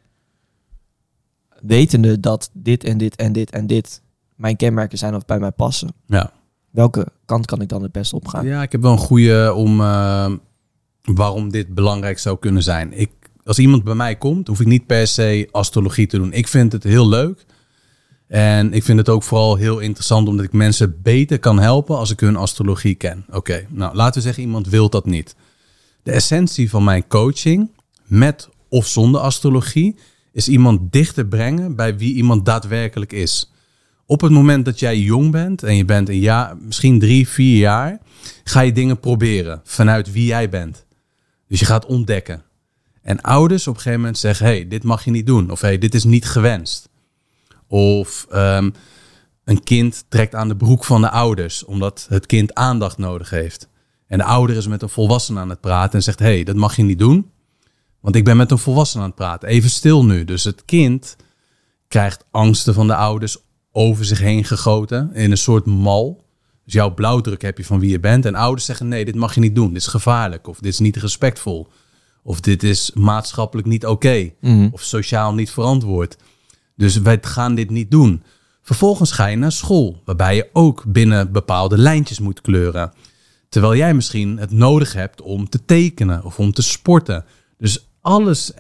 wetende dat dit en dit en dit en dit mijn kenmerken zijn of bij mij passen. Ja. Welke kant kan ik dan het beste opgaan? Ja, ik heb wel een goede waarom dit belangrijk zou kunnen zijn. Als iemand bij mij komt, hoef ik niet per se astrologie te doen. Ik vind het heel leuk. En ik vind het ook vooral heel interessant omdat ik mensen beter kan helpen als ik hun astrologie ken. Oké, nou laten we zeggen iemand wil dat niet. De essentie van mijn coaching, met of zonder astrologie, is iemand dichter brengen bij wie iemand daadwerkelijk is. Op het moment dat jij jong bent en je bent een jaar, misschien 3-4 jaar, ga je dingen proberen vanuit wie jij bent. Dus je gaat ontdekken. En ouders op een gegeven moment zeggen, hey, dit mag je niet doen. Of hey, dit is niet gewenst. Of een kind trekt aan de broek van de ouders, omdat het kind aandacht nodig heeft. En de ouder is met een volwassene aan het praten en zegt, hey, dat mag je niet doen. Want ik ben met een volwassene aan het praten. Even stil nu. Dus het kind krijgt angsten van de ouders over zich heen gegoten in een soort mal. Dus jouw blauwdruk heb je van wie je bent. En ouders zeggen, nee, dit mag je niet doen. Dit is gevaarlijk. Of dit is niet respectvol. Of dit is maatschappelijk niet oké. Of sociaal niet verantwoord. Dus wij gaan dit niet doen. Vervolgens ga je naar school, waarbij je ook binnen bepaalde lijntjes moet kleuren. Terwijl jij misschien het nodig hebt om te tekenen of om te sporten. Dus alles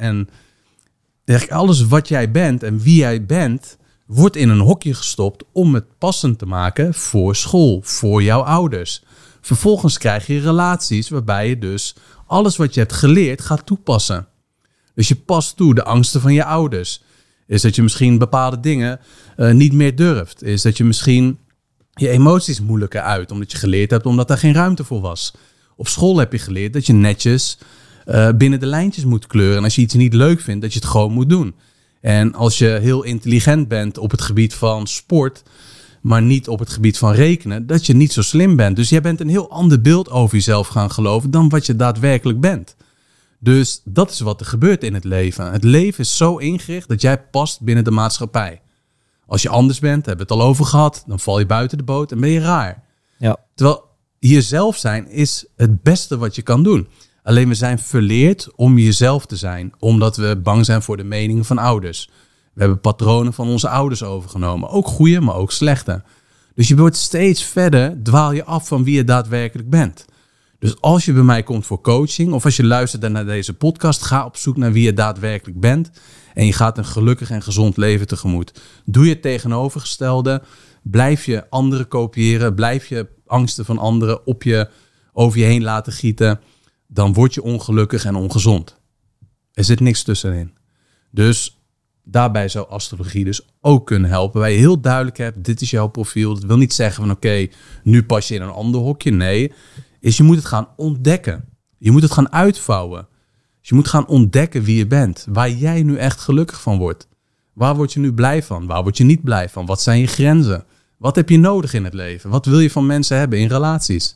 wat jij bent en wie jij bent, wordt in een hokje gestopt om het passend te maken voor school, voor jouw ouders. Vervolgens krijg je relaties waarbij je dus alles wat je hebt geleerd gaat toepassen. Dus je past toe de angsten van je ouders. Is dat je misschien bepaalde dingen niet meer durft. Is dat je misschien je emoties moeilijker uit. Omdat je geleerd hebt omdat daar geen ruimte voor was. Op school heb je geleerd dat je netjes binnen de lijntjes moet kleuren. En als je iets niet leuk vindt, dat je het gewoon moet doen. En als je heel intelligent bent op het gebied van sport, maar niet op het gebied van rekenen, dat je niet zo slim bent. Dus jij bent een heel ander beeld over jezelf gaan geloven dan wat je daadwerkelijk bent. Dus dat is wat er gebeurt in het leven. Het leven is zo ingericht dat jij past binnen de maatschappij. Als je anders bent, hebben we het al over gehad, dan val je buiten de boot en ben je raar. Ja. Terwijl jezelf zijn is het beste wat je kan doen. Alleen we zijn verleerd om jezelf te zijn, omdat we bang zijn voor de meningen van ouders. We hebben patronen van onze ouders overgenomen. Ook goede, maar ook slechte. Dus je wordt steeds verder, dwaal je af van wie je daadwerkelijk bent. Dus als je bij mij komt voor coaching, of als je luistert naar deze podcast, ga op zoek naar wie je daadwerkelijk bent. En je gaat een gelukkig en gezond leven tegemoet. Doe je het tegenovergestelde. Blijf je anderen kopiëren. Blijf je angsten van anderen over je heen laten gieten. Dan word je ongelukkig en ongezond. Er zit niks tussenin. Dus daarbij zou astrologie dus ook kunnen helpen. Waar je heel duidelijk hebt, dit is jouw profiel. Dat wil niet zeggen van oké, nu pas je in een ander hokje. Nee, je moet het gaan ontdekken. Je moet het gaan uitvouwen. Dus je moet gaan ontdekken wie je bent. Waar jij nu echt gelukkig van wordt. Waar word je nu blij van? Waar word je niet blij van? Wat zijn je grenzen? Wat heb je nodig in het leven? Wat wil je van mensen hebben in relaties?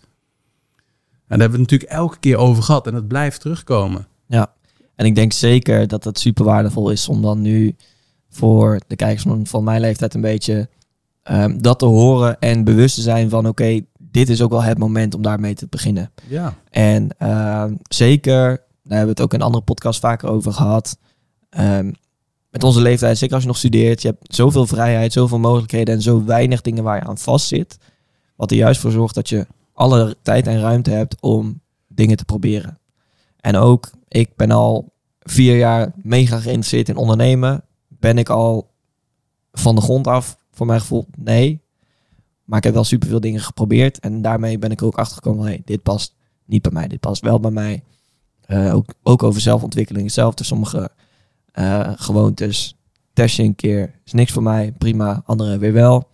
En daar hebben we het natuurlijk elke keer over gehad. En het blijft terugkomen. Ja, en ik denk zeker dat het super waardevol is om dan nu voor de kijkers van mijn leeftijd een beetje dat te horen en bewust te zijn van oké, dit is ook wel het moment om daarmee te beginnen. Ja. En zeker, daar hebben we het ook in een andere podcast vaker over gehad. Met onze leeftijd, zeker als je nog studeert, je hebt zoveel vrijheid, zoveel mogelijkheden en zo weinig dingen waar je aan vast zit. Wat er juist voor zorgt dat je alle tijd en ruimte hebt om dingen te proberen. En ook, ik ben al 4 jaar mega geïnteresseerd in ondernemen. Ben ik al van de grond af, voor mijn gevoel, nee. Maar ik heb wel superveel dingen geprobeerd. En daarmee ben ik er ook achtergekomen, hey, dit past niet bij mij. Dit past wel bij mij. Ook over zelfontwikkeling. Hetzelfde, sommige gewoontes test je een keer. Is niks voor mij, prima. Andere weer wel.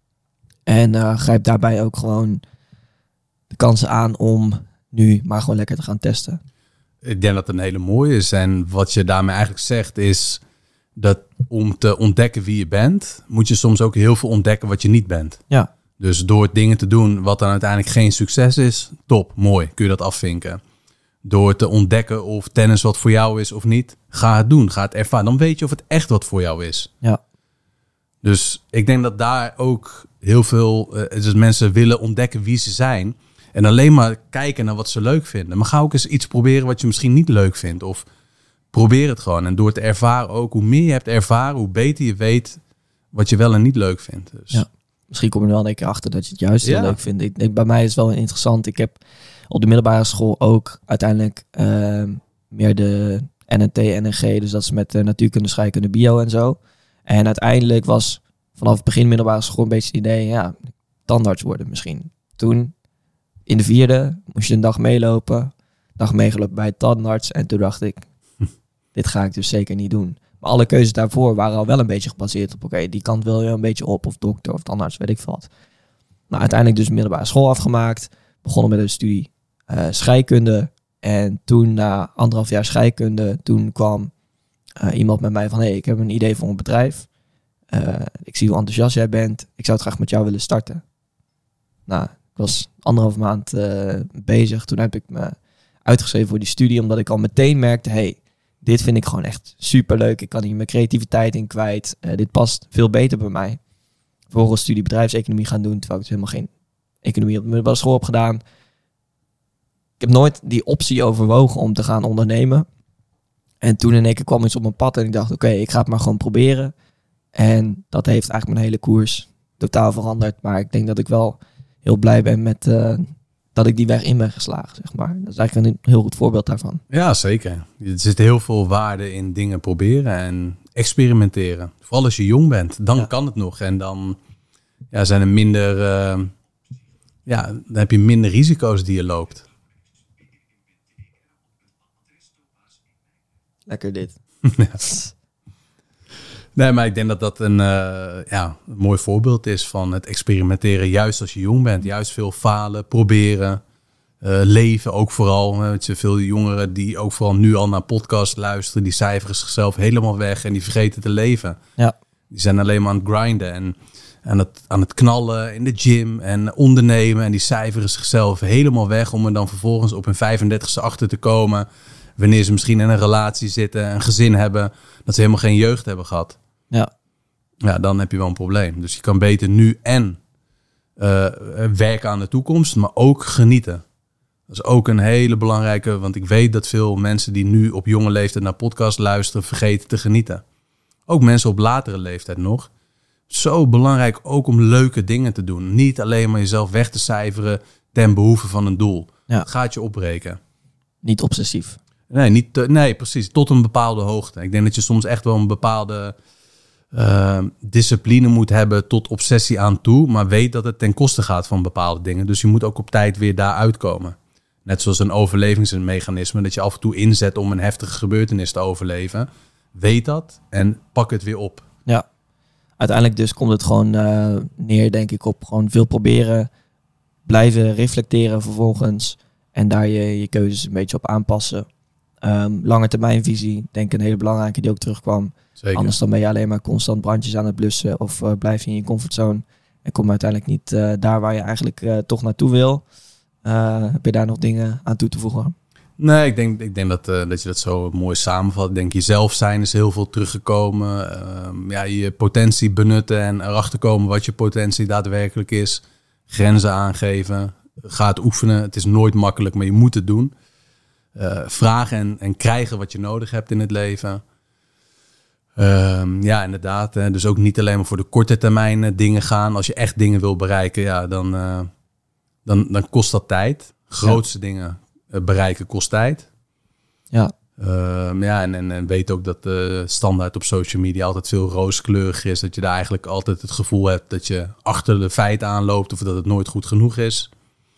En grijp daarbij ook gewoon de kansen aan om nu maar gewoon lekker te gaan testen. Ik denk dat het een hele mooie is. En wat je daarmee eigenlijk zegt is dat om te ontdekken wie je bent, moet je soms ook heel veel ontdekken wat je niet bent. Ja. Dus door dingen te doen wat dan uiteindelijk geen succes is, top, mooi, kun je dat afvinken. Door te ontdekken of tennis wat voor jou is of niet, ga het doen, ga het ervaren. Dan weet je of het echt wat voor jou is. Ja. Dus ik denk dat daar ook heel veel dus mensen willen ontdekken wie ze zijn. En alleen maar kijken naar wat ze leuk vinden. Maar ga ook eens iets proberen wat je misschien niet leuk vindt. Of probeer het gewoon. En door te ervaren ook, hoe meer je hebt ervaren, hoe beter je weet wat je wel en niet leuk vindt. Dus. Ja. Misschien kom je er wel een keer achter dat je het juist heel leuk vindt. Ik denk, bij mij is het wel interessant. Ik heb op de middelbare school ook uiteindelijk meer de NNT, NNG. Dus dat is met natuurkunde, scheikunde, bio en zo. En uiteindelijk was vanaf het begin middelbare school een beetje het idee, ja, tandarts worden misschien. Toen, in de 4e, moest je een dag meelopen. Een dag meegelopen bij het tandarts. En toen dacht ik, dit ga ik dus zeker niet doen. Maar alle keuzes daarvoor waren al wel een beetje gebaseerd op, oké, die kant wil je een beetje op. Of dokter of tandarts, weet ik veel wat. Nou, uiteindelijk dus middelbare school afgemaakt. Begonnen met een studie scheikunde. En toen na 1,5 jaar scheikunde, toen kwam iemand met mij van, hey, ik heb een idee voor een bedrijf. Ik zie hoe enthousiast jij bent. Ik zou het graag met jou willen starten. Nou, ik was 1,5 maand bezig. Toen heb ik me uitgeschreven voor die studie, omdat ik al meteen merkte, hey, dit vind ik gewoon echt superleuk. Ik kan hier mijn creativiteit in kwijt. Dit past veel beter bij mij. vervolgens studie bedrijfseconomie gaan doen, terwijl ik dus helemaal geen economie op de middelbare school heb gedaan. Ik heb nooit die optie overwogen om te gaan ondernemen. En toen in één keer kwam iets op mijn pad en ik dacht, oké, ik ga het maar gewoon proberen. En dat heeft eigenlijk mijn hele koers totaal veranderd. Maar ik denk dat ik wel heel blij ben met dat ik die weg in ben geslagen, zeg maar. Dat is eigenlijk een heel goed voorbeeld daarvan. Ja, zeker. Er zit heel veel waarde in dingen proberen en experimenteren. Vooral als je jong bent, dan kan het nog. En dan zijn er minder, dan heb je minder risico's die je loopt. Lekker dit. Ja. Nee, maar ik denk dat dat een mooi voorbeeld is van het experimenteren. Juist als je jong bent. Juist veel falen, proberen, leven ook vooral. Weet je, veel jongeren die ook vooral nu al naar podcasts luisteren. Die cijferen zichzelf helemaal weg en die vergeten te leven. Ja. Die zijn alleen maar aan het grinden en aan het knallen in de gym en ondernemen. En die cijferen zichzelf helemaal weg om er dan vervolgens op hun 35e achter te komen. Wanneer ze misschien in een relatie zitten, een gezin hebben, dat ze helemaal geen jeugd hebben gehad. Ja, dan heb je wel een probleem. Dus je kan beter nu werken aan de toekomst, maar ook genieten. Dat is ook een hele belangrijke, want ik weet dat veel mensen die nu op jonge leeftijd naar podcast luisteren, vergeten te genieten. Ook mensen op latere leeftijd nog. Zo belangrijk ook om leuke dingen te doen. Niet alleen maar jezelf weg te cijferen ten behoeve van een doel. Ja. Het gaat je opbreken. Niet obsessief. Nee, precies. Tot een bepaalde hoogte. Ik denk dat je soms echt wel een bepaalde discipline moet hebben tot obsessie aan toe. Maar weet dat het ten koste gaat van bepaalde dingen. Dus je moet ook op tijd weer daar uitkomen. Net zoals een overlevingsmechanisme. Dat je af en toe inzet om een heftige gebeurtenis te overleven. Weet dat en pak het weer op. Ja, uiteindelijk dus komt het gewoon neer, denk ik, op gewoon veel proberen. Blijven reflecteren vervolgens. En daar je keuzes een beetje op aanpassen. Langetermijnvisie, denk ik een hele belangrijke die ook terugkwam. Zeker. Anders dan ben je alleen maar constant brandjes aan het blussen of blijf je in je comfortzone en kom je uiteindelijk niet daar waar je eigenlijk toch naartoe wil. Heb je daar nog dingen aan toe te voegen? Nee, ik denk dat je dat zo mooi samenvat. Ik denk jezelf zijn is heel veel teruggekomen. Je potentie benutten en erachter komen wat je potentie daadwerkelijk is. Grenzen aangeven. Ga het oefenen. Het is nooit makkelijk, maar je moet het doen. Vragen en krijgen wat je nodig hebt in het leven. Inderdaad. Dus ook niet alleen maar voor de korte termijn dingen gaan. Als je echt dingen wil bereiken, dan kost dat tijd. Grootste dingen bereiken kost tijd. Ja. En weet ook dat de standaard op social media altijd veel rooskleurig is. Dat je daar eigenlijk altijd het gevoel hebt dat je achter de feiten aanloopt of dat het nooit goed genoeg is.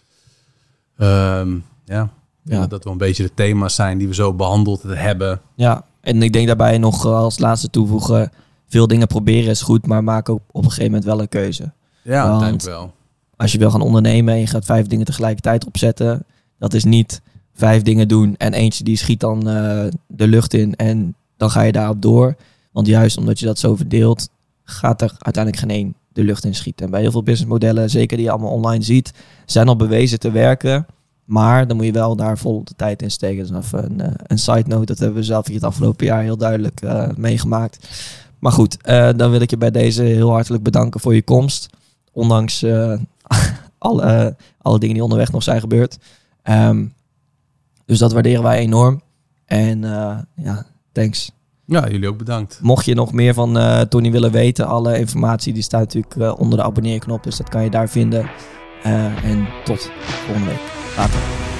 Dat wel een beetje de thema's zijn die we zo behandeld hebben. Ja, en ik denk daarbij nog als laatste toevoegen, veel dingen proberen is goed, maar maak ook op een gegeven moment wel een keuze. Ja, uiteindelijk wel. Als je wil gaan ondernemen en je gaat 5 dingen tegelijkertijd opzetten, dat is niet 5 dingen doen en eentje die schiet dan de lucht in en dan ga je daarop door. Want juist omdat je dat zo verdeelt, gaat er uiteindelijk geen één de lucht in schieten. En bij heel veel businessmodellen, zeker die je allemaal online ziet, zijn al bewezen te werken. Maar dan moet je wel daar vol de tijd in steken. Dus even een side note, dat hebben we zelf hier het afgelopen jaar heel duidelijk meegemaakt. Maar goed, dan wil ik je bij deze heel hartelijk bedanken voor je komst. Ondanks alle dingen die onderweg nog zijn gebeurd. Dus dat waarderen wij enorm. En thanks. Ja, jullie ook bedankt. Mocht je nog meer van Tony willen weten, alle informatie die staat natuurlijk onder de abonneerknop. Dus dat kan je daar vinden. En tot volgende week. Later.